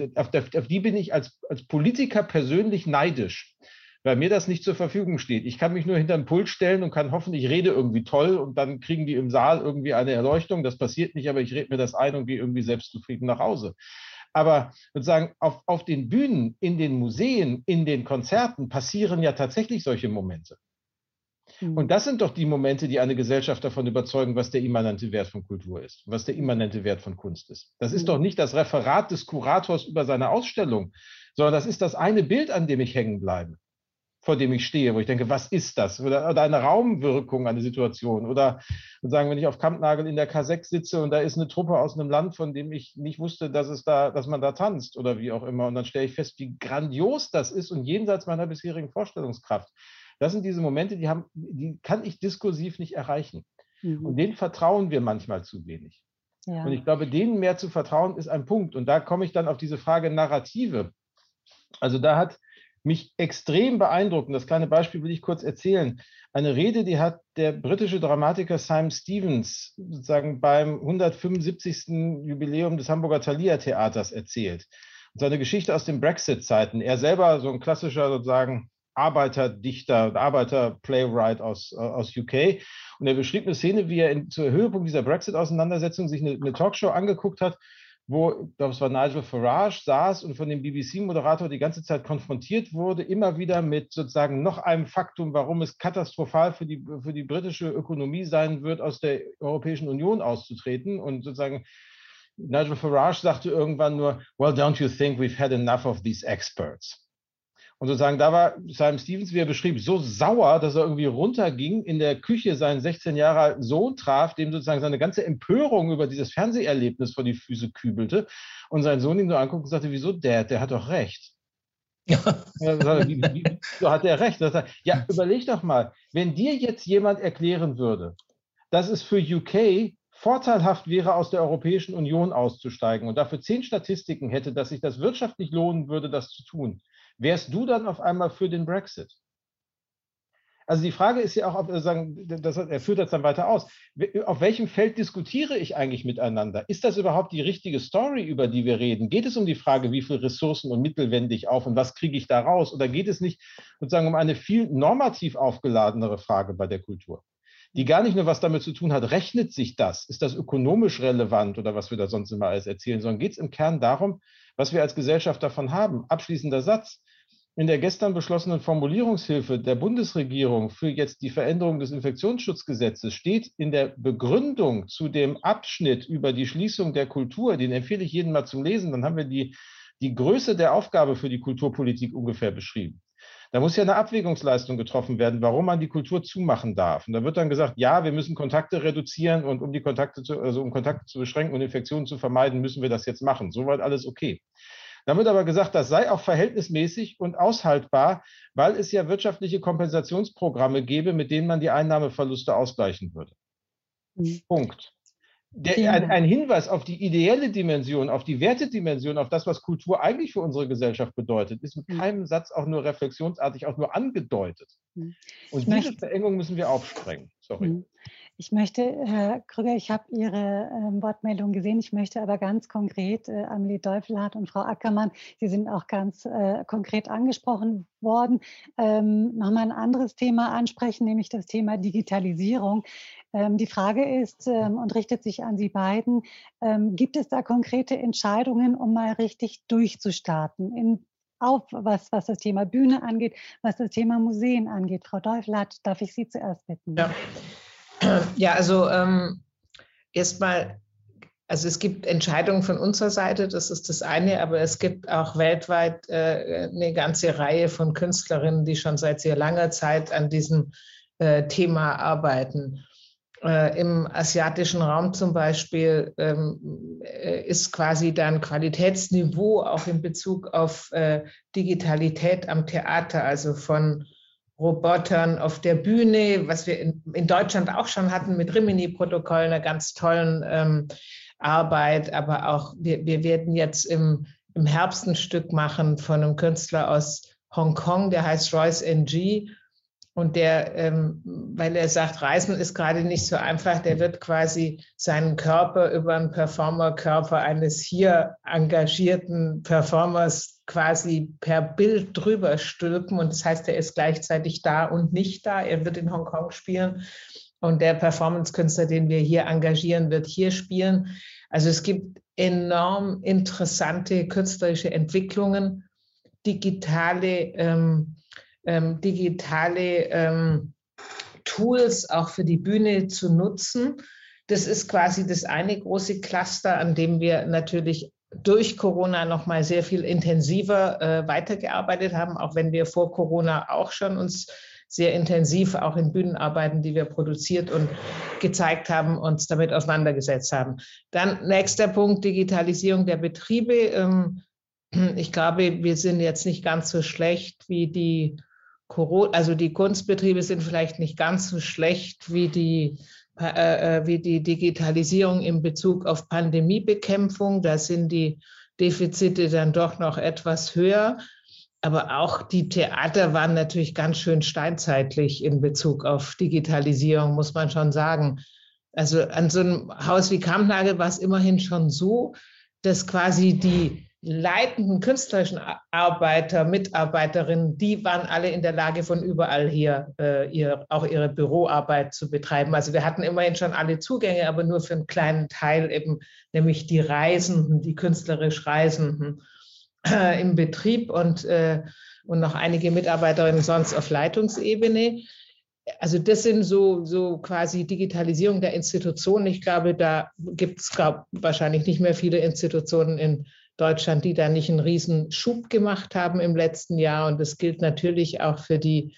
F: auf die bin ich als Politiker persönlich neidisch, weil mir das nicht zur Verfügung steht. Ich kann mich nur hinter den Pult stellen und kann hoffen, ich rede irgendwie toll und dann kriegen die im Saal irgendwie eine Erleuchtung. Das passiert nicht, aber ich rede mir das ein und gehe irgendwie selbstzufrieden nach Hause. Aber sozusagen auf den Bühnen, in den Museen, in den Konzerten passieren ja tatsächlich solche Momente. Und das sind doch die Momente, die eine Gesellschaft davon überzeugen, was der immanente Wert von Kultur ist, was der immanente Wert von Kunst ist. Das ist doch nicht das Referat des Kurators über seine Ausstellung, sondern das ist das eine Bild, an dem ich hängen bleibe, vor dem ich stehe, wo ich denke, was ist das? Oder eine Raumwirkung, eine Situation. Oder sagen, wenn ich auf Kampnagel in der K6 sitze und da ist eine Truppe aus einem Land, von dem ich nicht wusste, dass man da tanzt oder wie auch immer. Und dann stelle ich fest, wie grandios das ist und jenseits meiner bisherigen Vorstellungskraft. Das sind diese Momente, die kann ich diskursiv nicht erreichen. Und denen vertrauen wir manchmal zu wenig. Ja. Und ich glaube, denen mehr zu vertrauen ist ein Punkt. Und da komme ich dann auf diese Frage Narrative. Also da hat mich extrem beeindruckt, und das kleine Beispiel will ich kurz erzählen. Eine Rede, die hat der britische Dramatiker Simon Stevens sozusagen beim 175. Jubiläum des Hamburger Thalia Theaters erzählt. Und seine Geschichte aus den Brexit-Zeiten. Er selber so ein klassischer sozusagen Arbeiterdichter, Arbeiter-Playwright aus UK. Und er beschrieb eine Szene, wie er zur Höhepunkt dieser Brexit-Auseinandersetzung sich eine Talkshow angeguckt hat, wo, ich glaube, es war Nigel Farage, saß und von dem BBC-Moderator die ganze Zeit konfrontiert wurde, immer wieder mit sozusagen noch einem Faktum, warum es katastrophal für die britische Ökonomie sein wird, aus der Europäischen Union auszutreten. Und sozusagen Nigel Farage sagte irgendwann nur, well, don't you think we've had enough of these experts? Und sozusagen, da war Simon Stevens, wie er beschrieb, so sauer, dass er irgendwie runterging, in der Küche seinen 16 Jahre alten Sohn traf, dem sozusagen seine ganze Empörung über dieses Fernseherlebnis vor die Füße kübelte. Und sein Sohn ihn so anguckte und sagte, wieso, Dad, der hat doch recht. Ja. Wieso hat er recht? Ja, überleg doch mal, wenn dir jetzt jemand erklären würde, dass es für UK vorteilhaft wäre, aus der Europäischen Union auszusteigen und dafür 10 Statistiken hätte, dass sich das wirtschaftlich lohnen würde, das zu tun, wärst du dann auf einmal für den Brexit? Also die Frage ist ja auch, er führt das dann weiter aus, auf welchem Feld diskutiere ich eigentlich miteinander? Ist das überhaupt die richtige Story, über die wir reden? Geht es um die Frage, wie viele Ressourcen und Mittel wende ich auf und was kriege ich da raus? Oder geht es nicht sozusagen um eine viel normativ aufgeladenere Frage bei der Kultur, die gar nicht nur was damit zu tun hat, rechnet sich das? Ist das ökonomisch relevant oder was wir da sonst immer alles erzählen, sondern geht es im Kern darum, was wir als Gesellschaft davon haben. Abschließender Satz. in der gestern beschlossenen Formulierungshilfe der Bundesregierung für jetzt die Veränderung des Infektionsschutzgesetzes steht in der Begründung zu dem Abschnitt über die Schließung der Kultur, den empfehle ich jedem mal zum Lesen, dann haben wir die Größe der Aufgabe für die Kulturpolitik ungefähr beschrieben. Da muss ja eine Abwägungsleistung getroffen werden, warum man die Kultur zumachen darf. Und da wird dann gesagt, ja, wir müssen Kontakte reduzieren und um Kontakte zu beschränken und Infektionen zu vermeiden, müssen wir das jetzt machen. Soweit alles okay. Dann wird aber gesagt, das sei auch verhältnismäßig und aushaltbar, weil es ja wirtschaftliche Kompensationsprogramme gäbe, mit denen man die Einnahmeverluste ausgleichen würde. Punkt. Ein Hinweis auf die ideelle Dimension, auf die Wertedimension, auf das, was Kultur eigentlich für unsere Gesellschaft bedeutet, ist mit keinem Satz auch nur reflexionsartig, auch nur angedeutet. Und diese Verengung müssen wir aufsprengen. Sorry.
A: Ich möchte, Herr Krüger, ich habe Ihre Wortmeldung gesehen. Ich möchte aber ganz konkret, Amelie Deufelhardt und Frau Ackermann, Sie sind auch ganz konkret angesprochen worden, nochmal ein anderes Thema ansprechen, nämlich das Thema Digitalisierung. Die Frage ist und richtet sich an Sie beiden, gibt es da konkrete Entscheidungen, um mal richtig durchzustarten? Was das Thema Bühne angeht, was das Thema Museen angeht. Frau Deufelhardt, darf ich Sie zuerst bitten?
E: Ja, also erstmal, also es gibt Entscheidungen von unserer Seite, das ist das eine, aber es gibt auch weltweit eine ganze Reihe von Künstlerinnen, die schon seit sehr langer Zeit an diesem Thema arbeiten. Im asiatischen Raum zum Beispiel ist quasi dann Qualitätsniveau auch in Bezug auf Digitalität am Theater, also von Robotern auf der Bühne, was wir in Deutschland auch schon hatten mit Rimini-Protokoll, einer ganz tollen Arbeit, aber auch wir werden jetzt im Herbst ein Stück machen von einem Künstler aus Hongkong, der heißt Royce Ng. Und der, weil er sagt, Reisen ist gerade nicht so einfach, der wird quasi seinen Körper über einen Performerkörper eines hier engagierten Performers quasi per Bild drüber stülpen. Und das heißt, er ist gleichzeitig da und nicht da. Er wird in Hongkong spielen und der Performance-Künstler, den wir hier engagieren, wird hier spielen. Also es gibt enorm interessante künstlerische Entwicklungen, digitale Tools auch für die Bühne zu nutzen. Das ist quasi das eine große Cluster, an dem wir natürlich durch Corona noch mal sehr viel intensiver weitergearbeitet haben, auch wenn wir vor Corona auch schon uns sehr intensiv auch in Bühnenarbeiten, die wir produziert und gezeigt haben, uns damit auseinandergesetzt haben. Dann nächster Punkt, Digitalisierung der Betriebe. Ich glaube, wir sind jetzt nicht ganz so schlecht wie die Kunstbetriebe sind vielleicht nicht ganz so schlecht wie die Digitalisierung in Bezug auf Pandemiebekämpfung. Da sind die Defizite dann doch noch etwas höher. Aber auch die Theater waren natürlich ganz schön steinzeitlich in Bezug auf Digitalisierung, muss man schon sagen. Also an so einem Haus wie Kampnagel war es immerhin schon so, dass quasi die leitenden künstlerischen Arbeiter, Mitarbeiterinnen, die waren alle in der Lage, von überall hier auch ihre Büroarbeit zu betreiben. Also wir hatten immerhin schon alle Zugänge, aber nur für einen kleinen Teil eben, nämlich die Reisenden, die künstlerisch Reisenden im Betrieb und noch einige Mitarbeiterinnen sonst auf Leitungsebene. Also das sind so quasi Digitalisierung der Institutionen. Ich glaube, da gibt es wahrscheinlich nicht mehr viele Institutionen in Deutschland, die da nicht einen riesen Schub gemacht haben im letzten Jahr. Und das gilt natürlich auch für die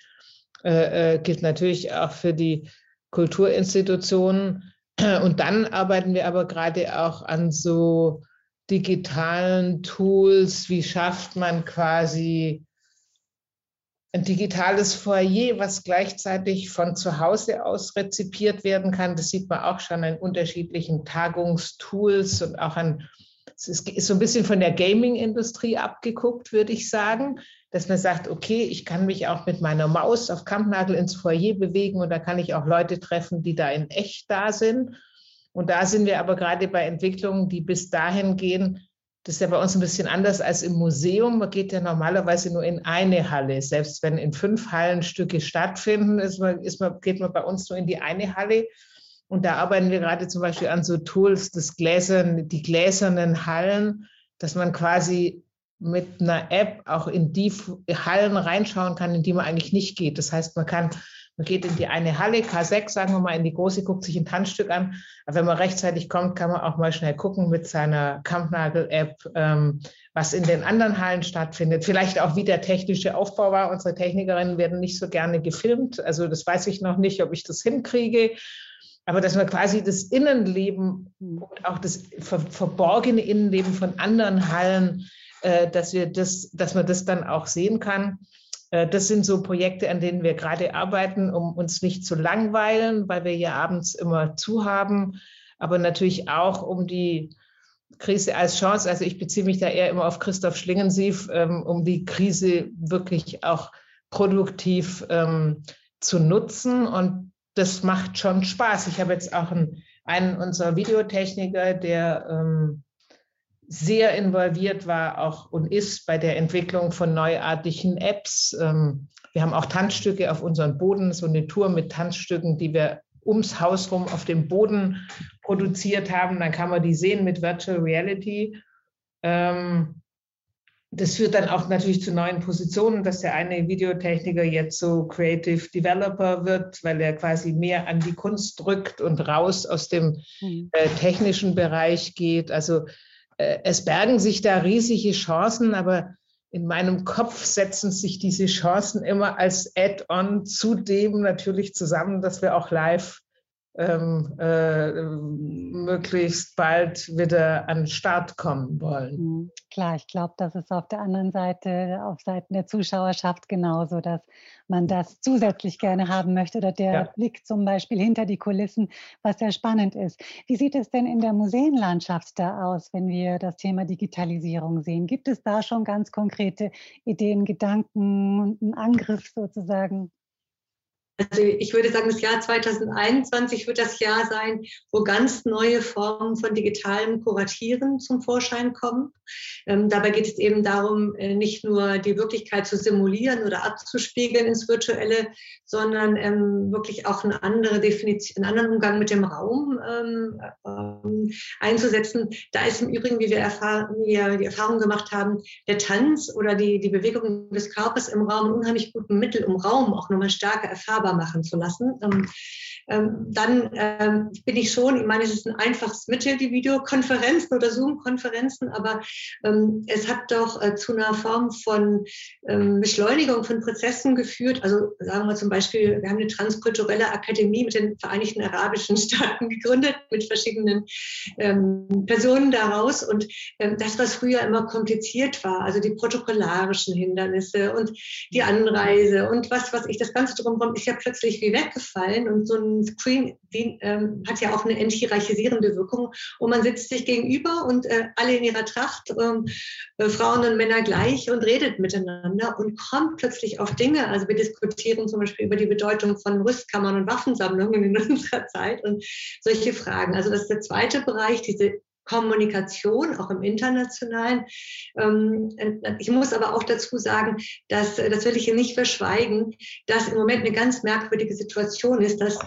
E: Kulturinstitutionen. Und dann arbeiten wir aber gerade auch an so digitalen Tools. Wie schafft man quasi ein digitales Foyer, was gleichzeitig von zu Hause aus rezipiert werden kann? Das sieht man auch schon an unterschiedlichen Tagungstools und auch es ist so ein bisschen von der Gaming-Industrie abgeguckt, würde ich sagen, dass man sagt, okay, ich kann mich auch mit meiner Maus auf Kampnagel ins Foyer bewegen und da kann ich auch Leute treffen, die da in echt da sind. Und da sind wir aber gerade bei Entwicklungen, die bis dahin gehen. Das ist ja bei uns ein bisschen anders als im Museum. Man geht ja normalerweise nur in eine Halle. Selbst wenn in 5 Hallen Stücke stattfinden, geht man bei uns nur in die eine Halle. Und da arbeiten wir gerade zum Beispiel an so Tools, die gläsernen Hallen, dass man quasi mit einer App auch in die Hallen reinschauen kann, in die man eigentlich nicht geht. Das heißt, man geht in die eine Halle, K6, sagen wir mal, in die große, guckt sich ein Tanzstück an. Aber wenn man rechtzeitig kommt, kann man auch mal schnell gucken mit seiner Kampnagel-App, was in den anderen Hallen stattfindet. Vielleicht auch, wie der technische Aufbau war. Unsere Technikerinnen werden nicht so gerne gefilmt. Also das weiß ich noch nicht, ob ich das hinkriege. Aber dass man quasi das Innenleben und auch das verborgene Innenleben von anderen Hallen, dass man das dann auch sehen kann. Das sind so Projekte, an denen wir gerade arbeiten, um uns nicht zu langweilen, weil wir ja abends immer zu haben, aber natürlich auch um die Krise als Chance, also ich beziehe mich da eher immer auf Christoph Schlingensief, um die Krise wirklich auch produktiv zu nutzen, und das macht schon Spaß. Ich habe jetzt auch einen unserer Videotechniker, der sehr involviert war auch und ist bei der Entwicklung von neuartigen Apps. Wir haben auch Tanzstücke auf unserem Boden, so eine Tour mit Tanzstücken, die wir ums Haus rum auf dem Boden produziert haben. Dann kann man die sehen mit Virtual Reality. Das führt dann auch natürlich zu neuen Positionen, dass der eine Videotechniker jetzt so Creative Developer wird, weil er quasi mehr an die Kunst drückt und raus aus dem technischen Bereich geht. Also es bergen sich da riesige Chancen, aber in meinem Kopf setzen sich diese Chancen immer als Add-on zu dem natürlich zusammen, dass wir auch live möglichst bald wieder an den Start kommen wollen.
A: Klar, ich glaube, das ist auf der anderen Seite, auf Seiten der Zuschauerschaft genauso, dass man das zusätzlich gerne haben möchte oder der Blick zum Beispiel hinter die Kulissen, was sehr spannend ist. Wie sieht es denn in der Museenlandschaft da aus, wenn wir das Thema Digitalisierung sehen? Gibt es da schon ganz konkrete Ideen, Gedanken und einen Angriff sozusagen?
D: Also ich würde sagen, das Jahr 2021 wird das Jahr sein, wo ganz neue Formen von digitalem Kuratieren zum Vorschein kommen. Dabei geht es eben darum, nicht nur die Wirklichkeit zu simulieren oder abzuspiegeln ins Virtuelle, sondern wirklich auch eine andere Definition, einen anderen Umgang mit dem Raum einzusetzen. Da ist im Übrigen, wie wir die Erfahrung gemacht haben, der Tanz oder die Bewegung des Körpers im Raum ein unheimlich gutes Mittel, um Raum auch nochmal stärker erfahrbar machen zu lassen. Dann bin ich schon, ich meine, es ist ein einfaches Mittel, die Videokonferenzen oder Zoom-Konferenzen, aber es hat doch zu einer Form von Beschleunigung von Prozessen geführt. Also sagen wir zum Beispiel, wir haben eine transkulturelle Akademie mit den Vereinigten Arabischen Staaten gegründet, mit verschiedenen Personen daraus. Und das, was früher immer kompliziert war, also die protokollarischen Hindernisse und die Anreise und was ich, das Ganze drumherum ist ja plötzlich wie weggefallen, und so ein Screen hat ja auch eine enthierarchisierende Wirkung, und man sitzt sich gegenüber und alle in ihrer Tracht, Frauen und Männer gleich, und redet miteinander und kommt plötzlich auf Dinge. Also wir diskutieren zum Beispiel über die Bedeutung von Rüstkammern und Waffensammlungen in unserer Zeit und solche Fragen. Also das ist der zweite Bereich, diese Kommunikation, auch im Internationalen. Ich muss aber auch dazu sagen, das will ich hier nicht verschweigen, dass im Moment eine ganz merkwürdige Situation ist, dass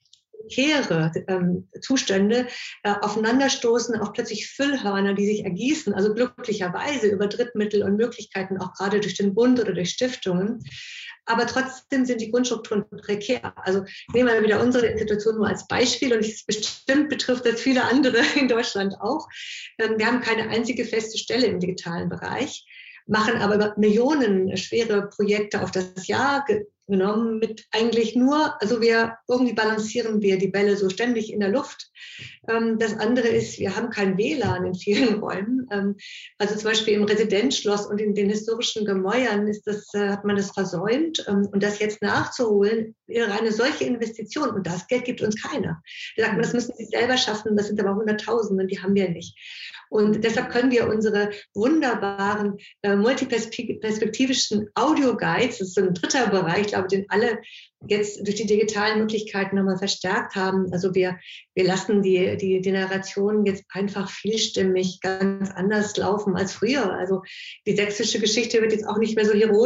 D: Zustände aufeinanderstoßen, auch plötzlich Füllhörner, die sich ergießen, also glücklicherweise über Drittmittel und Möglichkeiten, auch gerade durch den Bund oder durch Stiftungen. Aber trotzdem sind die Grundstrukturen prekär. Also nehmen wir wieder unsere Institution nur als Beispiel, und bestimmt betrifft das viele andere in Deutschland auch. Wir haben keine einzige feste Stelle im digitalen Bereich, machen aber Millionen schwere Projekte auf das Jahr genommen mit eigentlich nur, also irgendwie balancieren wir die Bälle so ständig in der Luft. Das andere ist, wir haben kein WLAN in vielen Räumen. Also zum Beispiel im Residenzschloss und in den historischen Gemäuern hat man das versäumt. Und das jetzt nachzuholen, wäre eine solche Investition. Und das Geld gibt uns keiner. Da sagt man, das müssen sie selber schaffen. Das sind aber Hunderttausende, die haben wir nicht. Und deshalb können wir unsere wunderbaren multiperspektivischen Audio-Guides, das ist so ein dritter Bereich, ich glaube, den alle jetzt durch die digitalen Möglichkeiten nochmal verstärkt haben. Also wir lassen die Narration jetzt einfach vielstimmig ganz anders laufen als früher. Also die sächsische Geschichte wird jetzt auch nicht mehr so heroisch aus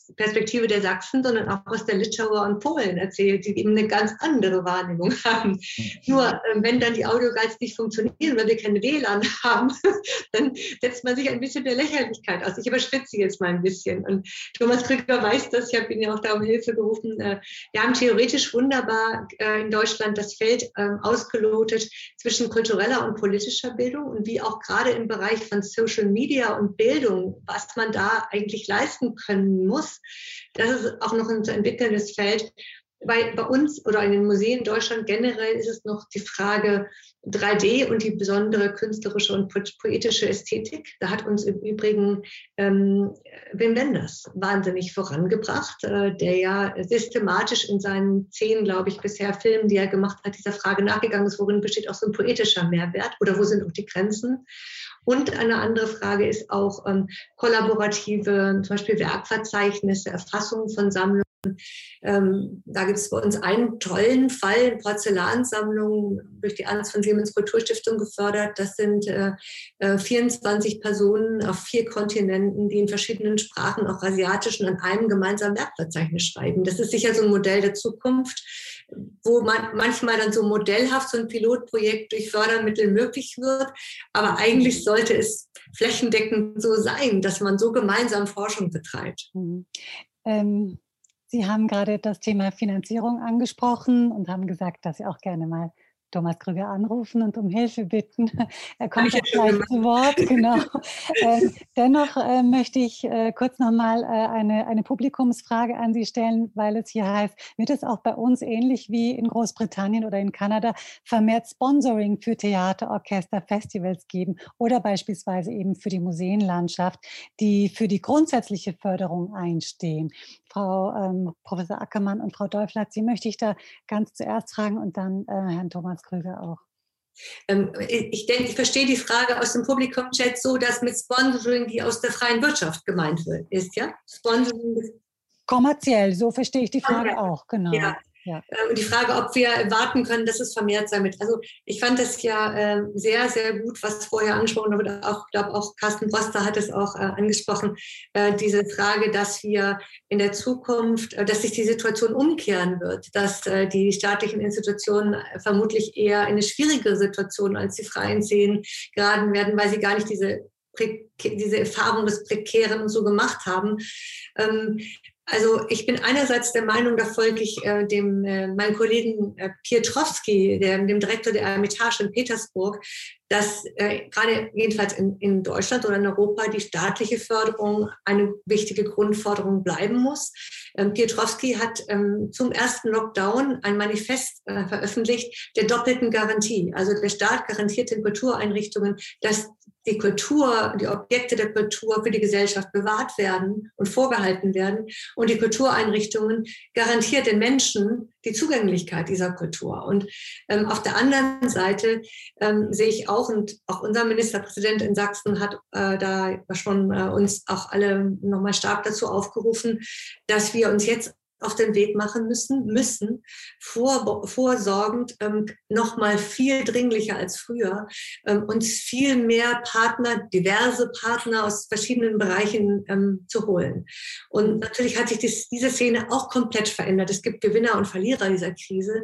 D: Perspektive der Sachsen, sondern auch aus der Litauer und Polen erzählt, die eben eine ganz andere Wahrnehmung haben. Nur wenn dann die Audioguides nicht funktionieren, weil wir keine WLAN haben, dann setzt man sich ein bisschen der Lächerlichkeit aus. Ich überspitze jetzt mal ein bisschen. Und Thomas Krüger weiß das, ich habe ihn ja auch da um Hilfe gerufen. Wir haben theoretisch wunderbar in Deutschland das Feld ausgelotet zwischen kultureller und politischer Bildung und wie auch gerade im Bereich von Social Media und Bildung, was man da eigentlich leisten können muss. Das ist auch noch ein zu entwickelndes Feld. Bei uns oder in den Museen in Deutschland generell ist es noch die Frage 3D und die besondere künstlerische und poetische Ästhetik. Da hat uns im Übrigen Wim Wenders wahnsinnig vorangebracht, der ja systematisch in seinen 10, glaube ich, bisher Filmen, die er gemacht hat, dieser Frage nachgegangen ist, worin besteht auch so ein poetischer Mehrwert oder wo sind auch die Grenzen. Und eine andere Frage ist auch kollaborative, zum Beispiel Werkverzeichnisse, Erfassung von Sammlungen. Da gibt es bei uns einen tollen Fall, Porzellansammlung durch die Ernst von Siemens Kulturstiftung gefördert. Das sind 24 Personen auf 4 Kontinenten, die in verschiedenen Sprachen, auch asiatischen, an einem gemeinsamen Werkverzeichnis schreiben. Das ist sicher so ein Modell der Zukunft, wo man manchmal dann so modellhaft so ein Pilotprojekt durch Fördermittel möglich wird. Aber eigentlich sollte es flächendeckend so sein, dass man so gemeinsam Forschung betreibt.
A: Sie haben gerade das Thema Finanzierung angesprochen und haben gesagt, dass Sie auch gerne mal Thomas Krüger anrufen und um Hilfe bitten. Er kommt auch gleich zu Wort, genau. Dennoch möchte ich kurz nochmal eine Publikumsfrage an Sie stellen, weil es hier heißt, wird es auch bei uns ähnlich wie in Großbritannien oder in Kanada vermehrt Sponsoring für Theater, Orchester, Festivals geben oder beispielsweise eben für die Museenlandschaft, die für die grundsätzliche Förderung einstehen? Frau Professor Ackermann und Frau Deuflat, Sie möchte ich da ganz zuerst fragen und dann Herrn Thomas Krüger auch.
D: Ich denke, ich verstehe die Frage aus dem Publikum-Chat so, dass mit Sponsoring die aus der freien Wirtschaft gemeint ist, ja? Sponsoring
A: kommerziell, so verstehe ich die Frage auch, genau.
D: Ja. Ja. Und die Frage, ob wir erwarten können, dass es vermehrt sein wird. Also ich fand das ja sehr, sehr gut, was vorher angesprochen wurde. Ich glaube auch Carsten Broster hat es auch angesprochen, diese Frage, dass wir in der Zukunft, dass sich die Situation umkehren wird, dass die staatlichen Institutionen vermutlich eher in eine schwierigere Situation als die freien Szenen geraten werden, weil sie gar nicht diese Erfahrung des Prekären und so gemacht haben. Also ich bin einerseits der Meinung, da folge ich meinem Kollegen Piotrowski, dem Direktor der Ermitage in Petersburg, dass gerade jedenfalls in Deutschland oder in Europa die staatliche Förderung eine wichtige Grundforderung bleiben muss. Piotrowski hat zum ersten Lockdown ein Manifest veröffentlicht der doppelten Garantie. Also der Staat garantiert den Kultureinrichtungen, dass die Kultur, die Objekte der Kultur für die Gesellschaft bewahrt werden und vorgehalten werden. Und die Kultureinrichtungen garantiert den Menschen die Zugänglichkeit dieser Kultur. Und auf der anderen Seite sehe ich auch, und auch unser Ministerpräsident in Sachsen hat da schon uns auch alle nochmal stark dazu aufgerufen, dass wir uns jetzt auf den Weg machen müssen vorsorgend, noch mal viel dringlicher als früher, uns viel mehr diverse Partner aus verschiedenen Bereichen zu holen. Und natürlich hat sich diese Szene auch komplett verändert. Es gibt Gewinner und Verlierer dieser Krise.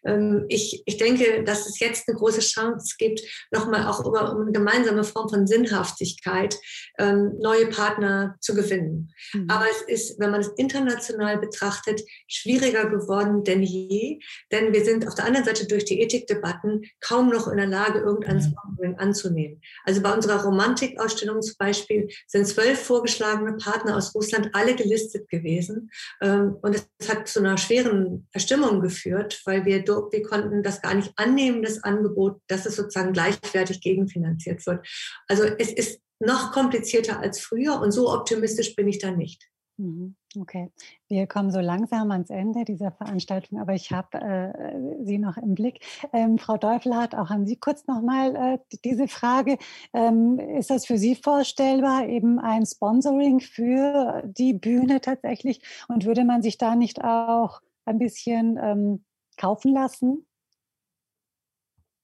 D: Ich denke, dass es jetzt eine große Chance gibt, noch mal auch um eine gemeinsame Form von Sinnhaftigkeit neue Partner zu gewinnen. Mhm. Aber es ist, wenn man es international betrachtet, schwieriger geworden denn je, denn wir sind auf der anderen Seite durch die Ethikdebatten kaum noch in der Lage, irgendein Sponsoring anzunehmen. Also bei unserer Romantikausstellung zum Beispiel sind 12 vorgeschlagene Partner aus Russland alle gelistet gewesen. Und es hat zu einer schweren Verstimmung geführt, weil wir konnten das gar nicht annehmen, das Angebot, dass es sozusagen gleichwertig gegenfinanziert wird. Also es ist noch komplizierter als früher und so optimistisch bin ich da nicht.
A: Okay, wir kommen so langsam ans Ende dieser Veranstaltung, aber ich habe Sie noch im Blick. Frau Deuflat, auch an Sie kurz nochmal diese Frage. Ist das für Sie vorstellbar, eben ein Sponsoring für die Bühne tatsächlich? Und würde man sich da nicht auch ein bisschen kaufen lassen?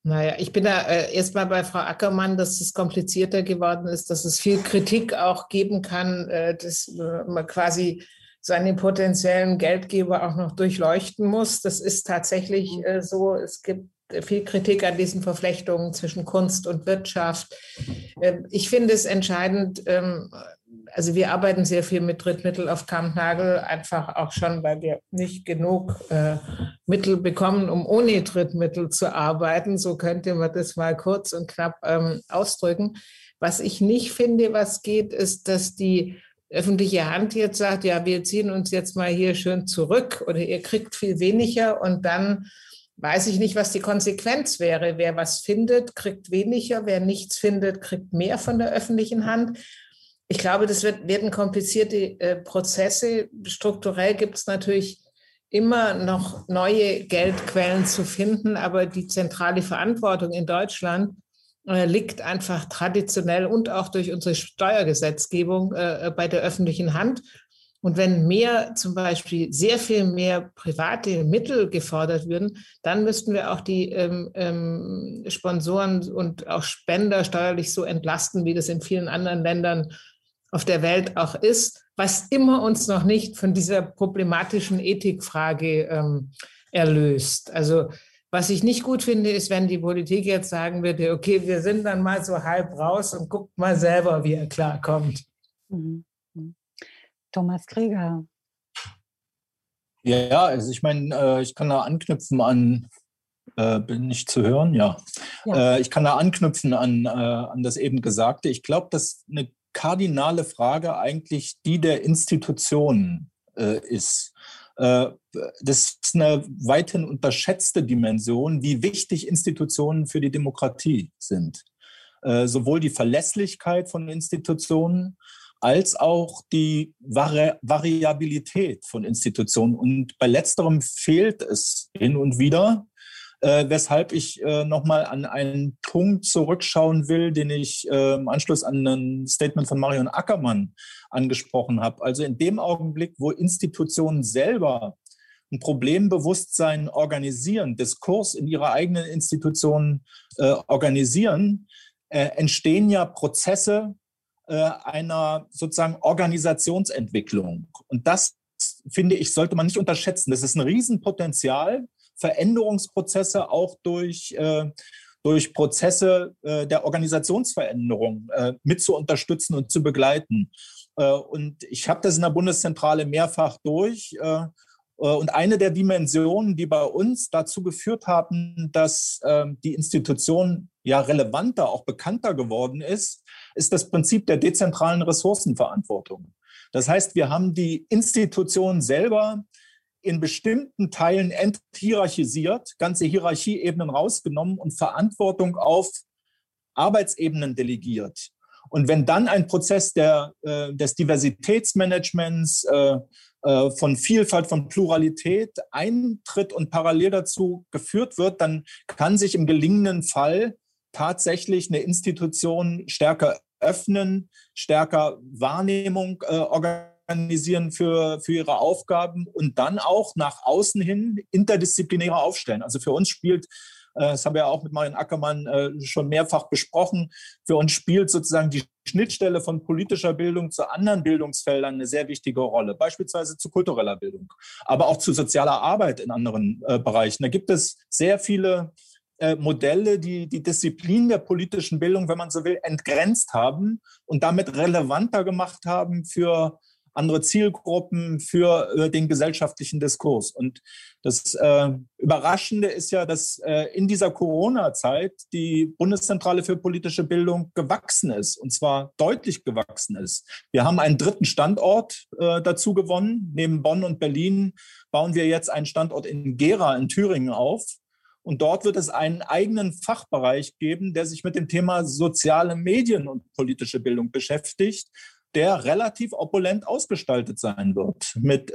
E: Naja, ich bin da erstmal bei Frau Ackermann, dass es komplizierter geworden ist, dass es viel Kritik auch geben kann, dass man quasi seine potenziellen Geldgeber auch noch durchleuchten muss. Das ist tatsächlich so. Es gibt viel Kritik an diesen Verflechtungen zwischen Kunst und Wirtschaft. Ich finde es entscheidend, also wir arbeiten sehr viel mit Drittmittel auf Kampnagel, einfach auch schon, weil wir nicht genug Mittel bekommen, um ohne Drittmittel zu arbeiten. So könnte man das mal kurz und knapp ausdrücken. Was ich nicht finde, was geht, ist, dass die öffentliche Hand jetzt sagt, ja, wir ziehen uns jetzt mal hier schön zurück oder ihr kriegt viel weniger und dann weiß ich nicht, was die Konsequenz wäre. Wer was findet, kriegt weniger. Wer nichts findet, kriegt mehr von der öffentlichen Hand. Ich glaube, das werden komplizierte Prozesse. Strukturell gibt es natürlich immer noch neue Geldquellen zu finden, aber die zentrale Verantwortung in Deutschland liegt einfach traditionell und auch durch unsere Steuergesetzgebung bei der öffentlichen Hand. Und wenn mehr, zum Beispiel sehr viel mehr private Mittel gefordert würden, dann müssten wir auch die Sponsoren und auch Spender steuerlich so entlasten, wie das in vielen anderen Ländern auf der Welt auch ist, was immer uns noch nicht von dieser problematischen Ethikfrage erlöst. Also was ich nicht gut finde, ist, wenn die Politik jetzt sagen würde, okay, wir sind dann mal so halb raus und guckt mal selber, wie er klarkommt.
A: Thomas Krieger.
C: Ja, also ich meine, ich kann da anknüpfen an, bin ich zu hören? Ja. Ich kann da anknüpfen an das eben Gesagte. Ich glaube, dass eine kardinale Frage eigentlich die der Institutionen ist. Das ist eine weithin unterschätzte Dimension, wie wichtig Institutionen für die Demokratie sind. Sowohl die Verlässlichkeit von Institutionen als auch die Variabilität von Institutionen. Und bei letzterem fehlt es hin und wieder, weshalb ich nochmal an einen Punkt zurückschauen will, den ich im Anschluss an ein Statement von Marion Ackermann angesprochen habe. Also in dem Augenblick, wo Institutionen selber ein Problembewusstsein organisieren, Diskurs in ihrer eigenen Institutionen organisieren, entstehen ja Prozesse einer sozusagen Organisationsentwicklung. Und das, finde ich, sollte man nicht unterschätzen. Das ist ein Riesenpotenzial, Veränderungsprozesse auch durch Prozesse der Organisationsveränderung mit zu unterstützen und zu begleiten. Und ich habe das in der Bundeszentrale mehrfach durch. Und eine der Dimensionen, die bei uns dazu geführt haben, dass die Institution ja relevanter, auch bekannter geworden ist das Prinzip der dezentralen Ressourcenverantwortung. Das heißt, wir haben die Institution selber in bestimmten Teilen enthierarchisiert, ganze Hierarchieebenen rausgenommen und Verantwortung auf Arbeitsebenen delegiert. Und wenn dann ein Prozess des Diversitätsmanagements, von Vielfalt, von Pluralität eintritt und parallel dazu geführt wird, dann kann sich im gelingenden Fall tatsächlich eine Institution stärker öffnen, stärker Wahrnehmung organisieren für ihre Aufgaben und dann auch nach außen hin interdisziplinärer aufstellen. Also für uns spielt, das haben wir ja auch mit Marion Ackermann schon mehrfach besprochen, für uns spielt sozusagen die Schnittstelle von politischer Bildung zu anderen Bildungsfeldern eine sehr wichtige Rolle, beispielsweise zu kultureller Bildung, aber auch zu sozialer Arbeit in anderen Bereichen. Da gibt es sehr viele Modelle, die die Disziplin der politischen Bildung, wenn man so will, entgrenzt haben und damit relevanter gemacht haben für andere Zielgruppen, für den gesellschaftlichen Diskurs. Und das Überraschende ist ja, dass in dieser Corona-Zeit die Bundeszentrale für politische Bildung gewachsen ist, und zwar deutlich gewachsen ist. Wir haben einen dritten Standort dazu gewonnen. Neben Bonn und Berlin bauen wir jetzt einen Standort in Gera in Thüringen auf. Und dort wird es einen eigenen Fachbereich geben, der sich mit dem Thema soziale Medien und politische Bildung beschäftigt, der relativ opulent ausgestaltet sein wird, mit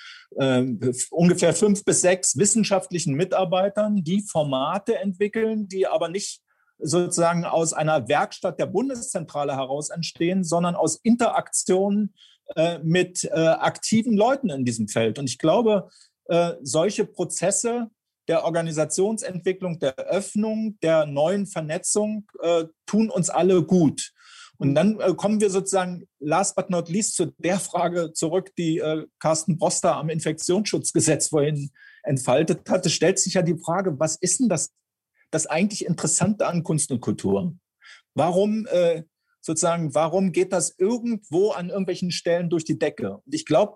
C: ungefähr 5 bis 6 wissenschaftlichen Mitarbeitern, die Formate entwickeln, die aber nicht sozusagen aus einer Werkstatt der Bundeszentrale heraus entstehen, sondern aus Interaktionen mit aktiven Leuten in diesem Feld. Und ich glaube, solche Prozesse der Organisationsentwicklung, der Öffnung, der neuen Vernetzung tun uns alle gut. Und dann kommen wir sozusagen, last but not least, zu der Frage zurück, die Carsten Broster am Infektionsschutzgesetz vorhin entfaltet hat. Es stellt sich ja die Frage, was ist denn das eigentlich Interessante an Kunst und Kultur? Warum geht das irgendwo an irgendwelchen Stellen durch die Decke? Und ich glaube,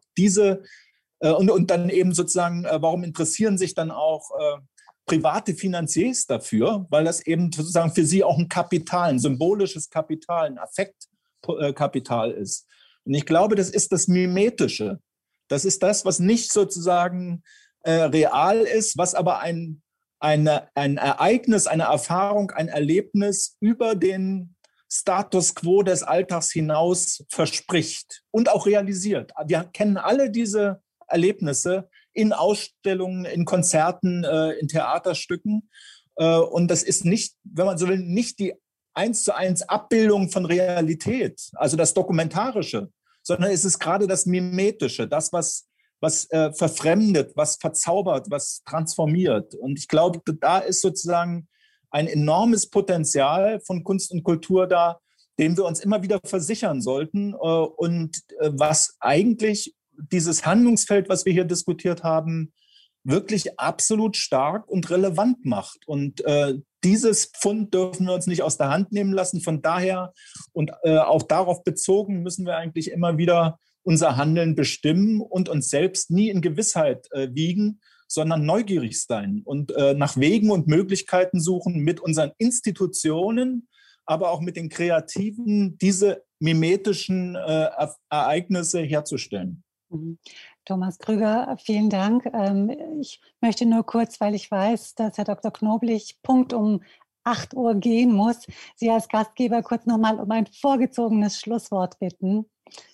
C: und dann eben sozusagen, warum interessieren sich dann auch private Finanziers dafür? Weil das eben sozusagen für sie auch ein symbolisches Kapital, ein Affektkapital ist. Und ich glaube, das ist das Mimetische. Das ist das, was nicht sozusagen real ist, was aber ein Ereignis, eine Erfahrung, ein Erlebnis über den Status quo des Alltags hinaus verspricht und auch realisiert. Wir kennen alle diese Erlebnisse in Ausstellungen, in Konzerten, in Theaterstücken. Und das ist nicht, wenn man so will, nicht die 1:1 Abbildung von Realität, also das Dokumentarische, sondern es ist gerade das Mimetische, das, was verfremdet, was verzaubert, was transformiert. Und ich glaube, da ist sozusagen ein enormes Potenzial von Kunst und Kultur da, dem wir uns immer wieder versichern sollten und was eigentlich dieses Handlungsfeld, was wir hier diskutiert haben, wirklich absolut stark und relevant macht. Und dieses Pfund dürfen wir uns nicht aus der Hand nehmen lassen. Von daher und auch darauf bezogen müssen wir eigentlich immer wieder unser Handeln bestimmen und uns selbst nie in Gewissheit wiegen, sondern neugierig sein und nach Wegen und Möglichkeiten suchen, mit unseren Institutionen, aber auch mit den Kreativen, diese mimetischen Ereignisse herzustellen.
A: Thomas Krüger, vielen Dank. Ich möchte nur kurz, weil ich weiß, dass Herr Dr. Knoblich Punkt um 8 Uhr gehen muss, Sie als Gastgeber kurz nochmal um ein vorgezogenes Schlusswort bitten,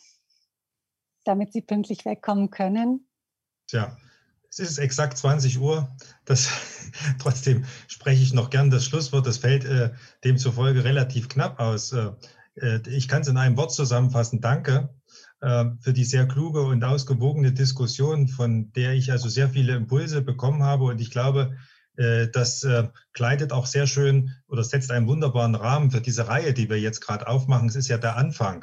A: damit Sie pünktlich wegkommen können.
B: Tja, es ist exakt 20 Uhr. Trotzdem spreche ich noch gern das Schlusswort. Das fällt demzufolge relativ knapp aus. Ich kann es in einem Wort zusammenfassen. Danke für die sehr kluge und ausgewogene Diskussion, von der ich also sehr viele Impulse bekommen habe. Und ich glaube, das kleidet auch sehr schön oder setzt einen wunderbaren Rahmen für diese Reihe, die wir jetzt gerade aufmachen. Es ist ja der Anfang.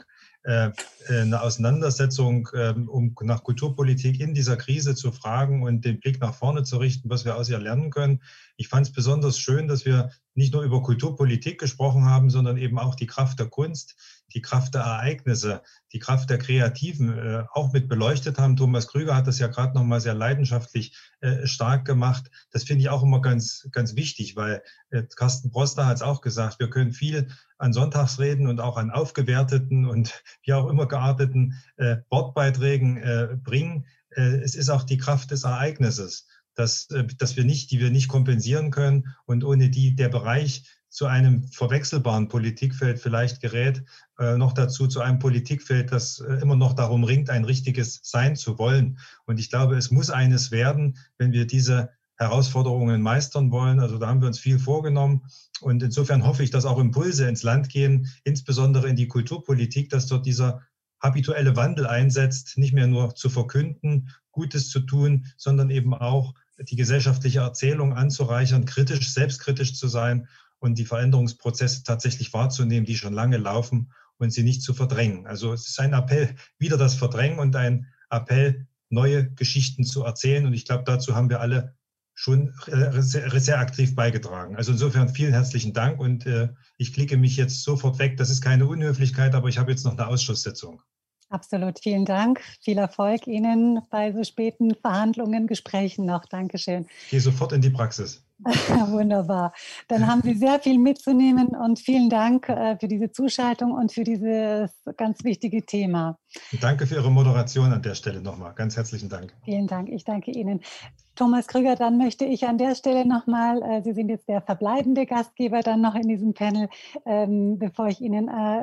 B: Eine Auseinandersetzung, um nach Kulturpolitik in dieser Krise zu fragen und den Blick nach vorne zu richten, was wir aus ihr lernen können. Ich fand es besonders schön, dass wir nicht nur über Kulturpolitik gesprochen haben, sondern eben auch die Kraft der Kunst, die Kraft der Ereignisse, die Kraft der Kreativen auch mit beleuchtet haben. Thomas Krüger hat das ja gerade nochmal sehr leidenschaftlich stark gemacht. Das finde ich auch immer ganz, ganz wichtig, weil Carsten Broster hat es auch gesagt, wir können viel an Sonntagsreden und auch an aufgewerteten und wie auch immer gearteten Wortbeiträgen bringen. Es ist auch die Kraft des Ereignisses, die wir nicht kompensieren können und ohne die der Bereich zu einem verwechselbaren Politikfeld vielleicht gerät, noch dazu zu einem Politikfeld, das immer noch darum ringt, ein richtiges sein zu wollen. Und ich glaube, es muss eines werden, wenn wir diese Herausforderungen meistern wollen. Also da haben wir uns viel vorgenommen. Und insofern hoffe ich, dass auch Impulse ins Land gehen, insbesondere in die Kulturpolitik, dass dort dieser habituelle Wandel einsetzt, nicht mehr nur zu verkünden, Gutes zu tun, sondern eben auch die gesellschaftliche Erzählung anzureichern, kritisch, selbstkritisch zu sein und die Veränderungsprozesse tatsächlich wahrzunehmen, die schon lange laufen und sie nicht zu verdrängen. Also es ist ein Appell, wieder das Verdrängen und ein Appell, neue Geschichten zu erzählen. Und ich glaube, dazu haben wir alle schon sehr aktiv beigetragen. Also insofern vielen herzlichen Dank und ich klicke mich jetzt sofort weg. Das ist keine Unhöflichkeit, aber ich habe jetzt noch eine Ausschusssitzung.
A: Absolut, vielen Dank. Viel Erfolg Ihnen bei so späten Verhandlungen, Gesprächen noch. Dankeschön.
B: Ich gehe sofort in die Praxis.
A: Wunderbar. Dann haben Sie sehr viel mitzunehmen und vielen Dank für diese Zuschaltung und für dieses ganz wichtige Thema.
B: Danke für Ihre Moderation an der Stelle nochmal. Ganz herzlichen Dank.
A: Vielen Dank. Ich danke Ihnen. Thomas Krüger, dann möchte ich an der Stelle nochmal, Sie sind jetzt der verbleibende Gastgeber dann noch in diesem Panel, bevor ich Ihnen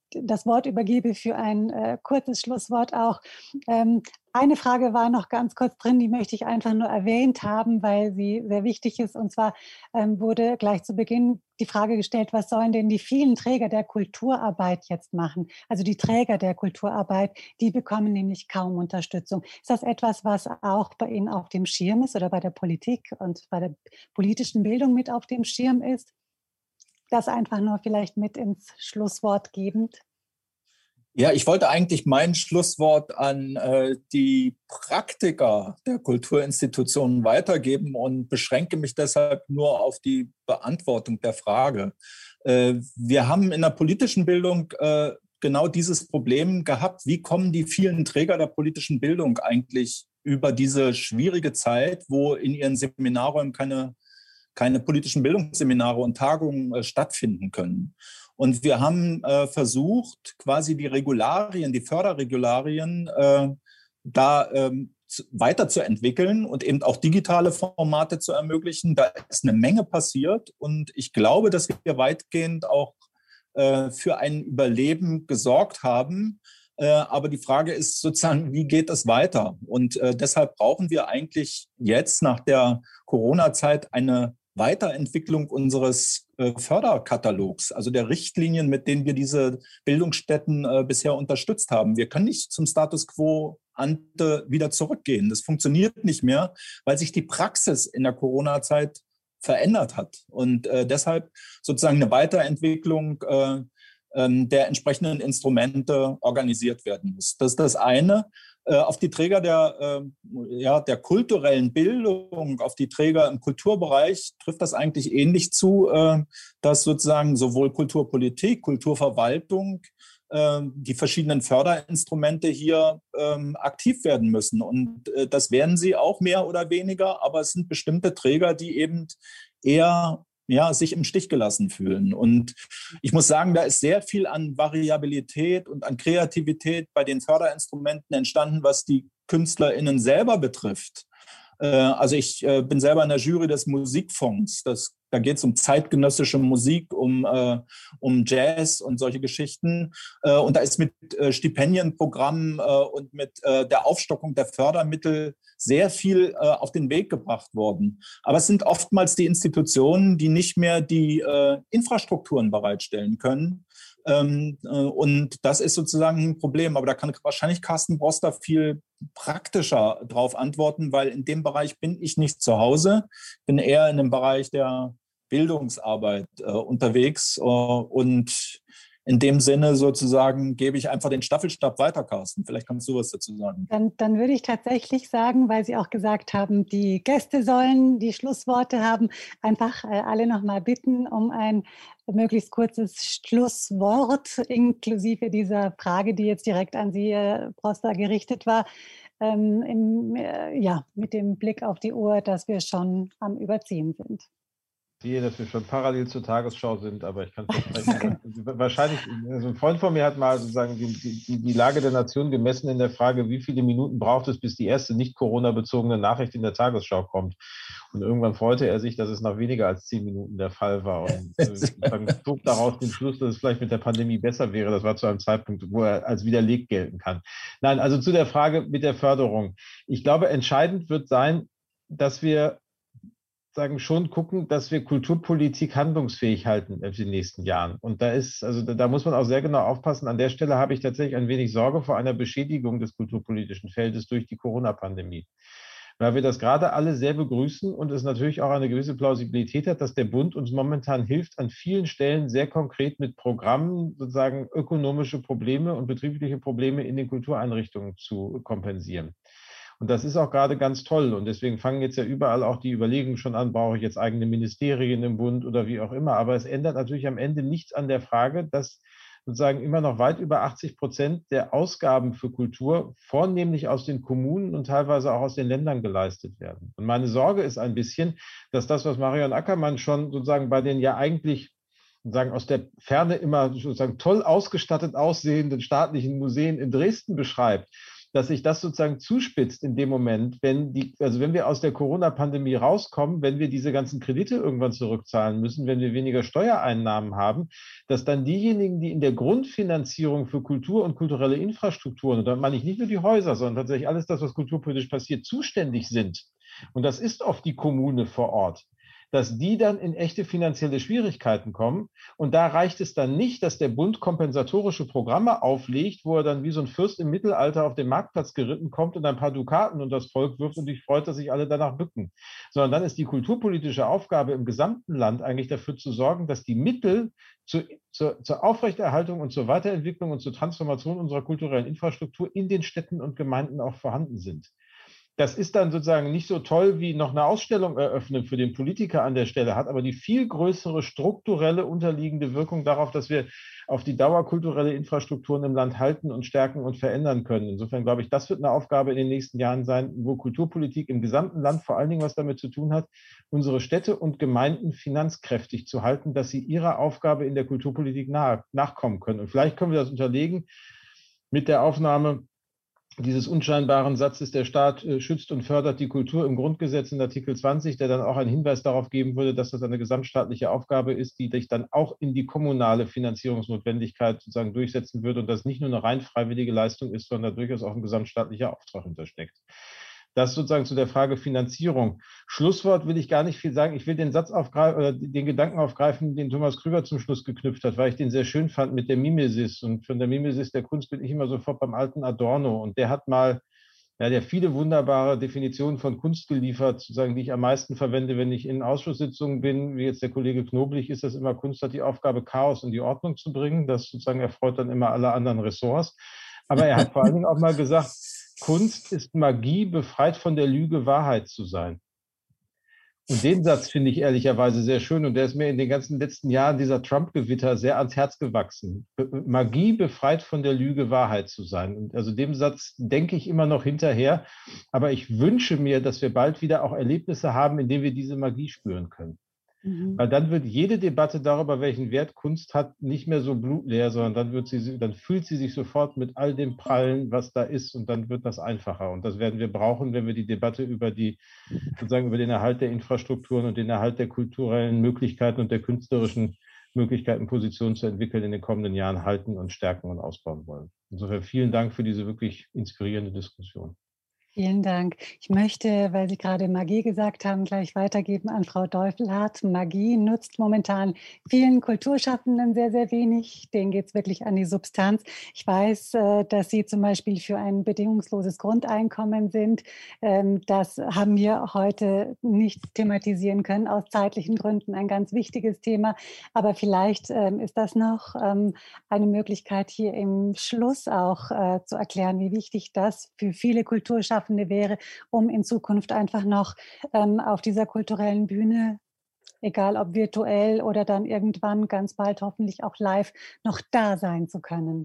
A: das Wort übergebe für ein kurzes Schlusswort auch. Eine Frage war noch ganz kurz drin, die möchte ich einfach nur erwähnt haben, weil sie sehr wichtig ist. Und zwar wurde gleich zu Beginn die Frage gestellt, was sollen denn die vielen Träger der Kulturarbeit jetzt machen? Also die Träger der Kulturarbeit, die bekommen nämlich kaum Unterstützung. Ist das etwas, was auch bei Ihnen auf dem Schirm ist oder bei der Politik und bei der politischen Bildung mit auf dem Schirm ist? Das einfach nur vielleicht mit ins Schlusswort gebend.
C: Ja, ich wollte eigentlich mein Schlusswort an die Praktiker der Kulturinstitutionen weitergeben und beschränke mich deshalb nur auf die Beantwortung der Frage. Wir haben in der politischen Bildung genau dieses Problem gehabt. Wie kommen die vielen Träger der politischen Bildung eigentlich über diese schwierige Zeit, wo in ihren Seminarräumen keine politischen Bildungsseminare und Tagungen stattfinden können? Und wir haben versucht, quasi die Regularien, die Förderregularien weiterzuentwickeln und eben auch digitale Formate zu ermöglichen. Da ist eine Menge passiert und ich glaube, dass wir weitgehend auch für ein Überleben gesorgt haben. Aber die Frage ist sozusagen, wie geht es weiter? Und deshalb brauchen wir eigentlich jetzt nach der Corona-Zeit eine Weiterentwicklung unseres Förderkatalogs, also der Richtlinien, mit denen wir diese Bildungsstätten bisher unterstützt haben. Wir können nicht zum Status quo ante wieder zurückgehen. Das funktioniert nicht mehr, weil sich die Praxis in der Corona-Zeit verändert hat. Und deshalb sozusagen eine Weiterentwicklung der entsprechenden Instrumente organisiert werden muss. Das ist das eine. Auf die Träger der kulturellen Bildung, auf die Träger im Kulturbereich trifft das eigentlich ähnlich zu, dass sozusagen sowohl Kulturpolitik, Kulturverwaltung, die verschiedenen Förderinstrumente hier aktiv werden müssen. Und das werden sie auch mehr oder weniger, aber es sind bestimmte Träger, die eben eher sich im Stich gelassen fühlen. Und ich muss sagen, da ist sehr viel an Variabilität und an Kreativität bei den Förderinstrumenten entstanden, was die KünstlerInnen selber betrifft. Also ich bin selber in der Jury des Musikfonds. Da geht es um zeitgenössische Musik, um Jazz und solche Geschichten. Und da ist mit Stipendienprogrammen und mit der Aufstockung der Fördermittel sehr viel auf den Weg gebracht worden. Aber es sind oftmals die Institutionen, die nicht mehr die Infrastrukturen bereitstellen können. Und das ist sozusagen ein Problem. Aber da kann wahrscheinlich Carsten Broster viel praktischer drauf antworten, weil in dem Bereich bin ich nicht zu Hause, bin eher in dem Bereich der Bildungsarbeit unterwegs und in dem Sinne sozusagen gebe ich einfach den Staffelstab weiter, Carsten. Vielleicht kannst du was dazu sagen.
A: Dann würde ich tatsächlich sagen, weil Sie auch gesagt haben, die Gäste sollen die Schlussworte haben, einfach alle nochmal bitten um ein möglichst kurzes Schlusswort, inklusive dieser Frage, die jetzt direkt an Sie, Broster, gerichtet war, mit dem Blick auf die Uhr, dass wir schon am Überziehen sind.
F: Ich sehe, dass wir schon parallel zur Tagesschau sind, aber ich kann versprechen, wahrscheinlich, also ein Freund von mir hat mal sozusagen die Lage der Nation gemessen in der Frage, wie viele Minuten braucht es, bis die erste nicht Corona-bezogene Nachricht in der Tagesschau kommt. Und irgendwann freute er sich, dass es nach weniger als 10 Minuten der Fall war. Und zog daraus den Schluss, dass es vielleicht mit der Pandemie besser wäre. Das war zu einem Zeitpunkt, wo er als widerlegt gelten kann. Nein, also zu der Frage mit der Förderung. Ich glaube, entscheidend wird sein, dass wir schon gucken, dass wir Kulturpolitik handlungsfähig halten in den nächsten Jahren. Und da muss man auch sehr genau aufpassen. An der Stelle habe ich tatsächlich ein wenig Sorge vor einer Beschädigung des kulturpolitischen Feldes durch die Corona-Pandemie. Weil wir das gerade alle sehr begrüßen und es natürlich auch eine gewisse Plausibilität hat, dass der Bund uns momentan hilft, an vielen Stellen sehr konkret mit Programmen sozusagen ökonomische Probleme und betriebliche Probleme in den Kultureinrichtungen zu kompensieren. Und das ist auch gerade ganz toll. Und deswegen fangen jetzt ja überall auch die Überlegungen schon an, brauche ich jetzt eigene Ministerien im Bund oder wie auch immer. Aber es ändert natürlich am Ende nichts an der Frage, dass sozusagen immer noch weit über 80% der Ausgaben für Kultur vornehmlich aus den Kommunen und teilweise auch aus den Ländern geleistet werden. Und meine Sorge ist ein bisschen, dass das, was Marion Ackermann schon sozusagen bei den ja eigentlich sozusagen aus der Ferne immer sozusagen toll ausgestattet aussehenden staatlichen Museen in Dresden beschreibt, dass sich das sozusagen zuspitzt in dem Moment, wenn wir aus der Corona-Pandemie rauskommen, wenn wir diese ganzen Kredite irgendwann zurückzahlen müssen, wenn wir weniger Steuereinnahmen haben, dass dann diejenigen, die in der Grundfinanzierung für Kultur und kulturelle Infrastrukturen, und da meine ich nicht nur die Häuser, sondern tatsächlich alles das, was kulturpolitisch passiert, zuständig sind, und das ist oft die Kommune vor Ort, dass die dann in echte finanzielle Schwierigkeiten kommen. Und da reicht es dann nicht, dass der Bund kompensatorische Programme auflegt, wo er dann wie so ein Fürst im Mittelalter auf den Marktplatz geritten kommt und ein paar Dukaten und das Volk wirft und sich freut, dass sich alle danach bücken. Sondern dann ist die kulturpolitische Aufgabe im gesamten Land eigentlich dafür zu sorgen, dass die Mittel zur Aufrechterhaltung und zur Weiterentwicklung und zur Transformation unserer kulturellen Infrastruktur in den Städten und Gemeinden auch vorhanden sind. Das ist dann sozusagen nicht so toll, wie noch eine Ausstellung eröffnen für den Politiker an der Stelle, hat aber die viel größere strukturelle unterliegende Wirkung darauf, dass wir auf die Dauer kulturelle Infrastrukturen im Land halten und stärken und verändern können. Insofern glaube ich, das wird eine Aufgabe in den nächsten Jahren sein, wo Kulturpolitik im gesamten Land vor allen Dingen was damit zu tun hat, unsere Städte und Gemeinden finanzkräftig zu halten, dass sie ihrer Aufgabe in der Kulturpolitik nachkommen können. Und vielleicht können wir das unterlegen mit der Aufnahme dieses unscheinbaren Satzes, der Staat schützt und fördert die Kultur im Grundgesetz in Artikel 20, der dann auch einen Hinweis darauf geben würde, dass das eine gesamtstaatliche Aufgabe ist, die sich dann auch in die kommunale Finanzierungsnotwendigkeit sozusagen durchsetzen würde und das nicht nur eine rein freiwillige Leistung ist, sondern durchaus auch ein gesamtstaatlicher Auftrag hintersteckt. Das sozusagen zu der Frage Finanzierung. Schlusswort will ich gar nicht viel sagen. Ich will den Satz aufgreifen oder den Gedanken aufgreifen, den Thomas Krüger zum Schluss geknüpft hat, weil ich den sehr schön fand mit der Mimesis. Und von der Mimesis der Kunst bin ich immer sofort beim alten Adorno. Und der hat mal, der viele wunderbare Definitionen von Kunst geliefert, sozusagen, die ich am meisten verwende, wenn ich in Ausschusssitzungen bin, wie jetzt der Kollege Knoblich, ist das immer, Kunst hat die Aufgabe, Chaos in die Ordnung zu bringen. Das sozusagen erfreut dann immer alle anderen Ressorts. Aber er hat vor allen Dingen auch mal gesagt, Kunst ist Magie, befreit von der Lüge, Wahrheit zu sein. Und den Satz finde ich ehrlicherweise sehr schön und der ist mir in den ganzen letzten Jahren dieser Trump-Gewitter sehr ans Herz gewachsen. Magie, befreit von der Lüge, Wahrheit zu sein. Und also dem Satz denke ich immer noch hinterher, aber ich wünsche mir, dass wir bald wieder auch Erlebnisse haben, in denen wir diese Magie spüren können. Weil dann wird jede Debatte darüber, welchen Wert Kunst hat, nicht mehr so blutleer, sondern dann fühlt sie sich sofort mit all dem Prallen, was da ist, und dann wird das einfacher. Und das werden wir brauchen, wenn wir die Debatte über den Erhalt der Infrastrukturen und den Erhalt der kulturellen Möglichkeiten und der künstlerischen Möglichkeiten, Positionen zu entwickeln, in den kommenden Jahren halten und stärken und ausbauen wollen. Insofern vielen Dank für diese wirklich inspirierende Diskussion.
A: Vielen Dank. Ich möchte, weil Sie gerade Magie gesagt haben, gleich weitergeben an Frau Deufelhardt. Magie nutzt momentan vielen Kulturschaffenden sehr, sehr wenig. Denen geht es wirklich an die Substanz. Ich weiß, dass Sie zum Beispiel für ein bedingungsloses Grundeinkommen sind. Das haben wir heute nicht thematisieren können, aus zeitlichen Gründen ein ganz wichtiges Thema. Aber vielleicht ist das noch eine Möglichkeit, hier im Schluss auch zu erklären, wie wichtig das für viele Kulturschaffende wäre, um in Zukunft einfach noch auf dieser kulturellen Bühne, egal ob virtuell oder dann irgendwann ganz bald hoffentlich auch live, noch da sein zu können.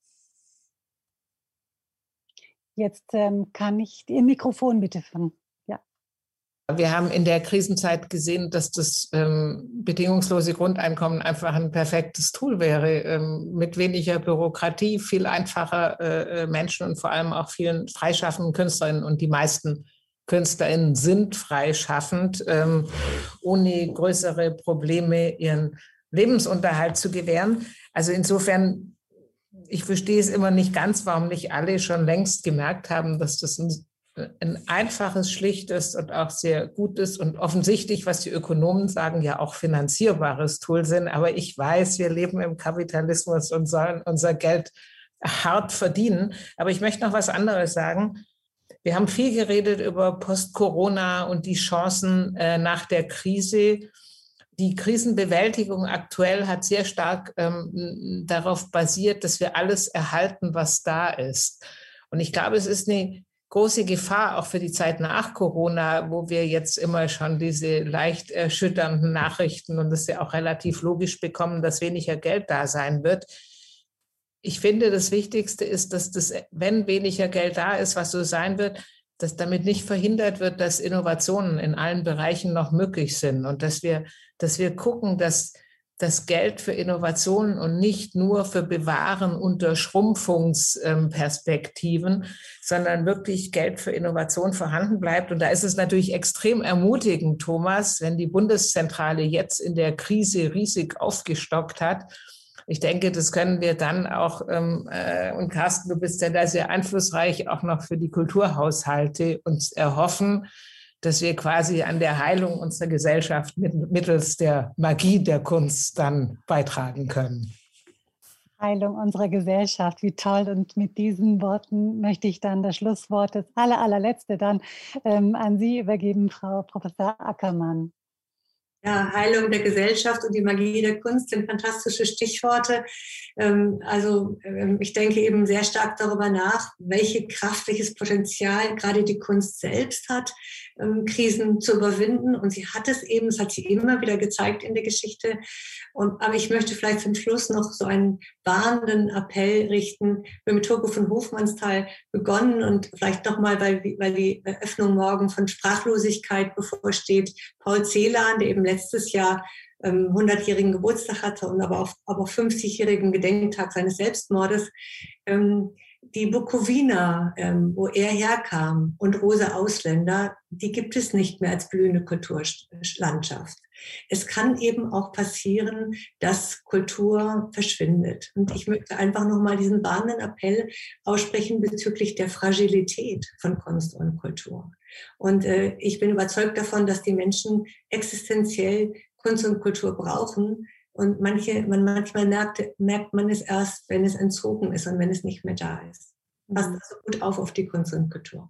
A: Jetzt kann ich Ihr Mikrofon bitte von. Ja.
E: Wir haben in der Krisenzeit gesehen, dass das bedingungslose Grundeinkommen einfach ein perfektes Tool wäre, mit weniger Bürokratie, viel einfacher Menschen und vor allem auch vielen freischaffenden Künstlerinnen. Und die meisten KünstlerInnen sind freischaffend, ohne größere Probleme ihren Lebensunterhalt zu gewähren. Also insofern, ich verstehe es immer nicht ganz, warum nicht alle schon längst gemerkt haben, dass das ein einfaches, schlichtes und auch sehr gutes und offensichtlich, was die Ökonomen sagen, ja auch finanzierbares Tool sind. Aber ich weiß, wir leben im Kapitalismus und sollen unser Geld hart verdienen. Aber ich möchte noch was anderes sagen. Wir haben viel geredet über Post-Corona und die Chancen nach der Krise. Die Krisenbewältigung aktuell hat sehr stark darauf basiert, dass wir alles erhalten, was da ist. Und ich glaube, es ist eine große Gefahr auch für die Zeit nach Corona, wo wir jetzt immer schon diese leicht erschütternden Nachrichten und das ja auch relativ logisch bekommen, dass weniger Geld da sein wird. Ich finde, das Wichtigste ist, dass das, wenn weniger Geld da ist, was so sein wird, dass damit nicht verhindert wird, dass Innovationen in allen Bereichen noch möglich sind und dass wir gucken, dass das Geld für Innovationen und nicht nur für Bewahren unter Schrumpfungsperspektiven, sondern wirklich Geld für Innovation vorhanden bleibt. Und da ist es natürlich extrem ermutigend, Thomas, wenn die Bundeszentrale jetzt in der Krise riesig aufgestockt hat. Ich denke, das können wir dann auch, und Carsten, du bist ja da sehr einflussreich, auch noch für die Kulturhaushalte uns erhoffen, dass wir quasi an der Heilung unserer Gesellschaft mittels der Magie der Kunst dann beitragen können.
A: Heilung unserer Gesellschaft, wie toll. Und mit diesen Worten möchte ich dann das Schlusswort, das allerletzte dann an Sie übergeben, Frau Professor Ackermann.
D: Ja, Heilung der Gesellschaft und die Magie der Kunst sind fantastische Stichworte. Ich denke eben sehr stark darüber nach, welche Kraft, welches Potenzial gerade die Kunst selbst hat, Krisen zu überwinden. Und sie hat es eben, das hat sie immer wieder gezeigt in der Geschichte. Aber ich möchte vielleicht zum Schluss noch so einen warnenden Appell richten. Wir haben mit Turko von Hofmannsthal begonnen und vielleicht nochmal, weil die Eröffnung morgen von Sprachlosigkeit bevorsteht, Paul Celan, der eben letztes Jahr 100-jährigen Geburtstag hatte und aber auch 50-jährigen Gedenktag seines Selbstmordes, die Bukowina, wo er herkam, und Rosa Ausländer, die gibt es nicht mehr als blühende Kulturlandschaft. Es kann eben auch passieren, dass Kultur verschwindet. Und ich möchte einfach nochmal diesen warnenden Appell aussprechen bezüglich der Fragilität von Kunst und Kultur. Und ich bin überzeugt davon, dass die Menschen existenziell Kunst und Kultur brauchen. Und manchmal merkt man es erst, wenn es entzogen ist und wenn es nicht mehr da ist. Passt also gut auf die Kunst und Kultur.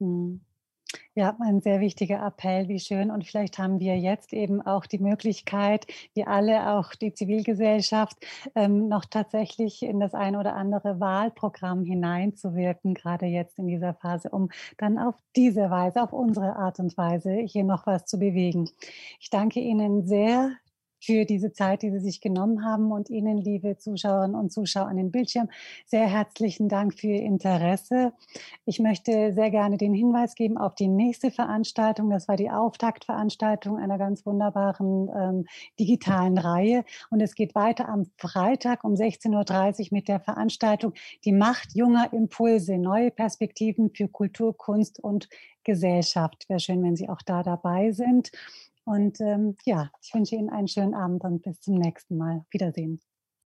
A: Ja, ein sehr wichtiger Appell, wie schön. Und vielleicht haben wir jetzt eben auch die Möglichkeit, wie alle, auch die Zivilgesellschaft, noch tatsächlich in das ein oder andere Wahlprogramm hineinzuwirken, gerade jetzt in dieser Phase, um dann auf diese Weise, auf unsere Art und Weise hier noch was zu bewegen. Ich danke Ihnen sehr für diese Zeit, die Sie sich genommen haben, und Ihnen, liebe Zuschauerinnen und Zuschauer an den Bildschirm, sehr herzlichen Dank für Ihr Interesse. Ich möchte sehr gerne den Hinweis geben auf die nächste Veranstaltung. Das war die Auftaktveranstaltung einer ganz wunderbaren digitalen Reihe. Und es geht weiter am Freitag um 16:30 Uhr mit der Veranstaltung Die Macht junger Impulse, neue Perspektiven für Kultur, Kunst und Gesellschaft. Wäre schön, wenn Sie auch da dabei sind. Und ich wünsche Ihnen einen schönen Abend und bis zum nächsten Mal. Wiedersehen.